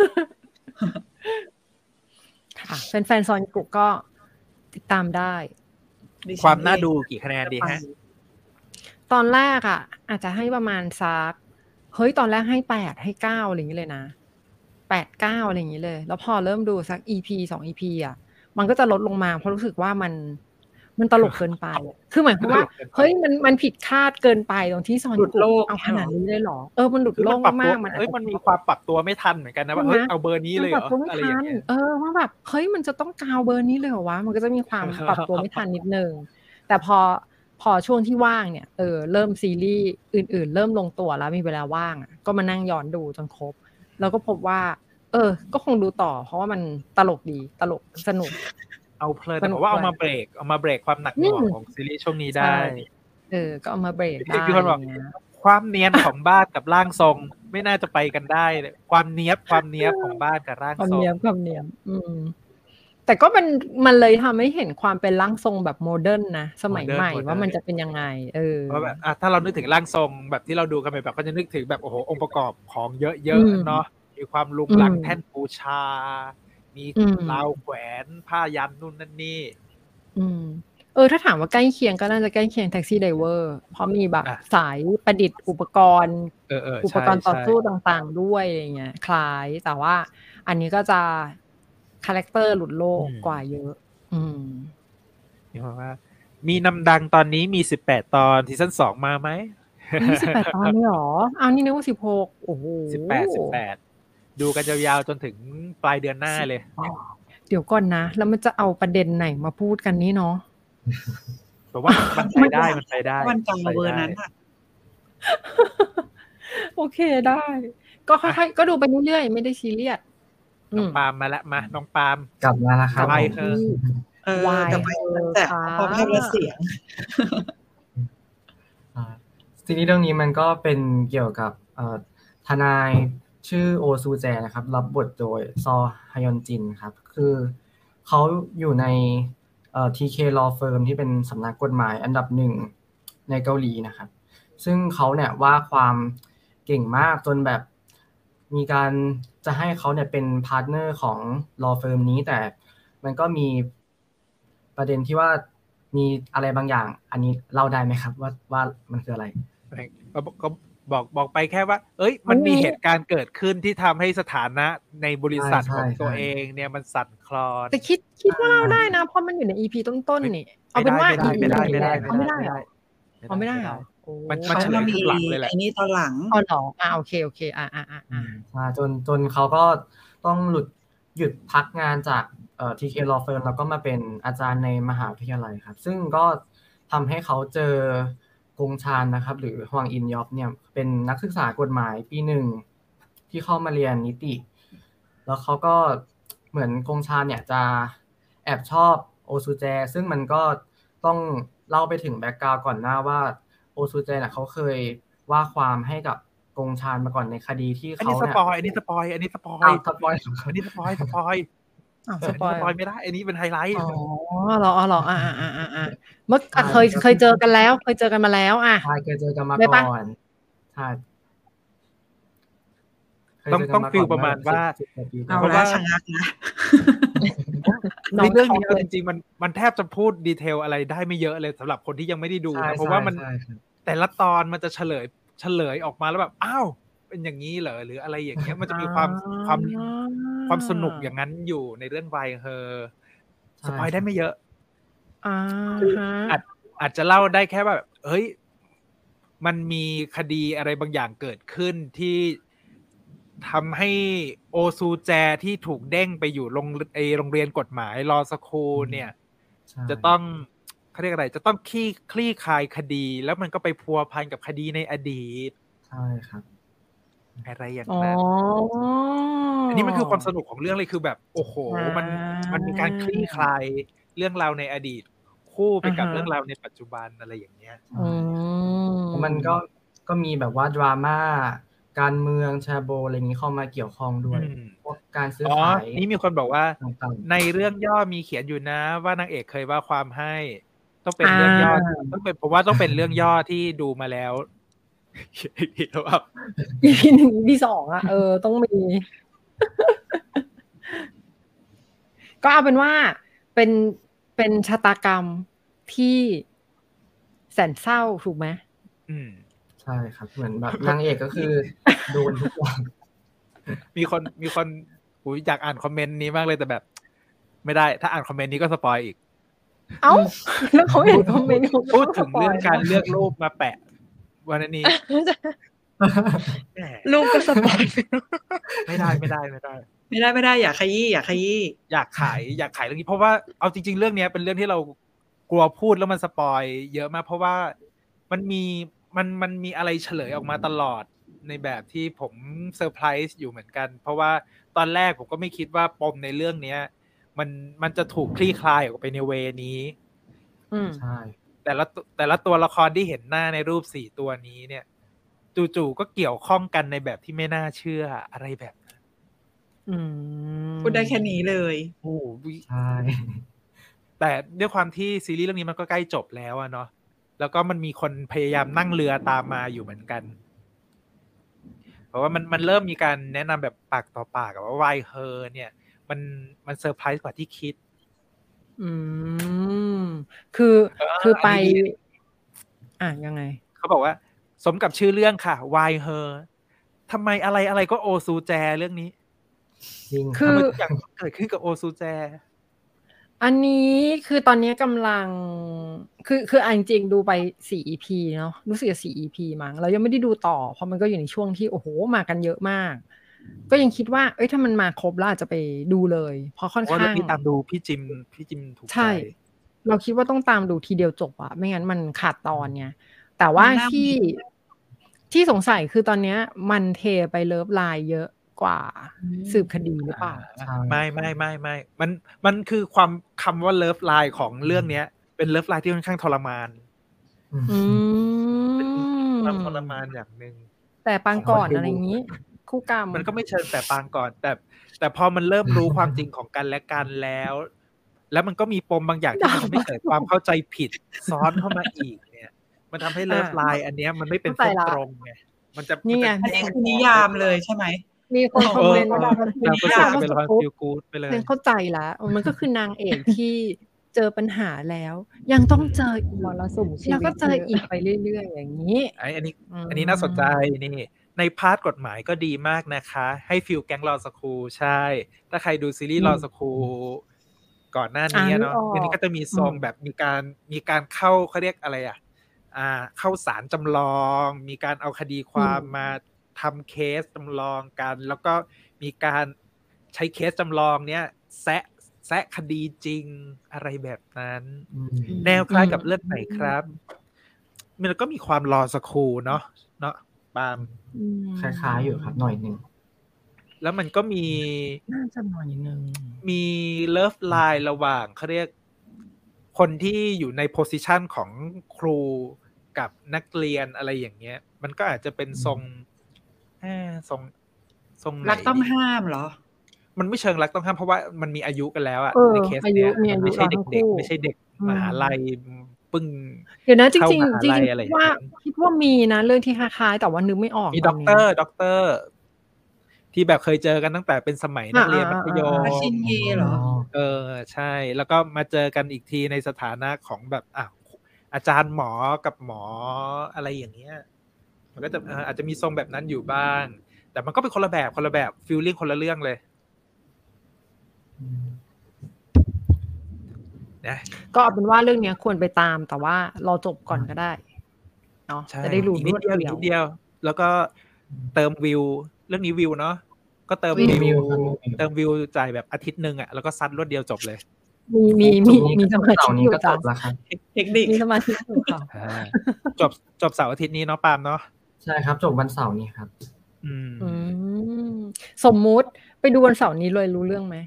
ค่ะแฟนๆซอยอิกุก็ติดตามได้ดิฉัความน่าเองดูกี่คะแนนดีฮะตอนแรกอ่ะ อาจจะให้ประมาณสักเฮ้ยตอนแรกให้8ให้9อะไรอย่างนี้เลยนะ8 9อะไรอย่างนี้เลย แล้วพอเริ่มดูสัก EP 2 EP อ่ะ มันก็จะลดลงมาเพราะรู้สึกว่ามันตลกเกินไปอะคือหมายความว่า เฮ้ยมันผิดคาดเกินไปตรงที่ซอนหลุดโลกเอาขนาดนี้เลยเหรอมันหลุดคือโลมันกปรับตัวมากๆมันอาจจะมันมีความปรับตัวไม่ทันเหมือนกันนะว่าใช่ไหมเฮ้ยเอาเบอร์นี้เลยเหรปรัอบตัวไม่อะไรอทัย่างนเงี้ยว่าแบบเฮ้ยมันจะต้องกาวเบอร์นี้เลยเหรอวะมันก็จะมีความ ปรับตัวไม่ทันนิดนึงแต่พอช่วงที่ว่างเนี่ยเริ่มซีรีส์อื่นๆเริ่มลงตัวแล้วมีเวลาว่างอ่ะก็มานั่งย้อนดูจนครบแล้วก็พบว่าก็คงดูต่อเพราะว่ามันตลกดีตลกสนุกเอาเพลินสนุกแต่ว่าเอาด้วยมาเบรกความหนักหน่วงของซีรีส์ช่วงนี้ได้ก็เอามาเบรกได้พี่คนบอกอย่างเงี้ยความเนียนของบ้านกับร่างทรง ไม่น่าจะไปกันได้เลยความเนียบของบ้านกับร่างความทรงเนียมแต่ก็มันเลยทำให้เห็นความเป็นร่างทรงแบบโมเดิร์นนะสมัยใหม่ว่ามันจะเป็นยังไงว่าแบบถ้าเรานึกถึงร่างทรงแบบที่เราดูกันแบบก็จะนึกถึงแบบโอ้โหองค์ประกอบของเยอะๆเนาะมีความลุงลังแท่นบูชา มีราวแขวนผ้ายันนู่นนั่นนี่ถ้าถามว่าใกล้เคียงก็น่าจะใกล้เคียงแท็กซี่ไดเวอร์เพราะมีแบบสายประดิษฐ์อุปกรณ์ต่อสู้ต่างๆด้วยอะไรเงี้ยคล้ายแต่ว่าอันนี้ก็จะคาแรคเตอร์หลุดโลกกว่าเยอะนี่ว่า มีนำดังตอนนี้มี18 ตอนซีซั่น2มาไหม 18 ตอนนี่หรอเอานี่นึกว่า16โอ้โห 18ดูกันยาวๆจนถึงปลายเดือนหน้าเลยเดี๋ยวก่อนนะแล้วมันจะเอาประเด็นไหนมาพูดกันนี่เนาะแต่ว่ามันไปได้มันจังเบอร์นั้นอะโอเคได้ก็ค่อยๆก็ดูไปเรื่อยๆไม่ได้ซีเรียสน้องปาล์มมาแล้วมาน้องปาล์มกลับมาแล้วครับไปแต่ไปแต่พอภาพและเสียงซีรีส์เรื่องนี้มันก็เป็นเกี่ยวกับทนายชื่อโอซูแจนะครับรับบทโดยซอฮยอนจินครับคือเขาอยู่ในTK Law Firm ที่เป็นสำนักกฎหมายอันดับ1ในเกาหลีนะครับซึ่งเขาเนี่ยว่าความเก่งมากจนแบบมีการจะให้เขาเนี่ยเป็นพาร์ทเนอร์ของ Law Firm นี้แต่มันก็มีประเด็นที่ว่ามีอะไรบางอย่างอันนี้เล่าได้ไหมครับว่ามันคืออะไรก็บอกไปแค่ว่ามันมีเหตุการณ์เกิดขึ้นที่ทำให้สถานะในบริษัทของตัวเองเนี่ยมันสั่นคลอนแต่คิดว่าเล่าได้นะเพราะมันอยู่ใน EP ต้นๆนี่เอาเป็นว่า EP ไม่ได้มันจะมีหลังเลยแหละนี่ตอนหลังเหรอโอเคจนเขาก็ต้องหยุดพักงานจากTK Law Firm แล้วก็มาเป็นอาจารย์ในมหาวิทยาลัยครับซึ่งก็ทำให้เขาเจอกงชานนะครับหรือฮวงอินยอฟเนี่ยเป็นนักศึกษากฎหมายปี1ที่เข้ามาเรียนนิติแล้วเขาก็เหมือนกงชานเนี่ยจะแอบชอบโอซูแจซึ่งมันก็ต้องเล่าไปถึงแบ็กกราวด์ก่อนหน้าว่าโอซูเจน่ะเขาเคยว่าความให้กับกงชานมาก่อนในคดีที่เขาเนี่ยอันนี้สปอยสปอยอันนี้สปอยสปอยอันนี้สปอยสปอยอันนี้สปอยไม่ได้อันนี้เป็นไฮไลท์อ๋อเหรอเมื่อเคยเจอกันแล้วเคยเจอกันมาแล้วอ่ะใช่เคยเจอกันมาก่อนใช่ต้องฟีลประมาณว่าเอาละชะงักนะในเรื่องนี้จริงๆมันแทบจะพูดดีเทลอะไรได้ไม่เยอะเลยสำหรับคนที่ยังไม่ได้ดูนะเพราะว่ามันแต่ละตอนมันจะเฉลยออกมาแล้วแบบอ้าวเป็นอย่างนี้เหรอหรืออะไรอย่างเงี้ยมันจะมีความสนุกอย่างนั้นอยู่ในเรื่องไวเฮอร์สปอยได้ไม่เยอะอาจจะเล่าได้แค่แบบเฮ้ยมันมีคดีอะไรบางอย่างเกิดขึ้นที่ทำให้โอซูแจที่ถูกเด้งไปอยู่โรงเรียนกฎหมายลอสคูลเนี่ยจะต้องเขาเรียกอะไรจะต้องคลี่คลายคดีแล้วมันก็ไปพัวพันกับคดีในอดีตใช่ครับอะไรอย่างนั้นอันนี้มันคือความสนุกของเรื่องเลยคือแบบโอ้โหมันมีการคลี่คลายเรื่องราวในอดีตคู่ไปกับเรื่องราวในปัจจุบันอะไรอย่างเงี้ยมันก็มีแบบว่าดราม่าการเมืองชาโบอะไรนี้เข้ามาเกี่ยวข้องด้วยพวกการซื้อขายนี่มีคนบอกว่าในเรื่องย่อมีเขียนอยู่นะว่านางเอกเคยว่าความให้ต้องเป็นเรื่องย่อต้องเป็นผมว่าต้องเป็นเรื่องย่อที่ดูมาแล้วหรือเปล่า EP 1 EP 2อ่ะต้องมีก็เอาเป็นว่าเป็นชะตากรรมที่แสนเศร้าถูกไหมใช่ครับเหมือนแบบนางเอกก็คือโดนทุกอย่างมีคนอยากอ่านคอมเมนต์นี้มากเลยแต่แบบไม่ได้ถ้าอ่านคอมเมนต์นี้ก็สปอยอีกเอ้าแล้วเขาเห็นคอมเมนต์พูดถึงเรื่องการเลือกรูปมาแปะวันนี้รูปก็สปอยไม่ได้อยากขยี้อยากขายเรื่องนี้เพราะว่าเอาจริงๆเรื่องนี้เป็นเรื่องที่เรากลัวพูดแล้วมันสปอยเยอะมากเพราะว่ามันมีอะไรเฉลยออกมาตลอดในแบบที่ผมเซอร์ไพรส์อยู่เหมือนกันเพราะว่าตอนแรกผมก็ไม่คิดว่าปมในเรื่องนี้มันจะถูกคลี่คลายออกไปในเวนี้ใช่แต่ละตัวละครที่เห็นหน้าในรูป4ตัวนี้เนี่ยจู่ๆก็เกี่ยวข้องกันในแบบที่ไม่น่าเชื่ออะไรแบบนั้นพูดได้แค่นี้เลยโอ้ใช่แต่ด้วยความที่ซีรีส์เรื่องนี้มันก็ใกล้จบแล้วอะเนาะแล้วก็มันมีคนพยายามนั่งเรือตามมาอยู่เหมือนกันเพราะว่ามันเริ่มมีการแนะนำแบบปากต่อปากว่าไวเฮอร์เนี่ยมันเซอร์ไพรส์กว่าที่คิดคือไปยังไงเขาบอกว่าสมกับชื่อเรื่องค่ะไวเฮอร์ทำไมอะไรก็โอซูแจเรื่องนี้จริงคือทุกอย่างเกิดขึ้นกับโอซูแจอันนี้คือตอนนี้กำลังคือจริงๆดูไป4 EP เนาะรู้สึกจะ4 EP มั้งเรายังไม่ได้ดูต่อเพราะมันก็อยู่ในช่วงที่โอ้โหมากันเยอะมากก็ยังคิดว่าถ้ามันมาครบแล้วอาจจะไปดูเลยเพราะค่อนข้างพี่ตามดูพี่จิมถูกใจใช่เราคิดว่าต้องตามดูทีเดียวจบอะไม่งั้นมันขาดตอนไงแต่ว่าที่สงสัยคือตอนนี้มันเทไปเลิฟไลน์เยอะกว่าสืบคดีหรือเปล่าไม่มันคือความคำว่าเลิฟไลน์ของเรื่องนี้เป็นเลิฟไลน์ที่ค่อนข้างทรมานเป็นความทรมานอย่างนึงแต่ปางก่อนอะไรอย่างนี้คู่กรรมมันก็ไม่เชิงแต่ปางก่อนแต่พอมันเริ่มรู้ความจริงของกันและกันแล้วมันก็มีปมบางอย่างที่มันทำให้เกิดความเข้าใจผิดซ้อนเข้ามาอีกเนี่ยมันทำให้เลิฟไลน์อันนี้มันไม่เป็นตรงไงมันจะนี่ไงอันนี้คือนิยามเลยใช่ไหมมีคนคอมเมนต์ว่าเราก็จะเป็นละครฟีลกู๊ดไปเลยเข้าใจแล้วมันก็คือนางเอกที่เจอปัญหาแล้วยังต้องเจออีกมรสุมชีวิตแล้วก็เจออีกไปเรื่อยๆอย่างนี้อันนี้น่าสนใจนี่ในพาร์ทกฎหมายก็ดีมากนะคะให้ฟีลแก๊งลอสคูลใช่ถ้าใครดูซีรีส์ลอสคูลก่อนหน้านี้เนาะอันนี้ก็จะมีทรงแบบมีการเข้าเขาเรียกอะไรเข้าศาลจำลองมีการเอาคดีความมาทำเคสจำลองกันแล้วก็มีการใช้เคสจำลองเนี้ยแซะคดีจริงอะไรแบบนั้นแนวคล้ายกับเรื่องไหนครับมันก็มีความรอสคูลเนาะปาล์มคล้ายๆอยู่ครับหน่อยนึงแล้วมันก็มีน่าจะหน่อยนึงมีเลิฟไลน์ระหว่างเขาเรียกคคนที่อยู่ในโพสิชันของครูกับนักเรียนอะไรอย่างเงี้ย มันก็อาจจะเป็นทรงทรงไหนรักต้องห้ามเหรอมันไม่เชิงรักต้องห้ามเพราะว่ามันมีอายุกันแล้วอะในเคสอายุเนี้ยมีอามันยุไม่ใช่เราทั้งเด็กคู่ๆไม่ใช่เด็กมหาลัยปึ้งเดี๋ยวนะจเข้าริงมหาๆจริลังยอะไรๆอย่างว่าเงี้ยคิดว่ามีนะเรื่องที่คล้ายๆแต่ว่านึกไม่ออกมีตด็ออน กนี้เตอร์ที่แบบเคยเจอกันตั้งแต่เป็นสมัยนักเรียนมัธยมอาชินเยเหรอใช่ แล้วก็มาเจอกันอีกทีในสถานะของแบบอาจารย์หมอกับหมออะไรอย่างเงี้ย มันก็จะอาจจะมีทรงแบบนั้นอยู่บ้าง แต่มันก็เป็นคนละแบบฟีลลิ่งคนละเรื่องเลยนะก็เอาเป็นว่าเรื่องเนี้ยควรไปตามแต่ว่ารอจบก่อนก็ได้เนาะใช่จะได้รู้อีกรนิดวดเดียวเดีอีกยวนิดเดียว แล้วก็เติมวิวเรื่องนี้วิวเนาะก็เติมวิวิววครับเติมวิวจ่ายแบบอาทิตย์นึงอ่ะแล้วก็ซัดรวดเดียวจบเลยมีสมาเสาธิร์นี้อยู่ก็จจ้ะบแล้วครับเทคนิคมีสมาธิอยู่ค่ะจบเสาร์อาทิตย์นี้เนาะปาล์มเนาะใช่ครับจบวันเสาร์นี้ครับสมมุติไปดูวันเสาร์นี้เลยรู้เรื่องไหม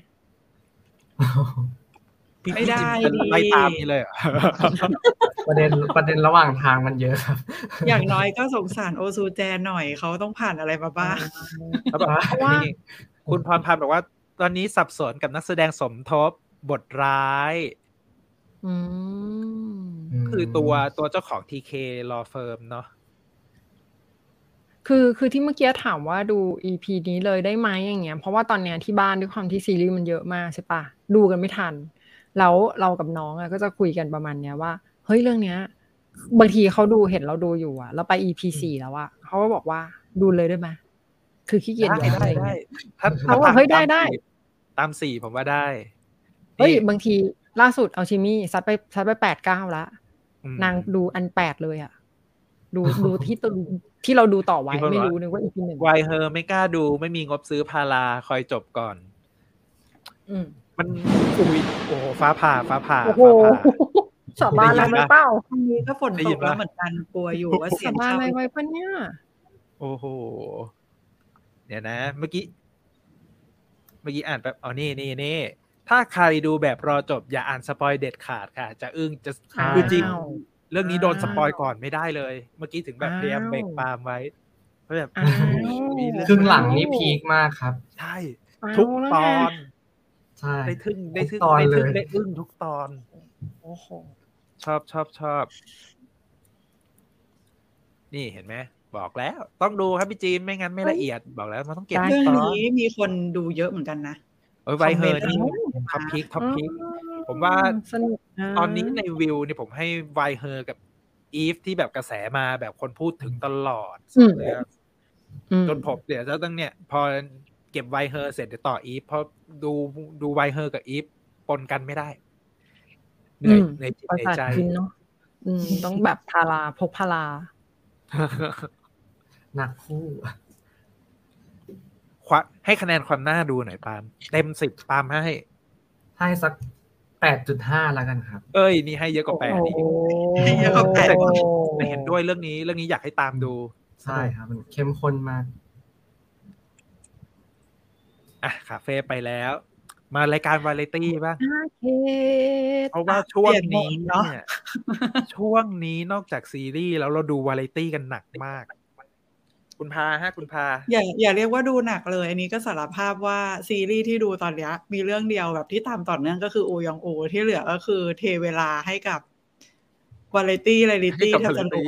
ไม่ได้พี่จิมดิจะไล่ตามนี้เลยเหรอประเด็นระหว่างทางมันเยอะครับอย่างน้อยก็สงสารโอซูแจหน่อยเขาต้องผ่านอะไรมาบ้างแล้วแบบเพราะว่านี่คุณพรพันธ์บอกว่าตอนนี้สับสนกับนักแสดงสมทบบทร้ายอืมคือตัวเจ้าของ TK Law Firm เนาะคือที่เมื่อกี้ถามว่าดู EP นี้เลยได้ไหมอย่างเงี้ยเพราะว่าตอนเนี้ยที่บ้านด้วยความที่ซีรีส์มันเยอะมากใช่ปะดูกันไม่ทัน แล้วเรากับน้องอะก็จะคุยกันประมาณเนี้ยว่าเฮ้ยเรื่องเนี้ย บางทีเขาดูเห็นเราดูอยู่อะแล้วไป EP 4แล้วอะเขาก็บอกว่าดูเลยได้ไหมคือขี้เกียจย้อนอะไรได้เงี้ยถ้าเขาบอกเฮ้ยได้ตาม4ผมว่าได้เฮ้ยนี่บางทีล่าสุดเอาชิมี่ซัดไป8-9แล้ว นางดูอัน8เลยอะดูที่เราดูต่อไว้มีคนบอกไม่รู้นึกว่า EP 1 ไวเฮอร์ไม่กล้าดูไม่มีงบซื้อพาราคอยจบก่อน มันอุ้ยโอ้โหฟ้าผ่าโอ้โหสาบานอะไรไว้เปล่าวันนี้ก็ฝนได้ตยิกนแล้วปะเหมือนกันกลัวอยู่ว่าเสียสาง บานเข้าอะไรไว้ปะเนี่ยโอ้โหเดี๋ยวนะ เมื่อกี้อ่านแบบนี่ถ้าใครดูแบบรอจบอย่าอ่านสปอยเด็ดขาดค่ะ จะอึ้งจะอ้าวคือจริงเรื่องนี้โดนสปอยก่อนไม่ได้เลย เมื่อกี้ถึงแบบอ้าวพยายามเบรกปามไว้เพราะแบบอ้าวมีเรื่องครึ่งหลังนี่พีคมากครับใช่เอาทุกแล้วตไงอนใช่ได้ทึ่งทุกตอนเลยได้อึ้งทุกตอนโอ้โหชอบนี่เห็นไหมบอกแล้วต้องดูครับพี่จีนไม่งั้นไม่ละเอียดบอกแล้วมันต้องเก็บเรื่องตอนนี้มีคนดูเยอะเหมือนกันนะไวเฮอร์นี่คอมเมนต์ท็อปพิกผมว่าสนุกะตอนนี้ในวิวเนี่ยผมให้ไวเฮอร์กับอีฟที่แบบกระแสมาแบบคนพูดถึงตลอดจนผมเดี๋ยวจะต้องเนี่ยพอเก็บไวเฮอร์เสร็จเดี๋ยวต่ออีฟเพราะดูไวเฮอร์กับอีฟปนกันไม่ได้เหนื่อยในจิตประในสาทใจกินเนาะต้องแบบพาราพกพาราหนักคู่ให้คะแนนความน่าดูหน่อยปาล์มเต็ม10ปาล์มให้สัก 8.5 แล้วกันครับเอ้ยนี่ให้เยอะกว่า8อีกให้เยอะกว่าแปดแต่เห็นด้วยเรื่องนี้อยากให้ตามดูใช่ครับมันเข้มข้นมากคาเฟ่ไปแล้ว มารายการวาไรตี้บ้างเคสเพราะว่าช่วงนี้เนาะเนี่ยช่วงนี้นอกจากซีรีส์แล้วเราดูวาไรตี้กันหนักมาก คุณพาอย่าเรียกว่าดูหนักเลย อันนี้ก็สารภาพว่าซีรีส์ที่ดูตอนเนี้ยมีเรื่องเดียวแบบที่ตามต่อเนื่องก็คือโอยองโอที่เหลือก็คือเทเวลาให้กับวาไรตี้ถ้าจะดู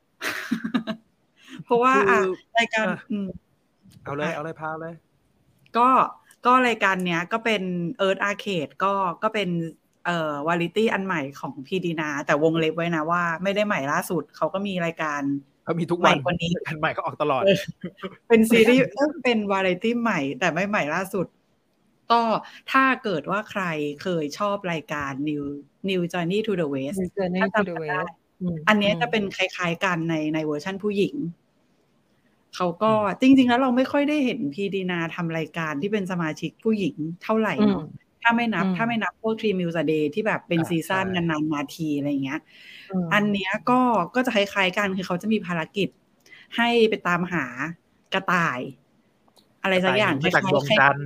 เพราะว่ารายการเอาเลยพาเลยก็รายการเนี้ยก็เป็นEarth Arcade ก็เป็นวาไรตี้อันใหม่ของพีดีนาแต่วงเล็บไว้นะว่าไม่ได้ใหม่ล่าสุดเขาก็มีรายการเขามีทุกวันใหม่กว่านี้อันใหม่เขาออกตลอดเป็นซีรีส์เป็นวาไรตี้ใหม่แต่ไม่ใหม่ล่าสุดก็ถ้าเกิดว่าใครเคยชอบรายการ New Journey to the West ถ้าจำกันได้อันนี้จะเป็นคล้ายๆกันในเวอร์ชั่นผู้หญิงเขาก็จริงๆแล้วเราไม่ค่อยได้เห็นพีดีนาทำรายการที่เป็นสมาชิกผู้หญิงเท่าไหร่เนาะถ้าไม่นับพวก3 Meals a Day ที่แบบเป็นซีซั่นนานๆมาทีอะไรเงี้ยอันเนี้ยก็จะคล้ายๆกันคือเขาจะมีภารกิจให้ไปตามหากระต่ายอะไรสักอย่างมาจากดวงจันทร์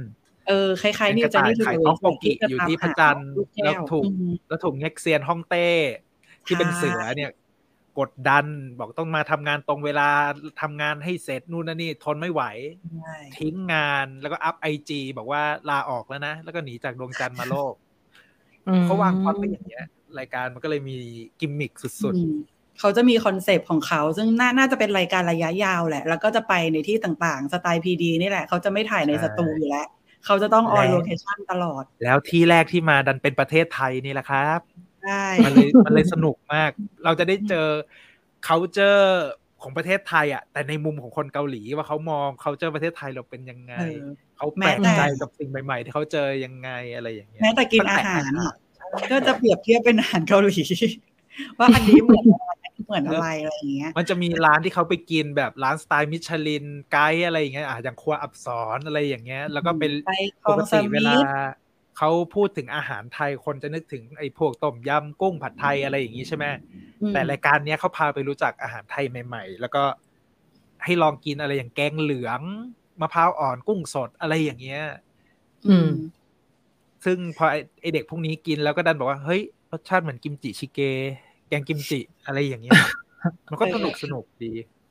คล้ายๆนิกวระจอห์นต่ายนี่ ทูไข่เดอะต๊อกเวโบสกิที่จะอยู่ตามที่พหาระจันทร์ลูกแล้แก้ววถูกอืมแล้วถูกเง็กเซียนฮ่องเต้ที่เป็นใช่เสือเนี่ย กดดันบอกต้องมาทำงานตรงเวลาทำงานให้เสร็จนู่นนั่นนี่ทนไม่ไหวใช่ทิ้งงานแล้วก็อัพ IG บอกว่าลาออกแล้วนะ แล้วก็หนีจากดวงจันทร์มาโลก เขาวางพล็อตไว้อย่างเงี้ย รายการมันก็เลยมีกิมมิคสุดอืมเขาจะมีคอนเซปต์ของเขา ซึ่งน่าจะเป็นรายการระยะยาวแหละ แล้วก็จะไปในที่ต่างๆ สไตล์ PD นี่แหละ เขาจะไม่ถ่ายในใช่สตูอยู่แล้ว เขาจะต้องออนแล้วโลเคชั่นตลอดแล้วที่แรกที่มาดันเป็นประเทศไทยนี่แหละครับใช่มันเลยสนุกมาก เราจะได้เจอ culture ของประเทศไทยอ่ะ แต่ในมุมของคนเกาหลีว่าเขามอง culture ประเทศไทยเราเป็นยังไง เขาแปลกใจกับสิ่งใหม่ๆที่เขาเจอยังไงอะไรอย่างเงี้ยแม้แต่กินตั้งอาแต่หารอาหารก็จะเปรียบเทียบเป็นอาหารเกาหลี ว่าอันนี้เหมือนอะไรอันนี้เหมือนอะไรอะไรอย่างเงี้ยมันจะมีร้านที่เขาไปกินแบบร้านสไตล์มิชลินไกด์อะไรอย่างเงี้ยอย่างครัวอับสรอะไรอย่างเงี้ย แล้วก็เป็นไปคลปองกสติมิเวลาธเขาพูดถึงอาหารไทยคนจะนึกถึงไอ้พวกต้มยำกุ้งผัดไทยอะไรอย่างงี้ใช่ไหม แต่รายการเนี้ยเขาพาไปรู้จักอาหารไทยใหม่ๆ แล้วก็ให้ลองกินอะไรอย่างแกงเหลืองมะพร้าวอ่อนกุ้งสดอะไรอย่างเงี้ย ซึ่งพอไอเด็กพวกนี้กินแล้วก็ดันบอกว่าเฮ้ยรสชาติเหมือนกิมจิชิเกแกงกิมจิอะไรอย่างเงี้ย มันก็สนุกดี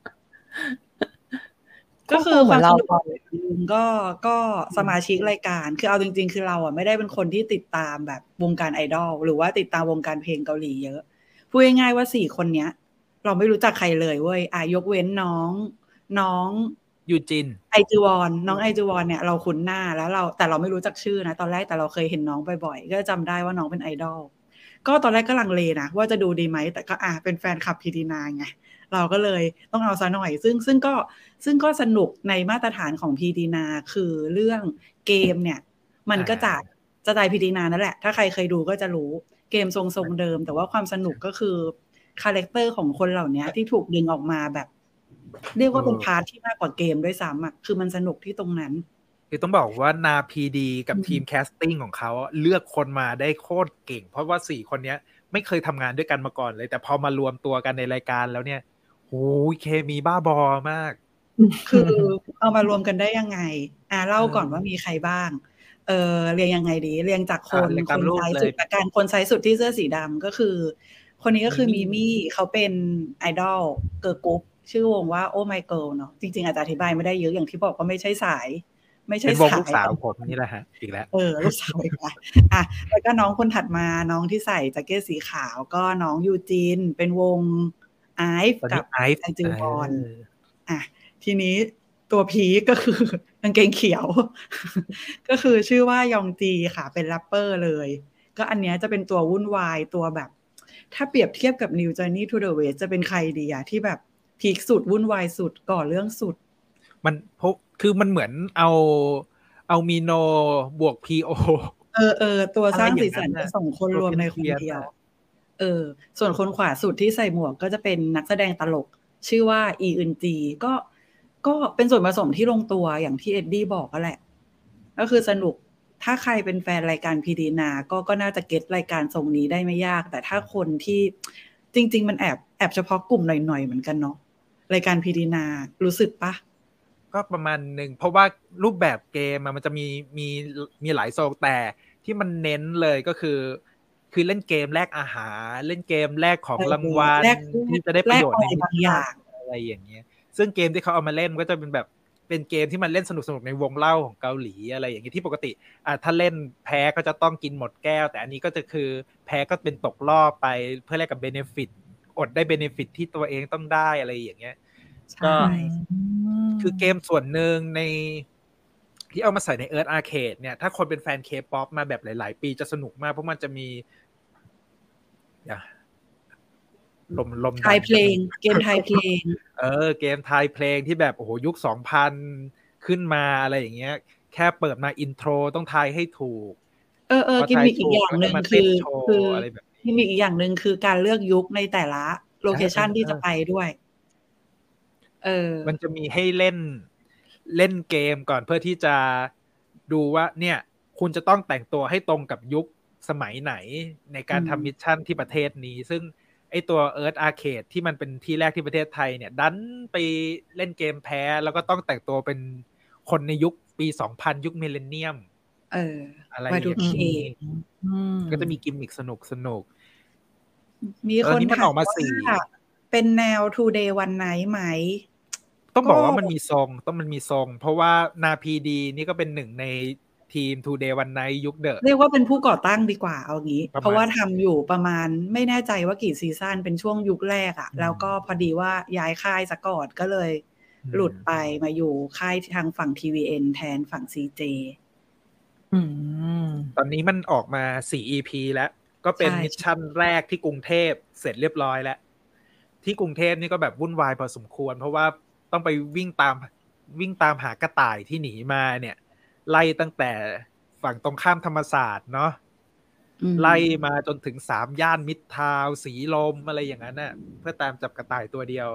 ก็คือความสนุกก็สมาชิกรายการคือเอาจริงๆคือเราอ่ะไม่ได้เป็นคนที่ติดตามแบบวงการไอดอลหรือว่าติดตามวงการเพลงเกาหลีเยอะพูดง่ายๆว่า4คนเนี้ยเราไม่รู้จักใครเลยเว้ยยกเว้นน้องยูจินไอจูวอนน้องไอจูวอนเนี่ยเราคุ้นหน้าแล้วแต่เราไม่รู้จักชื่อนะตอนแรกแต่เราเคยเห็นน้องบ่อยๆก็จำได้ว่าน้องเป็นไอดอลก็ตอนแรกก็ลังเลนะว่าจะดูดีไหมแต่ก็เป็นแฟนคลับพีดีนาไงเราก็เลยต้องเอาซะหน่อยซึ่งก็สนุกในมาตรฐานของพีดีนาคือเรื่องเกมเนี่ยมันก็จะสไตล์พีดีนานั่นแหละถ้าใครเคยดูก็จะรู้เกมทรงๆเดิมแต่ว่าความสนุกก็คือคาแรคเตอร์ของคนเหล่านี้ที่ถูกดึงออกมาแบบเรียกว่าเป็นพาร์ทที่มากกว่าเกมด้วยซ้ำอ่ะคือมันสนุกที่ตรงนั้นคือต้องบอกว่านาพีดีกับทีมแคสติ้งของเขาเลือกคนมาได้โคตรเก่งเพราะว่า4คนนี้ไม่เคยทำงานด้วยกันมาก่อนเลยแต่พอมารวมตัวกันในรายการแล้วเนี่ยโอ้ยเคมีบ้าบอมากคือเอามารวมกันได้ยังไงเล่าก่อนว่ามีใครบ้างเรียงยังไงดีเรียงจากคนซ้ายสุดการคนซ้ายสุดที่เสื้อสีดำก็คือคนนี้ก็คือมิมี่เขาเป็นไอดอลเกิร์ลกรุ๊ปชื่อวงว่าโอ้ไมเกิลเนาะจริงๆอาจจะอธิบายไม่ได้เยอะอย่างที่บอกก็ไม่ใช่สายเป็นวงลูกสาวผมนี่แหละฮะอีกแล้วลูกสาวอีกแล้วแล้วก็น้องคนถัดมาน้องที่ใส่แจ็คเก็ตสีขาวก็น้องยูจินเป็นวงไอฟ์กับไอจูวอนทีนี้ตัวพีก็คือกางเกงเขียว ก็คือชื่อว่ายองจีค่ะเป็นแรปเปอร์เลยก็อันเนี้ยจะเป็นตัววุ่นวายตัวแบบถ้าเปรียบเทียบกับ New Journey to the West จะเป็นใครดีอะที่แบบพีคสุดวุ่นวายสุดก่อเรื่องสุดมันคือมันเหมือนเอามีโนบวก PO ตัวสร้างสีสันจะ2คนรวมในคนเดียวส่วนคนขวาสุดที่ใส่หมวกก็จะเป็นนักแสดงตลกชื่อว่าอีอึนจีก็เป็นส่วนผสมที่ลงตัวอย่างที่เอ็ดดี้บอกก็แหละก็คือสนุกถ้าใครเป็นแฟนรายการพีดีนาก็น่าจะเก็ตรายการทรงนี้ได้ไม่ยากแต่ถ้าคนที่จริงๆมันแอบเฉพาะกลุ่มหน่อยๆเหมือนกันเนาะรายการพีดีนารู้สึกปะก็ประมาณนึงเพราะว่ารูปแบบเกมมันจะมีหลายโซนแต่ที่มันเน้นเลยก็คือเล่นเกมแลกอาหารเล่นเกมแลกของรางวัลที่จะได้ประโยชน์ในบางอย่างอะไรอย่างเงี้ยซึ่งเกมที่เขาเอามาเล่นก็จะเป็นแบบเป็นเกมที่มันเล่นสนุกในวงเล่าของเกาหลีอะไรอย่างเงี้ยที่ปกติถ้าเล่นแพ้ก็จะต้องกินหมดแก้วแต่อันนี้ก็จะคือแพ้ก็เป็นตกรอบไปเพื่อแลกกับเบเนฟิตอดได้เบเนฟิตที่ตัวเองต้องได้อะไรอย่างเงี้ยก็คือเกมส่วนหนึ่งในที่เอามาใส่ใน Earth Arcade เนี่ยถ้าคนเป็นแฟน K-pop มาแบบหลายๆปีจะสนุกมากเพราะมันจะมีลมไทยเพลงเกมไทยเพลงเกมไทยเพลงที่แบบโอ้โหยุค 2000 ขึ้นมาอะไรอย่างเงี้ยแค่เปิดมาอินโทรต้องทายให้ถูกกิมมิคอีกอย่างนึงคือกิมมิคอีกอย่างนึงคือการเลือกยุคในแต่ละโลเคชั่นที่จะไปด้วยมันจะมีให้เล่นเกมก่อนเพื่อที่จะดูว่าเนี่ยคุณจะต้องแต่งตัวให้ตรงกับยุคสมัยไหนในการทำมิชชั่นที่ประเทศนี้ซึ่งไอตัว Earth Arcade ที่มันเป็นที่แรกที่ประเทศไทยเนี่ยดันไปเล่นเกมแพ้แล้วก็ต้องแต่งตัวเป็นคนในยุคปี 2000 ยุคมิลเลนเนียมอะไรอย่างนี้ก็จะมีกิมมิคสนุกมีคนถามว่าเป็นแนว Two Day One Night ไหมต้องบอกว่ามันมีทรงเพราะว่านาพีดีนี่ก็เป็นหนึ่งในทีม Two Day One Night ยุคเดอะเรียกว่าเป็นผู้ก่อตั้งดีกว่าเอางี้เพราะว่าทำอยู่ประมาณไม่แน่ใจว่ากี่ซีซั่นเป็นช่วงยุคแรกอ่ะแล้วก็พอดีว่าย้ายค่ายซะก่อนก็เลยหลุดไปมาอยู่ค่ายทางฝั่ง TVN แทนฝั่ง CJ ตอนนี้มันออกมา4 EP แล้วก็เป็นมิชชั่นแรกที่กรุงเทพเสร็จเรียบร้อยแล้วที่กรุงเทพนี่ก็แบบวุ่นวายพอสมควรเพราะว่าต้องไปวิ่งตามหากระต่ายที่หนีมาเนี่ยไล่ตั้งแต่ฝั่งตรงข้ามธรรมศาสตร์เนาะไล่มาจนถึง3ย่านมิตรทาวน์สีลมอะไรอย่างนั้นน่ะเพื่อตามจับกระต่ายตัวเดียว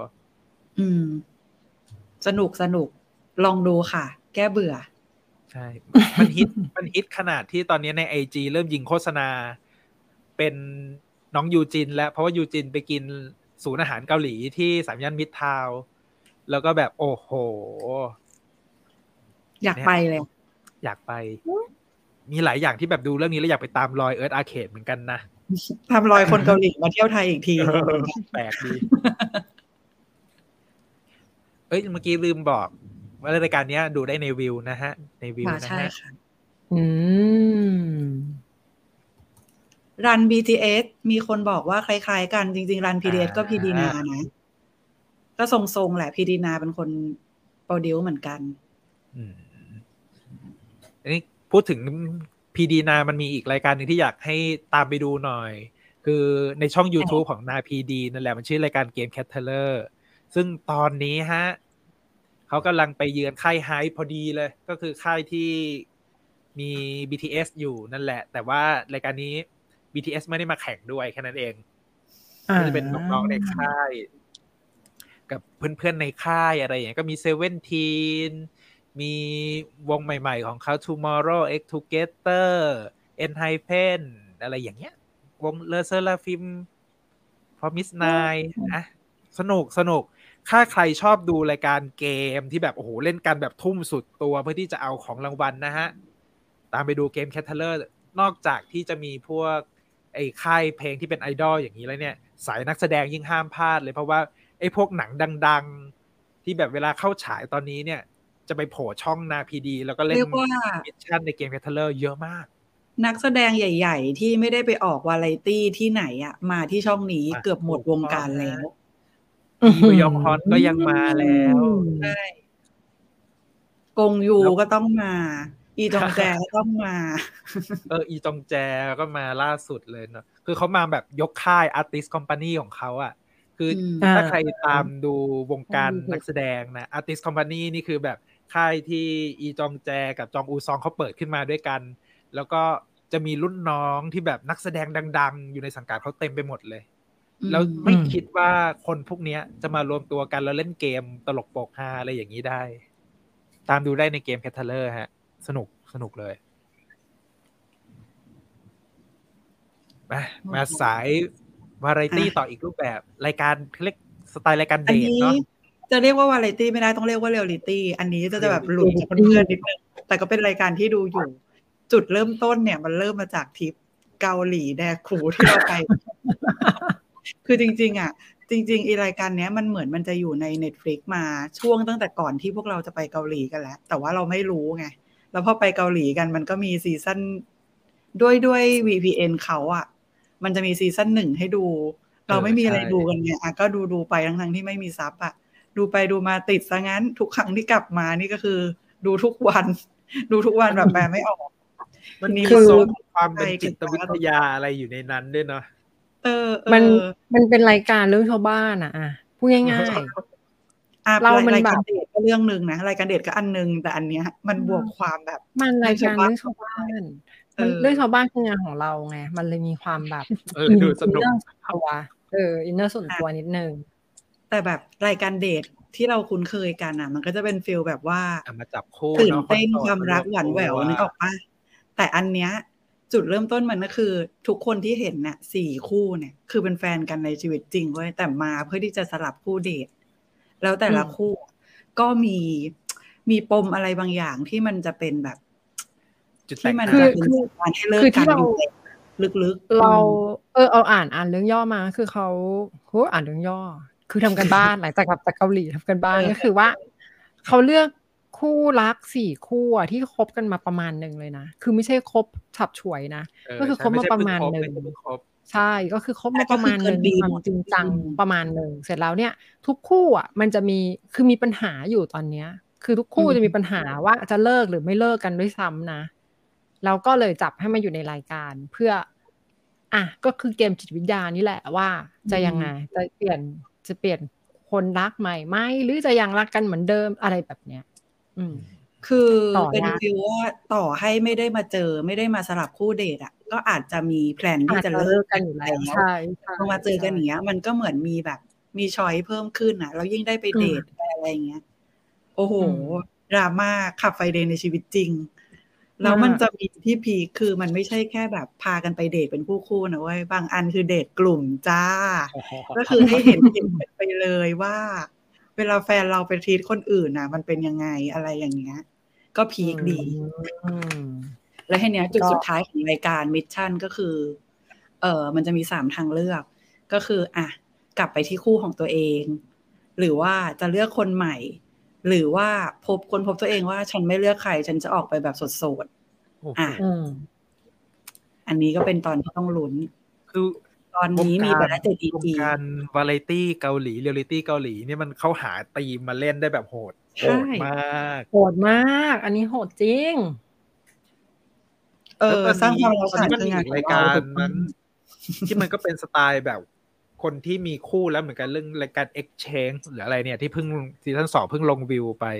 สนุกลองดูค่ะแก้เบื่อใช่มันฮิตขนาดที่ตอนนี้ใน IG เริ่มยิงโฆษณาเป็นน้องยูจินแล้วเพราะว่ายูจินไปกินศูนย์อาหารเกาหลีที่3ย่านมิตรทาวน์แล้วก็แบบโอ้โหอยากไปเลยอยากไปมีหลายอย่างที่แบบดูเรื่องนี้แล้วอยากไปตามรอยเอิร์ธอาร์เคดเหมือนกันนะตามรอยคนเกาหลีมาเที่ยวไทยอีกทีแปลกดีเอ้ยเมื่อกี้ลืมบอกว่ารายการนี้ดูได้ในวิวนะฮะในวิวนะฮะรัน BTS มีคนบอกว่าคล้ายๆกันจริงๆรัน BTS ก็พีดีนานะก็ทรงๆแหละพีดีนาเป็นคนโปรดิวเหมือนกันอันนี้พูดถึงพีดีนามันมีอีกรายการนึงที่อยากให้ตามไปดูหน่อยคือในช่อง YouTube ของนาพีดีนั่นแหละมันชื่อรายการเกมแคทเทเลอร์ซึ่งตอนนี้ฮะเขากำลังไปเยือนค่ายไฮพอดีเลยก็คือค่ายที่มี BTS อยู่นั่นแหละแต่ว่ารายการนี้ BTS ไม่ได้มาแข่งด้วยแค่นั้นเองก็จะเป็นน้องๆในค่ายกับเพื่อนๆในค่ายอะไรอย่างเงี้ยก็มีSeventeenมีวงใหม่ๆของเขา Tomorrow X Together Enhypen อะไรอย่างเงี้ยวงเลเซอร์ลาฟิม Promise Nine อ่ะสนุกถ้าใครชอบดูรายการเกมที่แบบโอ้โหเล่นกันแบบทุ่มสุดตัวเพื่อที่จะเอาของรางวัลนะฮะตามไปดูเกมแคทเทเลอร์นอกจากที่จะมีพวกไอ้ค่ายเพลงที่เป็นไอดอลอย่างนี้แล้วเนี่ยสายนักแสดงยิ่งห้ามพลาดเลยเพราะว่าไอ้พวกหนังดังๆที่แบบเวลาเข้าฉายตอนนี้เนี่ยจะไปโผล่ช่องนาพีดีแล้วก็เล่นมิชชั่นในเกมแคทเทเลอร์เยอะมากนักแสดงใหญ่ๆที่ไม่ได้ไปออกวาไรตี้ที่ไหนอ่ะมาที่ช่องนี้เกือบหมดวงการแล้วอียองฮอนก็ยังมาแล้วใช่กงยูก็ต้องมาอีจงแจก็ต้องมาอีจงแจก็มาล่าสุดเลยเนาะคือเขามาแบบยกค่าย Artist Company ของเขาอ่ะคือถ้าใครตามดูวงการนักแสดงนะ Artist Company นี่คือแบบค่ายที่อีจงแจกับจองอูซองเขาเปิดขึ้นมาด้วยกันแล้วก็จะมีรุ่นน้องที่แบบนักแสดงดังๆอยู่ในสังกัดเขาเต็มไปหมดเลยแล้วไม่คิดว่าคนพวกนี้จะมารวมตัวกันแล้วเล่นเกมตลกโปกฮาอะไรอย่างนี้ได้ตามดูได้ในเกมแคทเทเลอร์ฮะสนุกเลยมาสายวาไรตี้ต่ออีกรูปแบบรายการเรียกสไตล์รายการเดทเนาะจะเรียกว่าวาไรตี้ไม่ได้ต้องเรียกว่าเรียลลิตี้อันนี้จะแบบหลุดจากเพื่อนนิดนึงแต่ก็เป็นรายการที่ดูอยู่จุดเริ่มต้นเนี่ยมันเริ่มมาจากทริปเกาหลีแดกรูที่เราไป คือจริงๆอ่ะจริงๆอีรายการเนี้ยมันเหมือนมันจะอยู่ใน Netflix มาช่วงตั้งแต่ก่อนที่พวกเราจะไปเกาหลีกันแล้วแต่ว่าเราไม่รู้ไงแล้วพอไปเกาหลีกันมันก็มีซีซั่นด้วย VPN เขาอ่ะมันจะมีซีซั่น1ให้ดูเราไม่มีอะไรดูกันไงอ่ะก็ดูไปทั้งๆที่ไม่มีซับอ่ะดูไปดูมาติดซะงั้นทุกครั้งที่กลับมานี่ก็คือดูทุกวันแบบแปลไม่ออกมันมีคือความเป็นจิตวิทยาอะไรอยู่ในนั้นด้วยเนาะมันเป็นรายการเรื่องชาวบ้านอ่ะพูดง่ายๆเรามันแบบเดทก็เรื่องนึงนะรายการเดทก็อันนึงแต่อันเนี้ยมันบวกความแบบมันรายการเรื่องชาวบ้านเรื่องชาวบ้านคืองานของเราไงมันเลยมีความแบบดูสนุกตัวอินเนอร์ส่วนตัวนิดนึงแต่แบบรายการเดทที่เราคุ้นเคยกันอ่ะมันก็จะเป็นฟีลแบบว่ามาจับคู่ตื่นเต้นความรักหวานแหววนึกออกป่ะแต่อันเนี้ยจุดเริ่มต้นมันก็คือทุกคนที่เห็นเนี่ย4คู่เนี่ยคือเป็นแฟนกันในชีวิตจริงเว้ยแต่มาเพื่อที่จะสลับคู่เดทแล้วแต่ละคู่ก็มีปมอะไรบางอย่างที่มันจะเป็นแบบจุดแตที่กมันต่างจะเป็นสัญญาณให้เลิกคือกัที่นเราอยู่ลึกๆเราเอาอ่านเรื่องย่อมาคือเขาอ่านเรื่องย่อ คือทำกันบ้านหลังจากกลับจากเกาหลีทำกันบ้านก็คือว่าเขาเลือกคู่รัก4 คู่อะที่คบกันมาประมาณหนึ่งเลยนะคือไม่ใช่คบฉับฉวยนะก็คือคบมาประมาณหนึ่งใช่ก็คือคบมาประมาณหนึ่งมีความจริงจังประมาณหนึ่งเสร็จแล้วเนี่ยทุกคู่อ่ะมันจะมีปัญหาอยู่ตอนเนี้ยคือทุกคู่จะมีปัญหาว่าจะเลิกหรือไม่เลิกกันด้วยซ้ำนะเราก็เลยจับให้มาอยู่ในรายการเพื่อก็คือเกมจิตวิทยานี่แหละว่าจะยังไงจะเปลี่ยนคนรักใหม่ไหมหรือจะยังรักกันเหมือนเดิมอะไรแบบเนี้ยคือเป็นฟีลว่าต่อให้ไม่ได้มาเจอไม่ได้มาสลับคู่เดทอ่ะก็อาจจะมีแพลนที่จะเลิกกันอยู่แล้วใช่พอมาเจอกันอย่างเงี้ยมันก็เหมือนมีแบบมีช้อยเพิ่มขึ้นอ่ะแล้วยิ่งได้ไปเดทอะไรอย่างเงี้ยโอ้โหดราม่าขับไฟเดย์ในชีวิตจริงแล้วมันจะมีที่พีคคือมันไม่ใช่แค่แบบพากันไปเดทเป็นคู่ๆนะเว้ยบางอันคือเดทกลุ่มจ้าก็คือให้เห็นไปเลยว่าเวลาแฟนเราไปทรีตคนอื่นน่ะมันเป็นยังไงอะไรอย่างเงี้ยก็พีคดีแล้วทีเนี้ยจุดสุดท้ายของรายการมิชชั่นก็คือมันจะมี3ทางเลือกก็คือกลับไปที่คู่ของตัวเองหรือว่าจะเลือกคนใหม่หรือว่าพบตัวเองว่าฉันไม่เลือกใครฉันจะออกไปแบบโสดอันนี้ก็เป็นตอนที่ต้องลุ้นคือตอนนี้มีแบบ7 EP การวาไรตี้เกาหลีเรียลลิตี้เกาหลีเนี่ยมันเข้าหาธีมมาเล่นได้แบบโหดมากอันนี้โหดจริงสร้างความรู้สึกในรายการนั้นที่มันก็เป็นสไตล์แบบคนที่มีคู่แล้วเหมือนกันเรื่องรายการ exchange หรืออะไรเนี่ยที่เพิ่งซีซั่น2เพิ่งลงวิวไป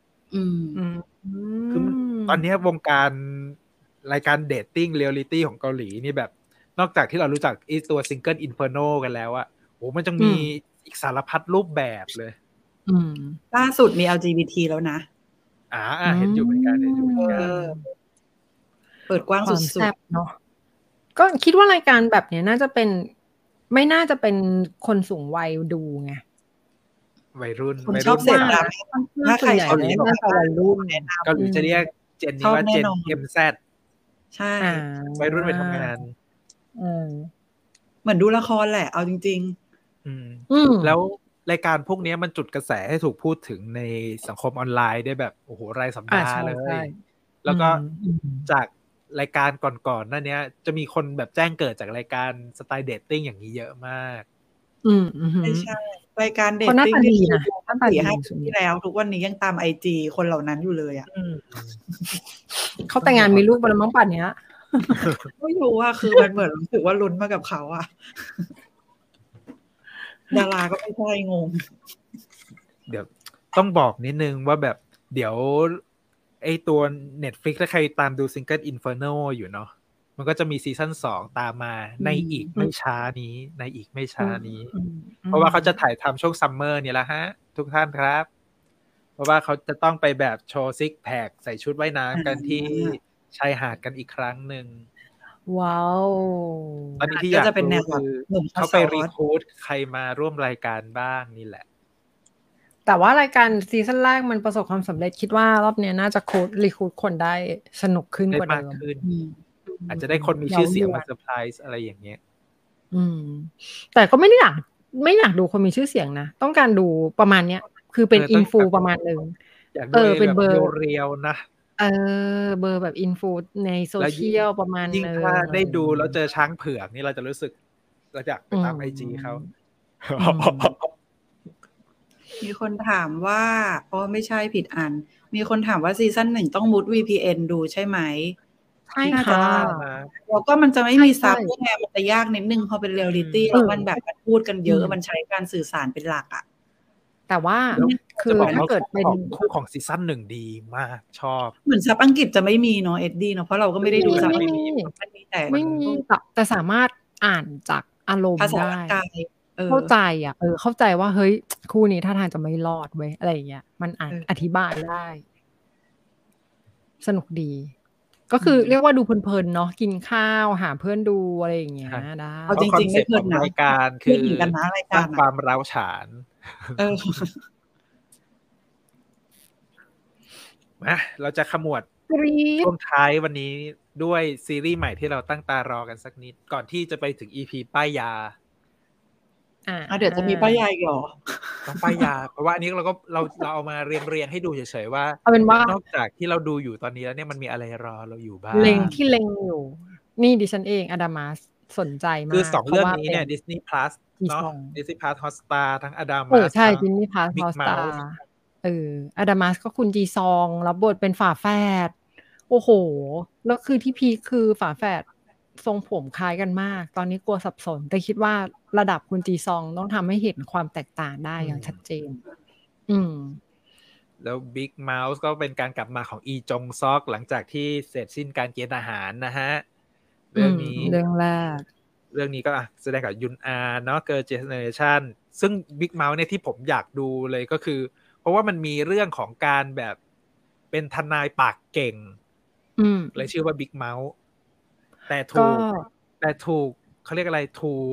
คือตอนนี้วงการรายการเดทติ้งเรียลลิตี้ของเกาหลีนี่แบบนอกจากที่เรารู้จักไอ้ตัวซิงเกิลอินเฟอร์โนกันแล้วอะโหมันจะมีอีกสารพัดรูปแบบเลยล่าสุดมี LGBT แล้วนะเห็นอยู่เหมือนกันเปิดกว้างสุดๆเนาะก็คิดว่ารายการแบบนี้น่าจะเป็นไม่น่าจะเป็นคนสูงวัยดูไงวัยรุ่นชอบเสพดราม่าถ้าใครชอบน่าจะวัยรุ่นเกาหลีจะเรียกเจนนี้ว่าเจน MZ ใช่วัยรุ่นไปทำงานเหมือนดูละครแหละเอาจริงๆแล้วรายการพวกนี้มันจุดกระแสให้ถูกพูดถึงในสังคมออนไลน์ได้แบบโอ้โหรายสัปดาห์เลยแล้วก็จากรายการก่อนๆนั่นเนี้ยจะมีคนแบบแจ้งเกิดจากรายการสไตล์เดทติ้งอย่างนี้เยอะมากใช่รายการเดทติ้งที่4-5 ปีที่แล้วทุกวันนี้ยังตาม IG คนเหล่านั้นอยู่เลยอ่ะเขาแต่งงานมีลูกไปแล้วมั้งป่านเนี้ยไม่รู้ว่าคือมันเหมือนรู้สึกว่าลุ้นมากับเขาอ่ะดาราก็ไม่ใช่งงเดี๋ยวต้องบอกนิดนึงว่าแบบเดี๋ยวไอตัว Netflix ถ้าใครตามดู Single Inferno อยู่เนาะมันก็จะมีซีซั่น2ตามมาในอีกไม่ช้านี้เพราะว่าเขาจะถ่ายทำช่วงซัมเมอร์นี่แหละฮะทุกท่านครับเพราะว่าเขาจะต้องไปแบบโชว์ซิกแพคใส่ชุดว่ายน้ำกันที่ชายหาดกันอีกครั้งหนึ่งว้าวตอนนี้ที่อยากรู้คือเขาไปรีครูทใครมาร่วมรายการบ้างนี่แหละแต่ว่ารายการซีซั่นแรกมันประสบความสำเร็จคิดว่ารอบนี้น่าจะรีครูทคนได้สนุกขึ้นกว่าเดิมอาจจะได้คนมีชื่อเสียงมาเซอร์ไพรส์อะไรอย่างเงี้ยแต่ก็ไม่อยากดูคนมีชื่อเสียงนะต้องการดูประมาณเนี้ยคือเป็นอินฟูประมาณนึงเป็นเบอร์เรียวนะเบอร์แบบอินฟูในโซเชียลประมาณนึงยิ่งถ้าได้ดูแล้วเจอช้างเผือกนี่เราจะรู้สึกเราอยากไปตาม IG เขามีคนถามว่าไม่ใช่ผิดอันมีคนถามว่าซีซั่น1ต้องมุด VPN ดูใช่ไหมใช่ค่ะแล้วก็มันจะไม่มีซับด้วยไงมันจะยากนิดนึงพอเป็นเรียลลิตี้แล้วมันแบบพูดกันเยอะมันใช้การสื่อสารเป็นหลักอ่ะแต่ว่าคือถ้าเกิดเป็นคู่ของซีซั่น1ดีมากชอบเหมือนซับอังกฤษจะไม่มีเนาะเอ็ดดี้เนาะเพราะเราก็ไม่ได้ดูซับไม่มีแต่สามารถอ่านจากอารมณ์ได้เข้าใจอ่ะเข้าใจว่าเฮ้ยคู่นี้ท่าทางจะไม่รอดเว้ยอะไรอย่างเงี้ยมันอธิบายได้สนุกดีก็คือเรียกว่าดูเพลินๆเนาะกินข้าวหาเพื่อนดูอะไรอย่างเงี้ยได้เอาจริงๆไม่เพลินนะรายการคือสร้างความร้าวฉานมาเราจะขมวดกรี๊ดช่วงท้ายวันนี้ด้วยซีรีส์ใหม่ที่เราตั้งตารอกันสักนิดก่อนที่จะไปถึง EP ป้ายยาเดี๋ยวจะมีป้ายยาอีกเหรอต้องป้ายยาเพราะว่าอันนี้เราเอามาเรียงให้ดูเฉยๆว่าเอาเป็นว่านอกจากที่เราดูอยู่ตอนนี้แล้วเนี่ยมันมีอะไรรอเราอยู่บ้างเล็งอยู่นี่ดิฉันเองอดามาสสนใจมากคือ2เรื่องนี้เนี่ย Disney Plus เนาะ Disney Plus Hotstar ทั้งอดามาสใช่ Disney Plus Hotstar อดามาสก็คุณจีซองรับบทเป็นฝาแฝดโอ้โหแล้วคือที่พีคคือฝาแฝดทรงผมคล้ายกันมากตอนนี้กลัวสับสนแต่คิดว่าระดับคุณจีซองต้องทำให้เห็นความแตกต่างได้อย่างชัดเจนแล้ว Big Mouth ก็เป็นการกลับมาของอีจงซอกหลังจากที่เสร็จสิ้นการเกณฑ์ทหารนะฮะเรื่องนี้ก็แสดงกับยุนอาเนาะ Girl Generation ซึ่ง Big Mouth เนี่ยที่ผมอยากดูเลยก็คือเพราะว่ามันมีเรื่องของการแบบเป็นทนายปากเก่งเลยชื่อว่า Big Mouth แต่ถูกเขาเรียกอะไร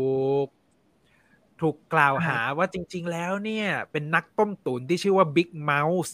ถูกกล่าวหาว่าจริงๆแล้วเนี่ยเป็นนักต้มตุ๋นที่ชื่อว่า Big Mouth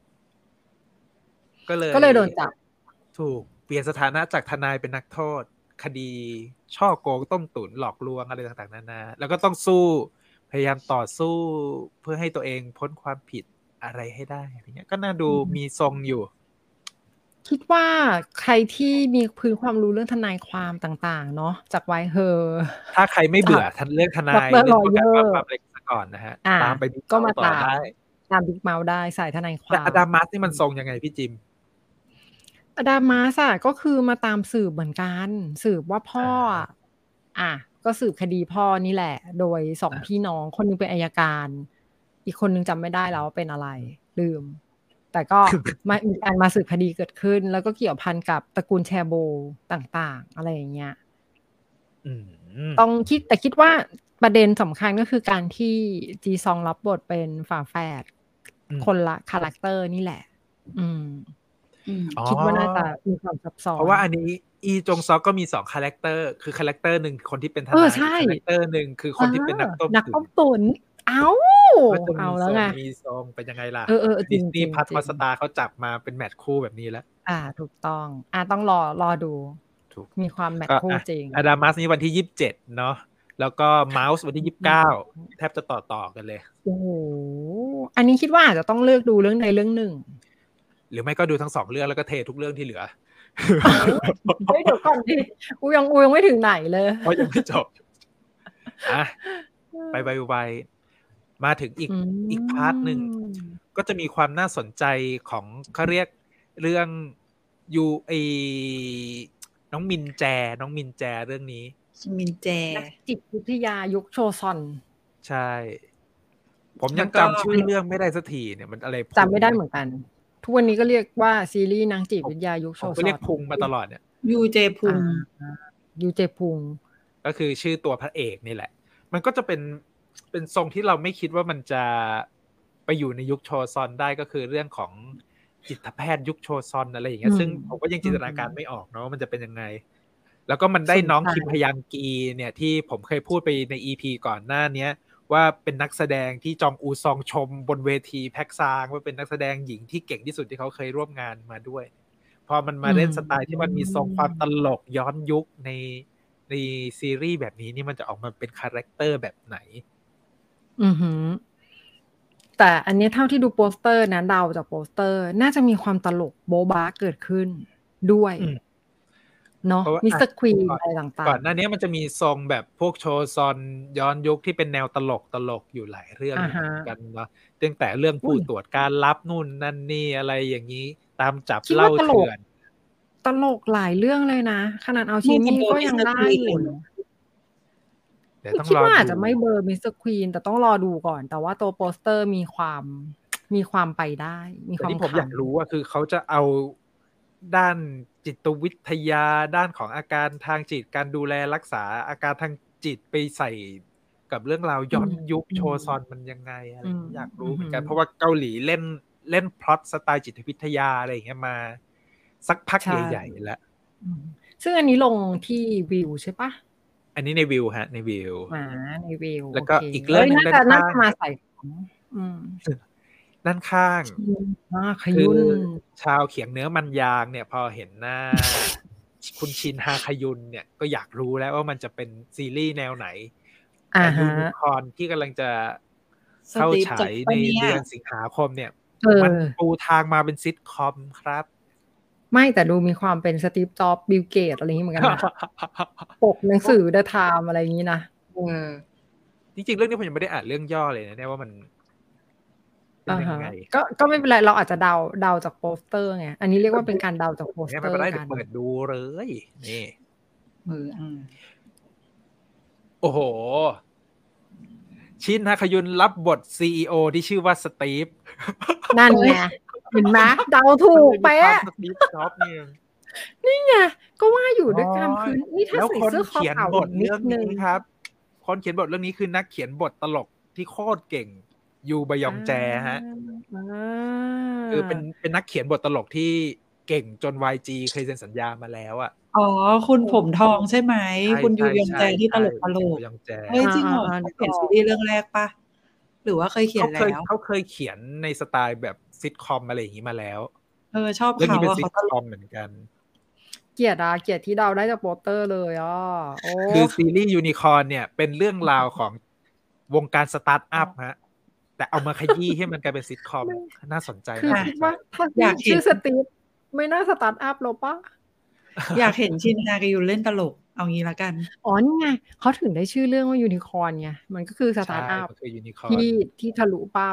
ก็เลยโดนจับถูกเปลี่ยนสถานะจากทนายเป็นนักโทษคดีช่อโกงต้มตุ๋นหลอกลวงอะไรต่างๆนานาแล้วก็ต้องพยายามต่อสู้เพื่อให้ตัวเองพ้นความผิดอะไรให้ได้อะไรเงี้ยก็น่าดูมีทรงอยู่คิดว่าใครที่มีพื้นความรู้เรื่องทนายความต่างๆเนาะจากไวเฮอร์ถ้าใครไม่เบื่อเรื่องทนายเรื่องประกันความเล็กก่อนนะฮะตามไปก็มาตามบิ๊กเมาส์ได้สายทนายความแต่อดามัสนี่มันทรงยังไงพี่จิมอดามัสก็คือมาตามสืบเหมือนกันสืบว่าพ่อก็สืบคดีพ่อนี่แหละโดย2พี่น้องคนนึงเป็นอัยการอีกคนนึงจำไม่ได้แล้วว่าเป็นอะไรลืมแต่ก็มีการมาสืบคดีเกิดขึ้นแล้วก็เกี่ยวพันกับตระกูลแชโบต่างๆอะไรอย่างเงี้ยต้องคิดว่าประเด็นสำคัญก็คือการที่จีซองรับบทเป็นฝาแฝดคนละคาแรคเตอร์นี่แหละคิดว่าน่าจะมีความซับซ้อนเพราะว่าอันนี้อีจงซอกก็มี2คาแรคเตอร์คือคาแรคเตอร์หนึ่งคนที่เป็นทนายคาแรคเตอร์หนึ่งคือคนที่เป็นนักต้มตุ๋นเอาแล้วไงมีทรงเป็นยังไงล่ะดิสนีย์พัทมาสตาร์เขาจับมาเป็นแมทคู่แบบนี้แล้วถูกต้องต้องรอดูมีความแมทคู่จริงอดามัสนี่วันที่27เนาะแล้วก็เมาส์วันที่29แทบจะต่อกันเลยโอ้โหอันนี้คิดว่าอาจจะต้องเลือกดูเรื่องใดเรื่องหนึ่งหรือไม่ก็ดูทั้ง2เรื่องแล้วก็เททุกเรื่องที่เหลือเดี๋ยวก่อนดิอูยังไม่ถึงไหนเลยเพราะยังไม่จบไปมาถึงอีกพาร์ทหนึ่งก็จะมีความน่าสนใจของเขาเรียกเรื่องน้องมินแจเรื่องนี้มินแจจิตวิทยายุคโชซอนใช่ผมยังจำชื่อเรื่องไม่ได้สักทีเนี่ยมันอะไรจำไม่ได้เหมือนกันทุกวันนี้ก็เรียกว่าซีรีส์นางจิตวิทยายุคโชซอนก็เรียกพุงมาตลอดเนี่ยยูเจพุงก็คือชื่อตัวพระเอกนี่แหละมันก็จะเป็นทรงที่เราไม่คิดว่ามันจะไปอยู่ในยุคโชซอนได้ก็คือเรื่องของจิตแพทย์ยุคโชซอนอะไรอย่างเงี้ยซึ่งผมก็ยังจินตนาการไม่ออกเนาะมันจะเป็นยังไงแล้วก็มันได้น้องคิมพยังกีเนี่ยที่ผมเคยพูดไปใน EP ก่อนหน้านี้ว่าเป็นนักแสดงที่จองอูซองชมบนเวทีแพ็กซางว่าเป็นนักแสดงหญิงที่เก่งที่สุดที่เขาเคยร่วมงานมาด้วยพอมันมาเล่นสไตล์ที่มันมีทรงความตลกย้อนยุคในซีรีส์แบบนี้นี่มันจะออกมาเป็นคาแรคเตอร์แบบไหนแต่อันนี้เท่าที่ดูโปสเตอร์นะเดาจากโปสเตอร์น่าจะมีความตลกโบ๊ะบ้าเกิดขึ้นด้วยเนาะมิสเตอร์ควีนอะไรต่างๆก่อนหน้านี้มันจะมีทรงแบบพวกโชซอนย้อนยุคที่เป็นแนวตลกอยู่หลายเรื่องกันเนาะตั้งแต่เรื่องผู้ตรวจการลับนู่นนั่นนี่อะไรอย่างนี้ตามจับเล่าเถื่อนตลกหลายเรื่องเลยนะขนาดเอาชีนี่ก็ยังได้อยู่คิดว่าอาจจะไม่เบอร์มิสเตอร์ควีนแต่ต้องรอดูก่อนแต่ว่าตัวโปสเตอร์มีความไปได้มีความที่ผมอยากรู้ว่าคือเขาจะเอาด้านจิตวิทยาด้านของอาการทางจิตการดูแลรักษาอาการทางจิตไปใส่กับเรื่องราวย้อนยุคโชซอนมันยังไงอะไรอยากรู้เหมือนกันเพราะว่าเกาหลีเล่นพล็อตสไตล์จิตวิทยาอะไรอย่างเงี้ยมาสักพักใหญ่ๆแล้วซึ่งอันนี้ลงที่วิวใช่ปะอันนี้ในวิวฮะในวิวในวิวแล้วก็อีกเรื่องนึงน่าจะมาใส่ด้านข้างขคืยุอน ชาวเขียงเนื้อมันยางเนี่ยพอเห็นหน้า คุณชินฮาคยุนเนี่ยก็อยากรู้แล้วว่ามันจะเป็นซีรีส์แนวไหนแต่ยูนิคอร์นที่กำลังจะเข้าฉายในเดือนสิงหาคมเนี่ยมันปูทางมาเป็นซิทคอมครับไม่แต่ดูมีความเป็นสตีฟ จ็อบส์ บิล เกตส์อะไรอย่างนี้เหมือนกันนะ ปกหนังสือ The Time อะไรอย่างนี้นะจริงๆเรื่องนี้ผมยังไม่ได้อ่านเรื่องย่อเลยนะเนี่ยว่ามันเป็นยังไงก็ไม่เป็นไรเราอาจจะเดาจากโปสเตอร์ไงอันนี้เรียกว่าเป็นการเดาจากโปสเตอร์กันเปิดดูเลยนี่โอ้โหชินฮาคยุนรับบท CEO ที่ชื่อว่าสตีฟนั่นไงเห็นไหมเดาถูกเป๊ะสตีฟ จ็อบส์นี่ไงก็ว่าอยู่ด้วยกันคือนี่ถ้าใส่เสื้อคอเต่าเรื่องนี้ครับคนเขียนบทเรื่องนี้คือนักเขียนบทตลกที่โคตรเก่งยูบยองแจฮะคือเป็นนักเขียนบทตลกที่เก่งจน YG เคยเซ็นสัญญามาแล้วอ่ะอ๋อคุณผมทองใช่ไหมคุณยูบยองแจที่ตลกเฮ้ยจริงเหรอเขาเขียนซีรีส์เรื่องแรกปะหรือว่าเคยเขียนแล้วเขาเคยเขียนในสไตล์แบบซิทคอมอะไรอย่างนี้มาแล้วชอบเขาเป็นซิทคอมเหมือนกันเกียรติที่เดาได้จากโปสเตอร์เลยคือซีรีส์ยูนิคอร์นเนี่ยเป็นเรื่องราวของวงการสตาร์ทอัพฮะแต่เอามาขยี้ให้มันกลายเป็นซิทคอมน่าสนใจคือคิดว่าถ้าอยากชื่อสตีฟไม่น่าสตาร์ทอัพหรอปะอยากเห็นชินฮาคยุนเล่นตลกเอางี้ละกันนี่ไงเขาถึงได้ชื่อเรื่องว่ายูนิคอร์นไงมันก็คือสตาร์ทอัพที่ทะลุเป้า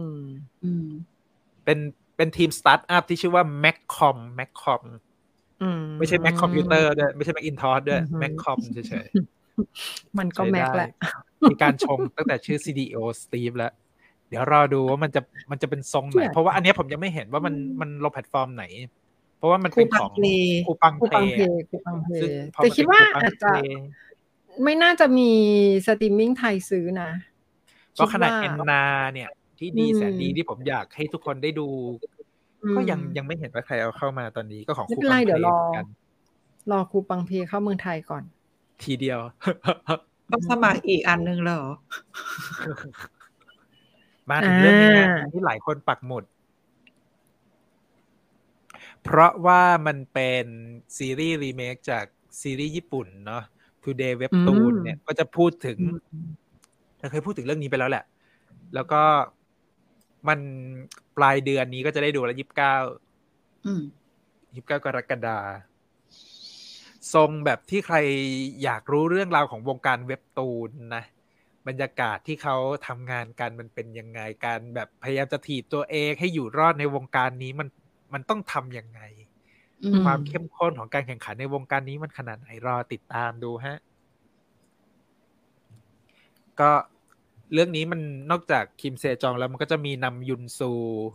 เป็นทีมสตาร์ทอัพที่ชื่อว่าแมคคอมไม่ใช่แมคคอมพิวเตอร์ด้วยไม่ใช่แมคอินทอสด้วยแมคคอมเฉยๆมันก็แมคแหละมีการชมตั้งแต่ชื่อ CDO สตีฟแล้วเดี๋ยวรอดูว่ามันจะเป็นทรงไหนเพราะว่าอันนี้ผมยังไม่เห็นว่ามันลงแพลตฟอร์มไหนเพราะว่ามันเป็นของคูปังเพลย์แต่คิดว่าอาจจะไม่น่าจะมีสตรีมมิ่งไทยซื้อนะเพราะขนาดแอนนาเนี่ยที่ดีแสนดีที่ผมอยากให้ทุกคนได้ดูก็ยังไม่เห็นว่าใครเอาเข้ามาตอนนี้ก็ของคูปังเพลย์เดี๋ยวรอคูปังเพลย์เข้าเมืองไทยก่อนทีเดียวต้องสมัครอีกอันนึงเหรอมาถึงเรื่องนี้นะที่หลายคนปักหมุดเพราะว่ามันเป็นซีรีส์รีเมคจากซีรีส์ญี่ปุ่นเนาะ Today Webtoon เนี่ยก็จะพูดถึงเราเคยพูดถึงเรื่องนี้ไปแล้วแหละแล้วก็มันปลายเดือนนี้ก็จะได้ดูแล้ว29กรกฎาคมทรงแบบที่ใครอยากรู้เรื่องราวของวงการเว็บตูนนะบรรยากาศที่เขาทำงานกันมันเป็นยังไงการแบบพยายามจะถีบตัวเองให้อยู่รอดในวงการนี้มันต้องทำยังไงความเข้มข้นของการแข่งขันในวงการนี้มันขนาดไหนรอติดตามดูฮะก็เรื่องนี้มันนอกจากคิมเซจองแล้วมันก็จะมีนำยุนซู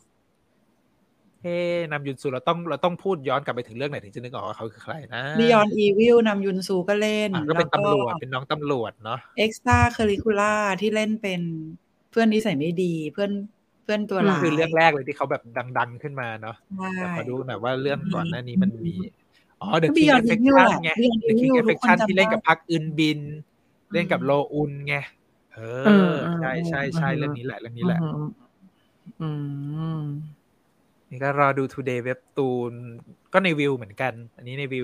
นำยุนซูเราต้องพูดย้อนกลับไปถึงเรื่องไหนถึงจะนึกออกว่าเขาคือใครนะ Beyond Evil นำยุนซูก็เล่นก็เป็นตำรวจเป็นน้องตำรวจเนาะ Extra Curricular ที่เล่นเป็นเพื่อนนิสัยไม่ดีเพื่อนตัวร้ายคือเรื่องแรกเลยที่เขาแบบดังขึ้นมาเนาะแต่ขอดูหน่อยว่าเรื่องก่อนหน้านี้มันมีThe King Affection ไง The King Affection ที่เล่นกับพักอึนบินเล่นกับโลอุนไงใช่เรื่องนี้แหละนี่ก็รอดู Today Webtoon ก็ในวิวเหมือนกันอันนี้ในวิว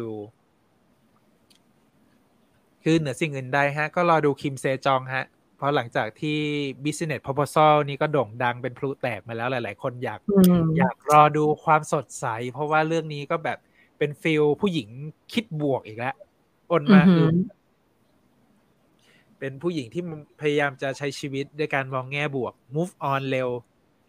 คือเหนือสิ่งอื่นใดฮะก็รอดูคิมเซจองฮะเพราะหลังจากที่ Business Proposal นี่ก็โด่งดังเป็นพลุแตกมาแล้วหลายๆคนอยากรอดูความสดใสเพราะว่าเรื่องนี้ก็แบบเป็นฟีลผู้หญิงคิดบวกอีกแล้วมาเป็นผู้หญิงที่พยายามจะใช้ชีวิตด้วยการมองแง่บวก move on เร็ว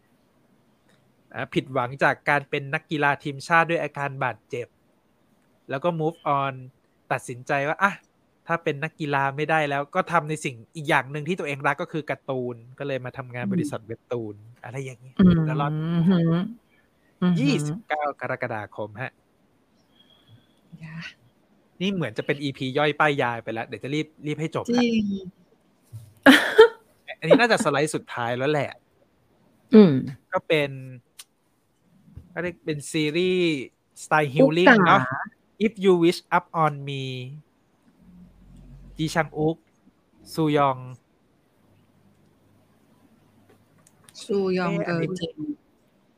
ผิดหวังจากการเป็นนักกีฬาทีมชาติด้วยอาการบาดเจ็บแล้วก็ move on ตัดสินใจว่าถ้าเป็นนักกีฬาไม่ได้แล้วก็ทำในสิ่งอีกอย่างหนึ่งที่ตัวเองรักก็คือการ์ตูนก็เลยมาทำงานบริษัทเว็บตูนอะไรอย่างนี้แล้วรอ29 กรกฎาคมฮะนี่เหมือนจะเป็น EP ย่อยป้ายยายไปแล้วเดี๋ยวจะรีบให้จบครับอันนี้น่าจะสไลด์สุดท้ายแล้วแหละก็เป็นซีรีส์สไตล์ฮิลลิ่งเนาะ If You Wish Up on Me จีชังอุกซูยองเออจริง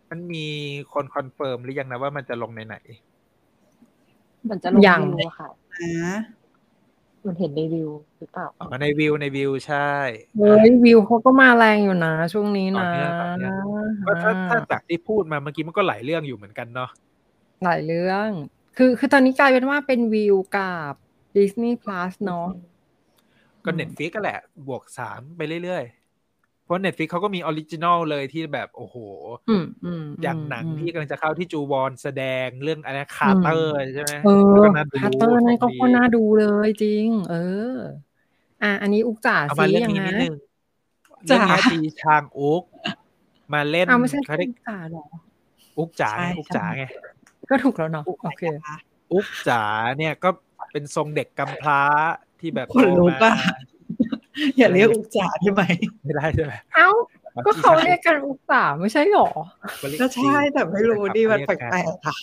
มันมีคนคอนเฟิร์มหรือยังนะว่ามันจะลงในไหนมันจะลงยังวิวอะค่ะนะมันเห็นในวิวหรือเปล่าอ๋อในวิวใช่เฮ้ยวิวเขาก็มาแรงอยู่นะช่วงนี้ต่อนะเนื่องก็ถ้าจากที่พูดมาเมื่อกี้มันก็หลายเรื่องอยู่เหมือนกันเนาะหลายเรื่องคือตอนนี้กลายเป็นว่าเป็นวิวกับ Disney Plus เนาะก็ Netflix ก็แหละบวก3ไปเรื่อยๆเพราะ Netflix เขาก็มีออริจินอลเลยที่แบบโอ้โหอย่างหนังที่กำลังจะเข้าที่จูวอนแสดงเรื่องอะไรคาร์เตอร์ใช่ไหมคาร์เตอร์นั่นก็โคตรน่าดูเลยจริงอันนี้อุกจ๋าเอาซีมาเรื่องยังนี้นะนิดนึงเรื่องนี้จีชางอุกมาเล่นไม่ใช่อุกจ๋าหรออุกจ๋าไงก็ถูกแล้วเนาะโอเคอุกจ๋าเนี่ยก็เป็นทรงเด็กกำพร้าที่แบบคนรู้ป่ะอย่าเรียกอุกจ๋าได้ไหมไม่ได้ใช่ไหมเอ้าก็เขาเรียกกันอุกจ๋าไม่ใช่หรอก็ใช่แต่ไม่รู้ดิมันแปลกๆค่ะ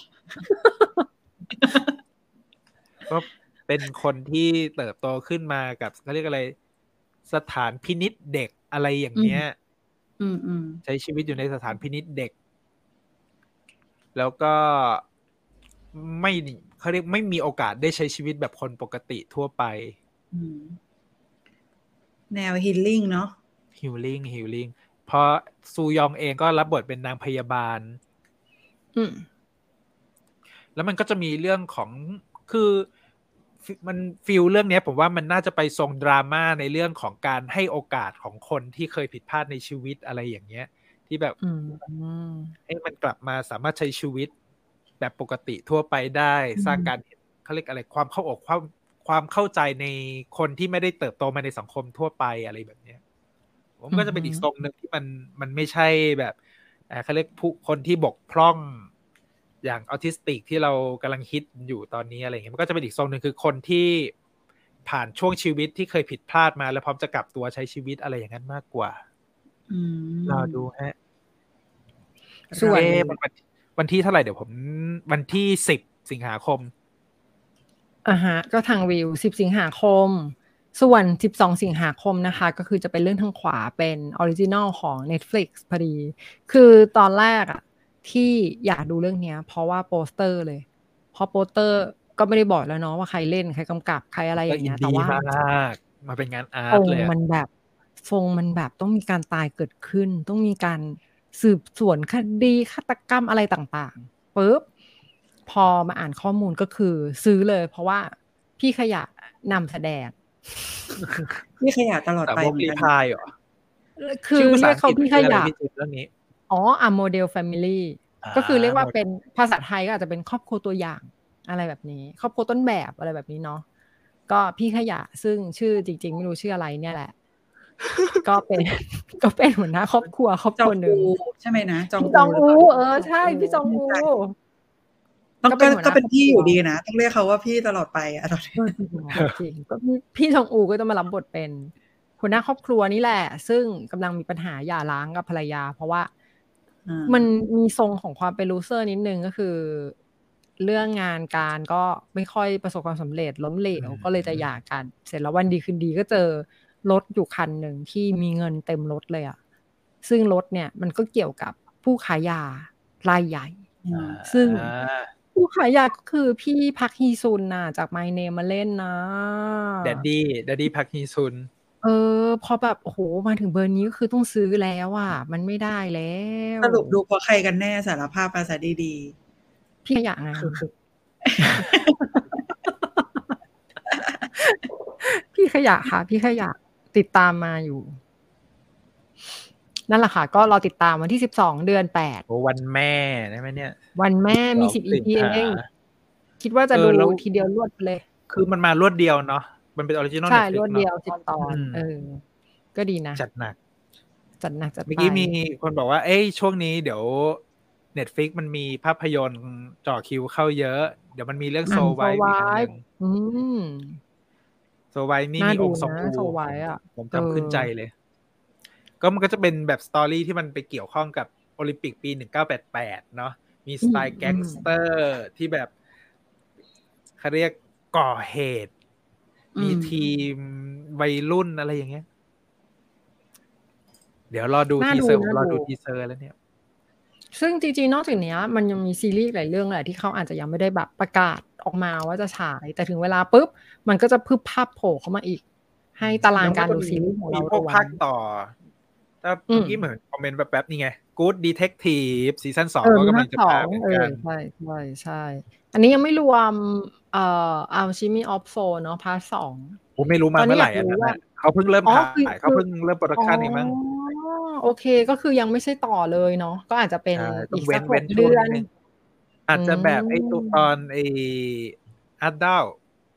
ก็เป็นคนที่เติบโตขึ้นมากับเขาเรียกอะไรสถานพินิจเด็กอะไรอย่างเงี้ยใช้ชีวิตอยู่ในสถานพินิจเด็กแล้วก็ไม่เขาเรียกไม่มีโอกาสได้ใช้ชีวิตแบบคนปกติทั่วไปแนวฮีลลิ่งเนาะฮีลลิ่งเพราะซูยองเองก็รับบทเป็นนางพยาบาลแล้วมันก็จะมีเรื่องของคือมันฟีลเรื่องนี้ผมว่ามันน่าจะไปทรงดราม่าในเรื่องของการให้โอกาสของคนที่เคยผิดพลาดในชีวิตอะไรอย่างเงี้ยที่แบบให้มันกลับมาสามารถใช้ชีวิตแบบปกติทั่วไปได้สร้างการเขาเรียกอะไรความเข้าอกความเข้าใจในคนที่ไม่ได้เติบโตมาในสังคมทั่วไปอะไรแบบเนี้ยผมก็จะเป็นอีกทรงหนึ่งที่มันไม่ใช่แบบเขาเรียกผู้คนที่บกพร่องอย่างออทิสติกที่เรากำลังฮิตอยู่ตอนนี้อะไรเงี้ยมันก็จะเป็นอีกทรงหนึ่งคือคนที่ผ่านช่วงชีวิตที่เคยผิดพลาดมาแล้วพร้อมจะกลับตัวใช้ชีวิตอะไรอย่างนั้นมากกว่ารอดูฮะส่วนวันที่เท่าไหร่เดี๋ยวผมวันที่10 สิงหาคมก็ทางวิว10 สิงหาคมส่วน12 สิงหาคมนะคะก็คือจะเป็นเรื่องทางขวาเป็นออริจินอลของ Netflix พอดีคือตอนแรกอะที่อยากดูเรื่องนี้เพราะว่าโปสเตอร์เลยเพราะโปสเตอร์ก็ไม่ได้บอกแล้วเนาะว่าใครเล่นใครกำกับใครอะไรอย่างเงี้ยแต่ว่ามาเป็นงานอาร์ตเลยมันแบบฟงมันแบบต้องมีการตายเกิดขึ้นต้องมีการสืบสวนคดีฆาตกรรมอะไรต่างๆปุ๊บพอมาอ่านข้อมูลก็คือซื้อเลยเพราะว่าพี่ขยะนำแสดงพี่ขยะตลอดไปเหมือนกันพายเหรอคือเรียกเขาพี่ขยะเรื่องนี้โมเดลแฟมิลี่ก็คือเรียกว่าเป็นภาษาไทยก็อาจจะเป็นครอบครัวตัวอย่างอะไรแบบนี้ครอบครัวต้นแบบอะไรแบบนี้เนาะก็พี่ขยะซึ่งชื่อจริงๆไม่รู้ชื่ออะไรเนี่ยแหละก็เป็นหัวหน้าครอบครัวหนึ่งใช่ไหมนะจองอูใช่พี่จองอูก็เป็นพี่อยู่ดีนะต้องเรียกเขาว่าพี่ตลอดไปตอนนี้จริงก็พี่จองอูก็ต้องมารับบทเป็นหัวหน้าครอบครัวนี่แหละซึ่งกำลังมีปัญหาหย่าร้างกับภรรยาเพราะว่ามันมีทรงของความเป็นลูเซอร์นิดนึงก็คือเรื่องงานการก็ไม่ค่อยประสบความสำเร็จล้มเหลวก็เลยจะหย่ากันเสร็จแล้ววันดีคืนดีก็เจอรถอยู่คันหนึ่งที่มีเงินเต็มรถเลยอะซึ่งรถเนี่ยมันก็เกี่ยวกับผู้ขายยารายใหญ่ซึ่งผู้ขายยาก็คือพี่พักฮีซุนน่ะจาก My Name มาเล่นนะแดดดี้พักฮีซุนพอแบบโอ้โหมาถึงเบอร์นี้ก็คือต้องซื้อแล้วอ่ะมันไม่ได้แล้วสรุปดูเพราะใครกันแน่สารภาพภาษาดีๆพี่ขยะไง พี่ขยะค่ะพี่ขยะติดตามมาอยู่นั่นแหละค่ะก็รอติดตามวันที่12 เดือน 8 วันแม่ได้ไหมเนี่ยวันแม่มี10 EP เองคิดว่าจะดูทีเดียวรวดเลยคือมันมารวดเดียวเนาะมันเป็นออริจินอลใช่รวดเดียว10 ตอนก็ดีนะจัดหนักจัดเมื่อกี้มีคนบอกว่าช่วงนี้เดี๋ยว Netflix มันมีภาพยนตร์จ่อคิวเข้าเยอะเดี๋ยวมันมีเรื่องโซไวท์อีกอันนึงโซไวท์นี่มีองค์2ผมจำขึ้นใจเลยก็มันก็จะเป็นแบบสตอรี่ที่มันไปเกี่ยวข้องกับโอลิมปิกปี1988เนาะมีสไตล์แก๊งสเตอร์ที่แบบเขาเรียกก่อเหตุมีทีมวัยรุ่นอะไรอย่างเงี้ยเดี๋ยวรอดูทีเซอร์ผมรอดูทีเซอร์แล้วเนี่ยซึ่งจริงๆนอกจากเนี้ยมันยังมีซีรีส์หลายเรื่องแหละที่เขาอาจจะยังไม่ได้แบบประกาศออกมาว่าจะฉายแต่ถึงเวลาปุ๊บมันก็จะพึบภาพโผล่เข้ามาอีกให้ตารางการดูซีรีส์ของเรามีพวกภาคต่อถ้าเมื่อกี้เหมือนคอมเมนต์แบบนี่ไง Good Detective ซีซั่น2ก็กำลังจะมาเหมือนกันใช่อันนี้ยังไม่รวมAlchemy of Soul เนาะพาร์ท2 ผมไม่รู้มาเมื่อไหร่อันนั้นเขาเพิ่งเริ่มถ่ายเขาเพิ่งเริ่มโปรดักชันเองมั้งโอเคก็คือยังไม่ใช่ต่อเลยเนาะก็อาจจะเป็นอีกสัก6 เดือนอาจจะแบบไอ้ตัวตอนไอ้อัดดาว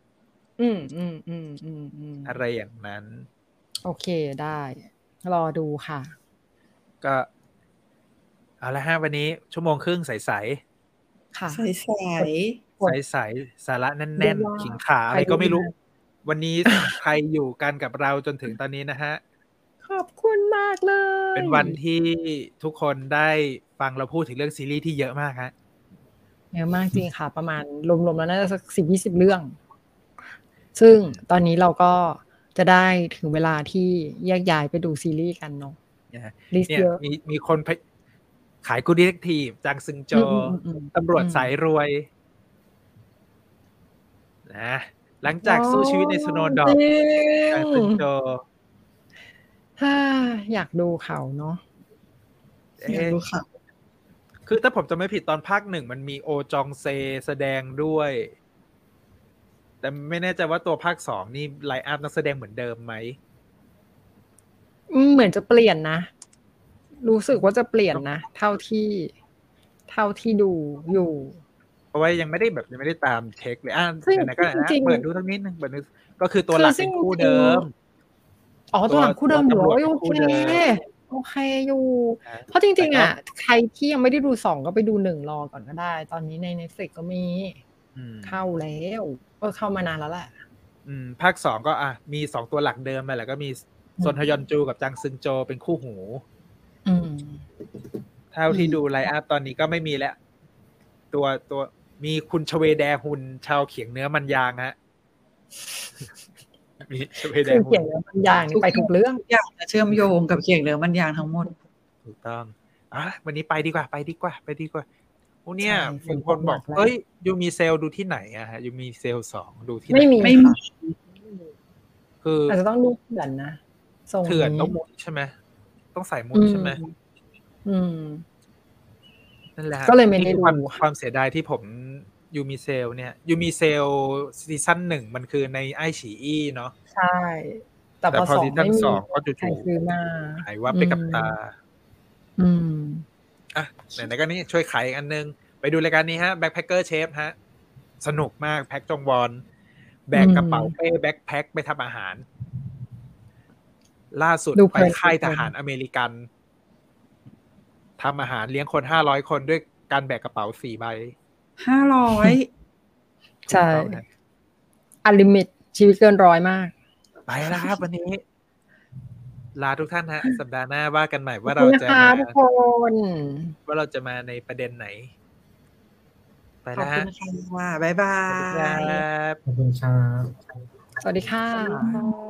อะไรอย่างนั้นโอเคได้รอดูค่ะก็เอาละฮะวันนี้ชั่วโมงครึ่งใสๆค่ะใสๆสาระแน่นๆขิงขาอะไรก็ไม่รู้วันนี้ใครอยู่กันกับเราจนถึงตอนนี้นะฮะขอบคุณมากเลยเป็นวันที่ทุกคนได้ฟังเราพูดถึงเรื่องซีรีส์ที่เยอะมากฮะเยอะมากจริงค่ะประมาณรวมๆแล้วน่าจะสัก10-20 เรื่องซึ่งตอนนี้เราก็จะได้ถึงเวลาที่แยกย้ายไปดูซีรีส์กันเนาะเนี่ยมีคนขายGood Detectiveจางซึงโจตำรวจสายรวยนะหลังจากสู้ชีวิตใน Snowdrop จางซึงโจอยากดูเขาเนาะอยากดูเขาคือถ้าผมจะไม่ผิดตอนภาค1มันมีโอจองเซแสดงด้วยแต่ไม่แน่ใจว่าตัวภาค2นี่ไลน์อัพนักแสดงเหมือนเดิมไหมเหมือนจะเปลี่ยนนะรู้สึกว่าจะเปลี่ยนนะเท่าที่ดูอยู่เพราะว่ายังไม่ได้ตามเช็คเลยไหนๆก็นะเปิดดูทั้งนิดนึงก็คือตัวหลักเป็นคู่เดิมตัวหลักคู่เดิมอยู่โอเคอยู่เพราะจริงๆอ่ะใครที่ยังไม่ได้ดู2ก็ไปดู1รอก่อนก็ได้ตอนนี้ใน Netflix ก็มีเข้าแล้วเข้ามานานแล้วแหละภาค2ก็มี2ตัวหลักเดิมไปแหละก็มีซนฮยอนจูกับจางซึงโจเป็นคู่หูเท่าที่ดูไลน์อัพตอนนี้ก็ไม่มีแล้วตัวมีคุณชเวแดฮุนชาวเขียงเนื้อมันยางฮะมีชเวแดฮุนเขียงเนื้อมันยางไปทุกเรื่องอยากจะเชื่อมโยงกับเขียงเนื้อมันยางทั้งหมดถูกต้องวันนี้ไปดีกว่าโอ้เนี่ยมีคนบอกเอ้ยยูมีเซลดูที่ไหนอะฮะยูมีเซล2ดูที่ไหนไม่มีคืออาจจะต้องดูเถื่อนนะเถื่อนต้องมุดใช่ไหมต้องใส่มุดใช่ไหมนั่นแหละก็เลยไม่ได้ดูความเสียดายที่ผมยูมีเซลเนี่ยยูมีเซลซีซั่น1มันคือในไอฉีอีเนาะใช่แต่พอซีซั่น2ก็จู่ๆหายวับไปกับตาไหนๆก็นี่ช่วยขายอันนึงไปดูรายการนี้ฮะ Backpacker Chef ฮะสนุกมากแพ็คจงวอนแบกกระเป๋าเป้แบ็คแพ็คไปทำอาหารล่าสุดไปค่ายทหารอเมริกันทำอาหารเลี้ยงคน500 คนด้วยการแบกกระเป๋า4 ใบ 500 ใช่อันลิมิตชีวิตเกิน100มากไปแล้วครับวันนี้ลาทุกท่านฮะสัปดาห์หน้าว่ากันใหม่ว่าเราจะมาในประเด็นไหนไปแล้วฮะขอบคุณค่ะบ๊ายบายขอบคุณครับสวัสดีค่ะ